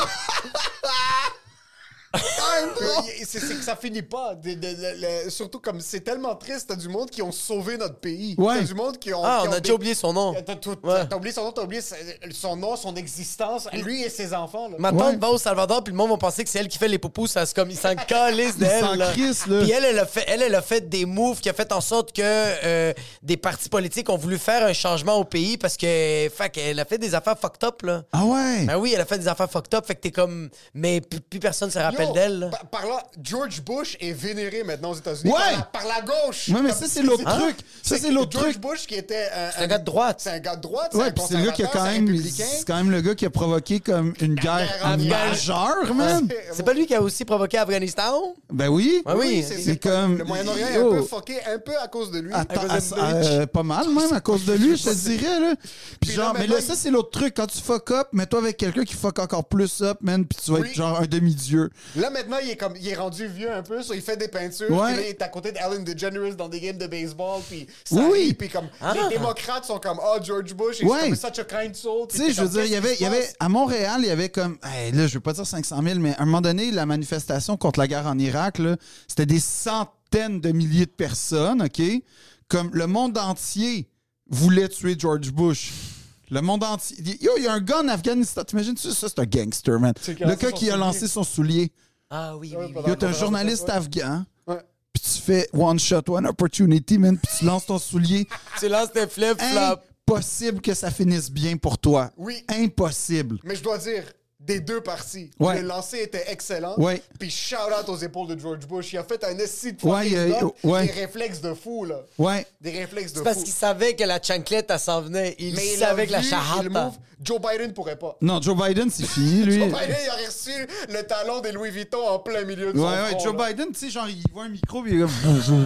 Euh, c'est c'est que ça finit pas. De- de- de- le- surtout comme c'est tellement triste, t'as du monde qui ont sauvé notre pays. Ouais. T'as du monde qui ont. Ah, qui on ont a des- déjà oublié son nom. T'as tout- Ouais. t'as oublié son nom, t'as oublié son nom, son existence, lui et ses enfants. Là. Ma tante va au Salvador, puis le monde va penser que c'est elle qui fait les poupous. Ça, c'est comme, ils s'en calissent Ils d'elle. s'en là. crissent, là. Puis elle, elle a, fait, elle, elle a fait des moves qui a fait en sorte que euh, des partis politiques ont voulu faire un changement au pays parce que, fait qu'elle a fait des affaires fucked up, là. Ah ouais? Ben oui, elle a fait des affaires fucked up, fait que t'es comme... Mais plus, plus personne se rappelle Yo, d'elle, là. Par, par là, George Bush est vénéré maintenant aux États-Unis. Ouais. Par, la, par la gauche. Ouais, mais Comme- ça, c'est l'autre Hein? truc. Ça, c'est que l'autre George truc. Bush qui était un, C'est un gars de droite. C'est un gars de droite. c'est Ouais, un puis c'est le gars qui a quand conservateur, même. c'est un républicain. C'est quand même le gars qui a provoqué comme une guerre guerre en Irak. majeure, man. C'est pas lui qui a aussi provoqué Afghanistan? Ben oui. Ah oui. c'est C'est c'est comme- Le Moyen-Orient est Yo. un peu fucké, un peu à cause de lui. Attends, à cause de à- Mitch. euh, pas mal même à cause de lui, je te dirais là. Puis Puis là, genre, mais maintenant, là ça il- c'est l'autre truc quand tu fuck up, mets-toi avec quelqu'un qui fuck encore plus up, man, puis tu vas Oui. être genre un demi-dieu. Là, maintenant, il est, comme, il est rendu vieux un peu, so il fait des peintures. Ouais. Puis là, il est à côté d'Ellen DeGeneres dans des games de baseball. Puis ça Oui, oui. rit, puis comme Ah. les démocrates sont comme, oh, George Bush, he's Ouais. comme such a kind soul. Tu sais, je veux dire, il y avait, il y avait à Montréal, il y avait comme, hey, là, je veux pas dire cinq cent mille, mais à un moment donné, la manifestation contre la guerre en Irak, là, c'était des centaines de milliers de personnes, ok. Comme le monde entier voulait tuer George Bush. Le monde entier. Yo, il y a un gars en Afghanistan. T'imagines-tu ça? C'est un gangster, man. C'est qui a Le lancé gars son qui a soulier. lancé son soulier. Ah oui, oui, oui. pendant- Yo, t'es un conférence de journaliste presse, ouais. afghan. Ouais. Puis tu fais one shot, one opportunity, man. Puis tu lances ton soulier. Tu lances tes flip-flops. Impossible que ça finisse bien pour toi. Oui. Impossible. Mais je dois dire, des deux parties, Ouais. le lancer était excellent. Ouais. Puis shout out aux épaules de George Bush. Il a fait un esti de Ouais, fucking il a- dunk, ouais. des réflexes de fou, là. Ouais. Des réflexes de C'est parce fou. qu'il savait que la chanclette, elle s'en venait. Il Mais il a savait que la vu, il charrette. move. Joe Biden pourrait pas. Non, Joe Biden, c'est fini, lui. Joe Biden, il aurait reçu le talon des Louis Vuitton en plein milieu de Ouais, son ouais, front, Joe là. Biden, tu sais, genre, il voit un micro, puis il est comme.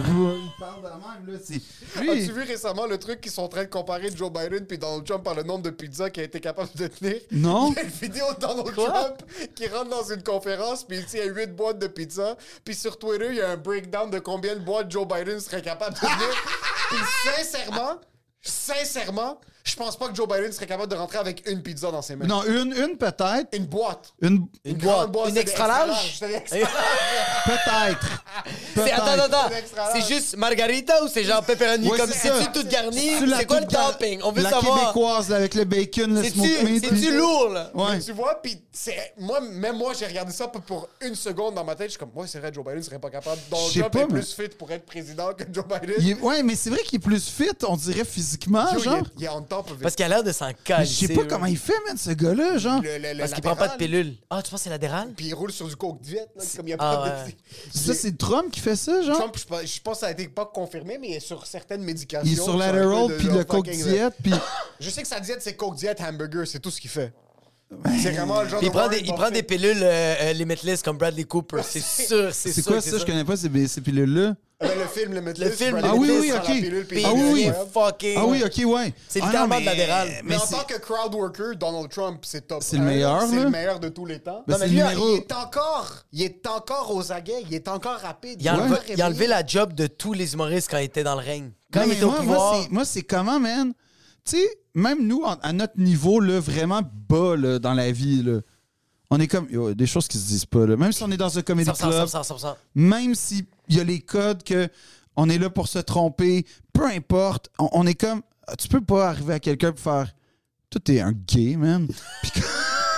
Il parle de la même, là. C'est. Lui. As-tu vu récemment le truc qu'ils sont en train de comparer Joe Biden puis Donald Trump par le nombre de pizzas qu'il a été capable de tenir? Non. Il y a une vidéo de Donald Trump qui rentre dans une conférence puis il tient huit boîtes de pizza. Puis sur Twitter, il y a un breakdown de combien de boîtes Joe Biden serait capable de tenir. Puis sincèrement, sincèrement, je pense pas que Joe Biden serait capable de rentrer avec une pizza dans ses mains. Non, une, une peut-être. Une boîte. Une. Une grande boîte. Une c'est des extra large? C'est des extra large. Peut-être. C'est, attends, attends, attends. Une extra large. C'est juste margarita ou c'est genre pepperoni Ouais, comme c'est ça. c'est-tu tout garni? C'est la C'est quoi le toute gar- topping? On veut la savoir. québécoise, là, avec le bacon, le C'est-tu, smoked meat. c'est-tu puis- lourd, là? Ouais. Mais tu vois, puis c'est moi, même moi, j'ai regardé ça pour- pour une seconde dans ma tête. Je suis comme, ouais, c'est vrai, Joe Biden serait pas capable. Donald Je sais Trump pas, est mais- plus fit pour être président que Joe Biden. Il est- Ouais, mais c'est vrai qu'il est plus fit, on dirait physiquement, Yo, il, genre. est, il est on top of it. Parce qu'il a l'air de s'en Mais caler. je sais pas comment il fait, man, ce gars-là, genre. Le- le- le Parce qu'il prend pas de latéral, pilule. Ah, tu penses que c'est l'adéral? Puis il roule sur du coke diète, là, comme il y a Ah, pas ouais. de. Ça, c'est Trump qui fait ça, genre. Trump, je, pense- je pense que ça a été pas confirmé, mais il est sur certaines médications. Il est sur qui sont un peu l'Adderall, de puis genre le Coke fucking- diète, puis. Je sais que sa diète, c'est coke diète hamburger, c'est tout ce qu'il fait. C'est vraiment le genre Puis il de prend Warren des, il prend Buffett. des pilules euh, euh, limitless comme Bradley Cooper. C'est sûr, c'est C'est sûr. quoi que ça? Je connais pas ces, ces pilules-là. Mais le film, le Limitless. Le film, Bradley Ah oui, Cooper oui, prend ok. la pilule, puis Ah il oui, est oui. incroyable. fucking. Ah oui, ok, ouais. C'est Ah non, littéralement mais- de la déral. Mais en c'est- tant que crowd worker, Donald Trump, c'est top. C'est le un, meilleur, C'est là. le meilleur de tous les temps. Ben, Non, mais c'est lui, le numéro- il est encore, il est encore aux aguets, il est encore rapide. Il a, est enlevé, encore il a enlevé réveillé. la job de tous les humoristes quand il était dans le règne. Quand Non, il mais était au moi, pouvoir. moi, c'est- moi, c'est comment, man? Tu sais, même nous, en- à notre niveau, là, vraiment bas là, dans la vie, là, on est comme. Yo, des choses qui se disent pas. Là. Même si on est dans un comedy cent pour cent, club, cent pour cent, cent pour cent. même s'il y a les codes que on est là pour se tromper, peu importe, on, on est comme. Tu peux pas arriver à quelqu'un et faire. Toi, t'es un gay, man. Puis que-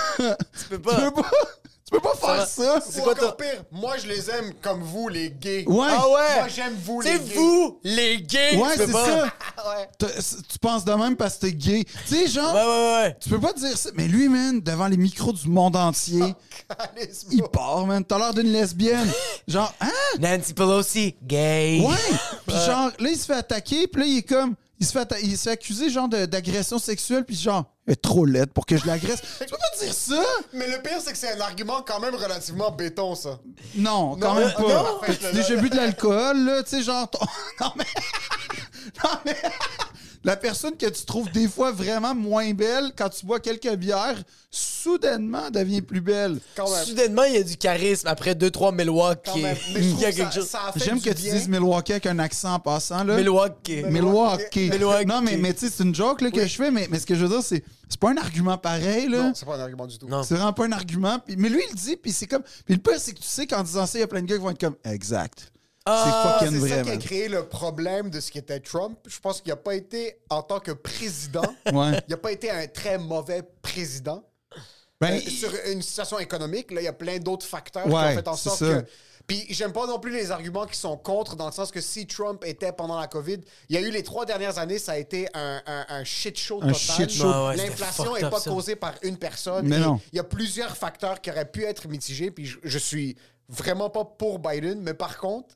Tu peux tu pas. peux pas. Tu peux pas faire ça. C'est Ou quoi encore pire? Moi, je les aime comme vous, les gays. Ouais. Ah ouais! Moi, j'aime vous, les C'est gays. vous, les gays! Ouais, tu peux c'est pas. ça. Ouais. T'as- Tu penses de même parce que t'es gay. Tu sais, genre. Ouais, ouais, ouais. Tu peux pas dire ça. Mais lui, man, devant les micros du monde entier, Calice, il bro. part, man. T'as l'air d'une lesbienne. Genre, hein? Nancy Pelosi, gay. Ouais. Puis genre, là, il se fait attaquer. Puis là, il est comme... Il se fait, atta- il se fait accuser, genre, de- d'agression sexuelle. Puis genre, elle est trop laide pour que je l'agresse. Tu peux pas dire ça? Mais le pire, c'est que c'est un argument quand même relativement béton, ça. Non, quand Non, même euh, pas. non. T'as déjà bu de l'alcool, là? Tu sais, genre... ton- Non, mais... Non, mais... La personne que tu trouves des fois vraiment moins belle, quand tu bois quelques bières, soudainement devient plus belle. Quand même. Soudainement, il y a du charisme après deux trois Milwaukee. Quand même. Mais je Il trouve y a que quelque ça, chose. ça a fait J'aime du que tu bien. dises Milwaukee avec un accent en passant, là. Milwaukee. Milwaukee. Milwaukee. Non, mais, mais tu sais, c'est une joke là, que je fais, mais, mais ce que je veux dire, c'est c'est pas un argument pareil, là. Non, c'est pas un argument du tout. Non. C'est vraiment pas un argument. Puis- mais lui, il le dit, puis c'est comme... Puis le pire, c'est que tu sais qu'en disant ça, il y a plein de gars qui vont être comme « Exact. Ah, c'est fucking C'est ça vrai, qui a man. créé le problème de ce qui était Trump. Je pense qu'il n'a pas été, en tant que président, Ouais. il n'a pas été un très mauvais président. Ben, Euh, sur une situation économique, là, il y a plein d'autres facteurs Ouais, qui ont fait en c'est sorte ça. que... Puis j'aime pas non plus les arguments qui sont contre, dans le sens que si Trump était pendant la COVID, il y a eu les trois dernières années, ça a été un, un, un shit show Un total. shit show. Ah ouais, c'était L'inflation fucked n'est up, pas ça. causée par une personne. Mais Et non. il y a plusieurs facteurs qui auraient pu être mitigés, puis je, je suis vraiment pas pour Biden, mais par contre,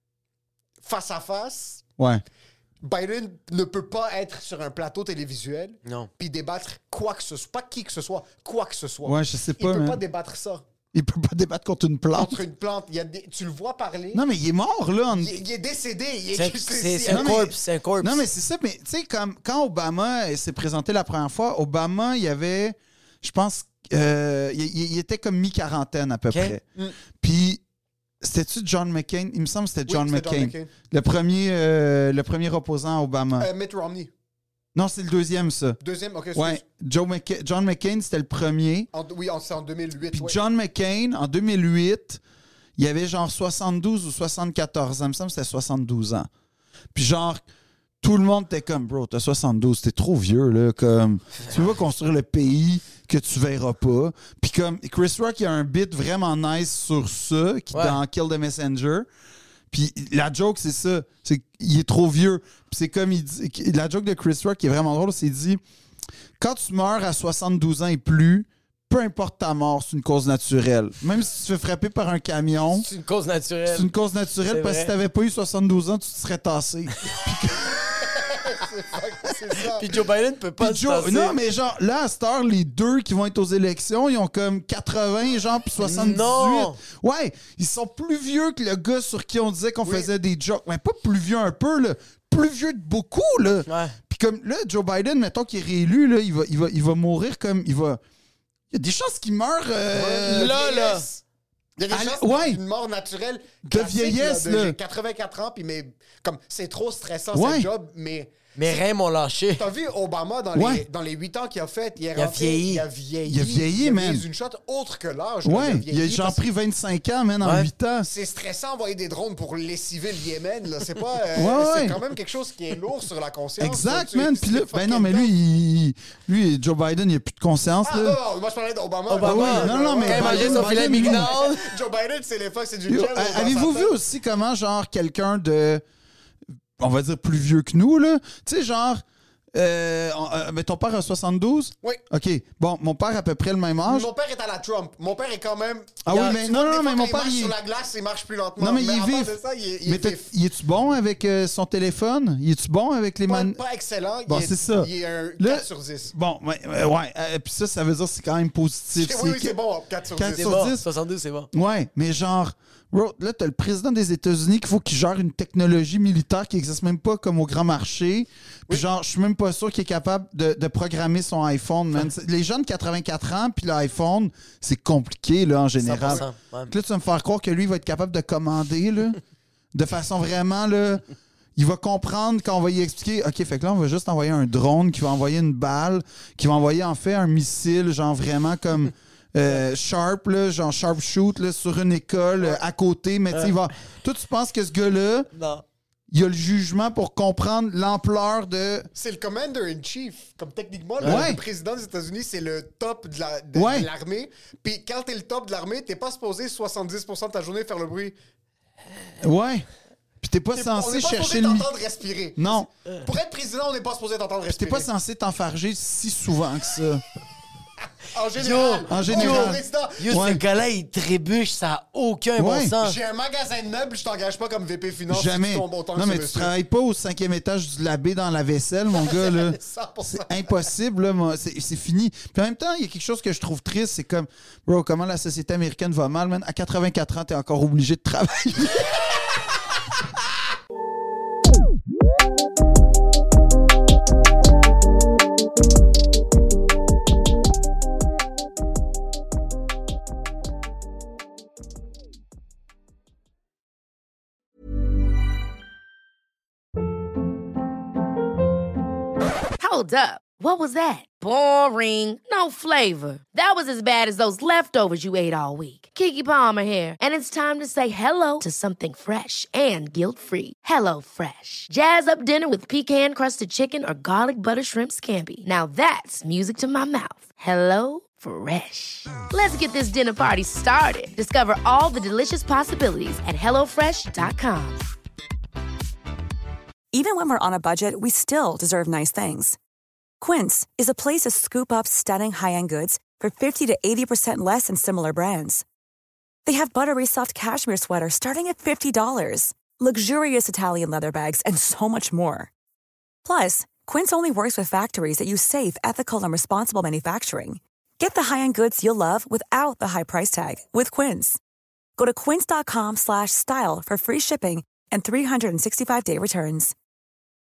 face à face, Ouais. Biden ne peut pas être sur un plateau télévisuel Non. puis débattre quoi que ce soit, pas qui que ce soit, quoi que ce soit. Ouais, je sais Il pas, peut man. pas débattre ça Il peut pas débattre contre une plante. contre une plante. Il y a des- tu le vois parler. Non, mais il est mort, là. en- Il, est- il est décédé. Il est, C'est c'est- c'est Non, un mais- corpse, c'est un corpse. Non, mais c'est ça. Mais tu sais, comme quand Obama euh, s'est présenté la première fois, Obama, il y avait, je pense, euh, il, il- il était comme mi-quarantaine à peu Ok. près. Mm. Puis, c'était-tu John McCain? Il me semble que c'était Oui, John, c'était John McCain. McCain. Le, premier, euh, le premier opposant à Obama. Euh, Mitt Romney. Non, c'est le deuxième, ça. Deuxième, ok. Ouais. excuse. Joe McCain- John McCain, c'était le premier. En- oui, en- c'est en deux mille huit. Puis ouais. John McCain, en deux mille huit, il avait genre soixante-douze ou soixante-quatorze ans. Il me semble que c'était soixante-douze ans. Puis genre, tout le monde était comme, bro, t'as soixante-douze, t'es trop vieux, là. Comme, tu veux pas construire le pays que tu verras pas. Puis comme, Chris Rock, il a un bit vraiment nice sur ça, qui, Ouais. dans Kill the Messenger. Puis la joke, c'est ça. C'est qu'il est trop vieux. Puis c'est comme il dit. La joke de Chris Rock qui est vraiment drôle, c'est qu'il dit quand tu meurs à soixante-douze ans et plus, peu importe ta mort, c'est une cause naturelle. Même si tu te fais frapper par un camion, C'est une cause naturelle. c'est une cause naturelle C'est parce que vrai. si t'avais pas eu soixante-douze ans, tu te serais tassé. C'est ça. Puis Joe Biden peut pas Puis se Joe- tasser. non, mais genre, là, à cette heure, les deux qui vont être aux élections, ils ont comme quatre-vingts, genre, puis soixante-dix-huit. Non! Ouais, ils sont plus vieux que le gars sur qui on disait qu'on Oui. faisait des jokes. Mais pas plus vieux un peu, là. Plus vieux de beaucoup, là. Ouais. Puis comme, là, Joe Biden, mettons qu'il est réélu, là, il va, il va, il va mourir comme... Il va... Il y a des chances qu'il meure... euh, Là, là. Il y a des Ah, chances ouais. d'une mort naturelle. De classique, vieillesse, là. de- là. J'ai quatre-vingt-quatre ans, puis mais comme c'est trop stressant, Ouais. ce job, mais. Mes reins m'ont lâché. T'as vu Obama dans, Ouais. les, dans les huit ans qu'il a fait, il, est Il a rentré, vieilli. il a vieilli. Il a vieilli, man. une shot autre que l'âge. là, Ouais, il a vieilli genre parce- pris vingt-cinq ans, man, en Ouais. huit ans. C'est stressant envoyer des drones pour lessiver le Yémen. Là. C'est pas. euh, Ouais, c'est ouais. quand même quelque chose qui est lourd sur la conscience. Exact, Tu- man. tu- Puis là, tu- ben fucking non, mais lui, il, lui, Joe Biden, il a plus de conscience, Ah, là. non, non, moi je parlais d'Obama. Obama. Ah oui, non, non, mais Quand il mangeait Biden, son filet Biden, McDonald's. Joe Biden, c'est les fois, c'est du Yo, gel. dans sa avez-vous vu tête. aussi comment, genre, quelqu'un de, on va dire, plus vieux que nous, là, tu sais, genre, euh, on- euh, mais ton père a soixante-douze? Oui. OK. Bon, mon père a à peu près le même âge. Mon père est à la Trump. Mon père est quand même. Ah il y a- oui, mais tu non, vois, non, des fois, mais quand mon il père, marche il- sur la glace, il marche plus lentement. Non, mais il est avant vif. de ça, il est, il est Mais t'as- vif. il est-tu bon avec euh, son téléphone? Il est-tu bon avec les Pas, man... pas excellent. Bon, il est, c'est ça. Il est un Là- quatre sur dix. Bon, ouais, ouais, ouais. Euh, puis ça, ça veut dire que c'est quand même positif. Oui, oui, c'est bon, quatre sur quatre dix. C'est sur bon. dix. soixante-deux, c'est bon. Ouais, mais genre, Bro, là, t'as le président des États-Unis qu'il faut qu'il gère une technologie militaire qui n'existe même pas comme au grand marché. Puis Oui. genre, je suis même pas sûr qu'il est capable de, de programmer son iPhone, man. C'est- Les jeunes de quatre-vingt-quatre ans, puis l'iPhone, c'est compliqué, là, en général. cent pour cent, ouais. Là, tu vas me faire croire que lui, il va être capable de commander, là, de façon vraiment, là... Il va comprendre quand on va lui expliquer, OK, fait que là, on va juste envoyer un drone qui va envoyer une balle, qui va envoyer, en fait, un missile, genre vraiment comme... Euh, sharp, là, genre sharpshoot là, sur une école euh, à côté, mais tu sais, il va. Toi, tu penses que ce gars-là, Non. il a le jugement pour comprendre l'ampleur de. C'est le commander-in-chief. Comme techniquement, le, Ouais. le président des États-Unis, c'est le top de la- de- Ouais. de l'armée. Puis quand t'es le top de l'armée, t'es pas supposé soixante-dix pour cent de ta journée faire le bruit. Ouais. Puis t'es pas T'es- censé on n'est pas chercher supposé le. mi- t'entendre respirer. Non. Pour être président, on n'est pas supposé t'entendre T'es respirer. pas censé t'enfarger si souvent que ça. En général. en général. Oh, président, Yo, Ouais. ce gars-là, il trébuche, ça n'a aucun Ouais. bon sens. j'ai un magasin de meubles, je t'engage pas comme V P Finance. si Jamais. tu tombes autant que Non, ce mais tu monsieur. travailles pas au cinquième étage du labé dans la vaisselle, mon gars, là. cent pour cent. C'est impossible, là, moi. C'est, c'est fini. Puis en même temps, il y a quelque chose que je trouve triste, c'est comme, bro, comment la société américaine va mal, man. À quatre-vingt-quatre ans, t'es encore obligé de travailler. Hold up. What was that? Boring. No flavor. That was as bad as those leftovers you ate all week. Keke Palmer here, and it's time to say hello to something fresh and guilt-free. Hello Fresh. Jazz up dinner with pecan-crusted chicken or garlic butter shrimp scampi. Now that's music to my mouth. Hello Fresh. Let's get this dinner party started. Discover all the delicious possibilities at hello fresh dot com. Even when we're on a budget, we still deserve nice things. Quince is a place to scoop up stunning high-end goods for fifty to eighty percent less than similar brands. They have buttery soft cashmere sweaters starting at fifty dollars, luxurious Italian leather bags, and so much more. Plus, Quince only works with factories that use safe, ethical, and responsible manufacturing. Get the high-end goods you'll love without the high price tag with Quince. Go to quince dot com slash style for free shipping and three sixty-five day returns.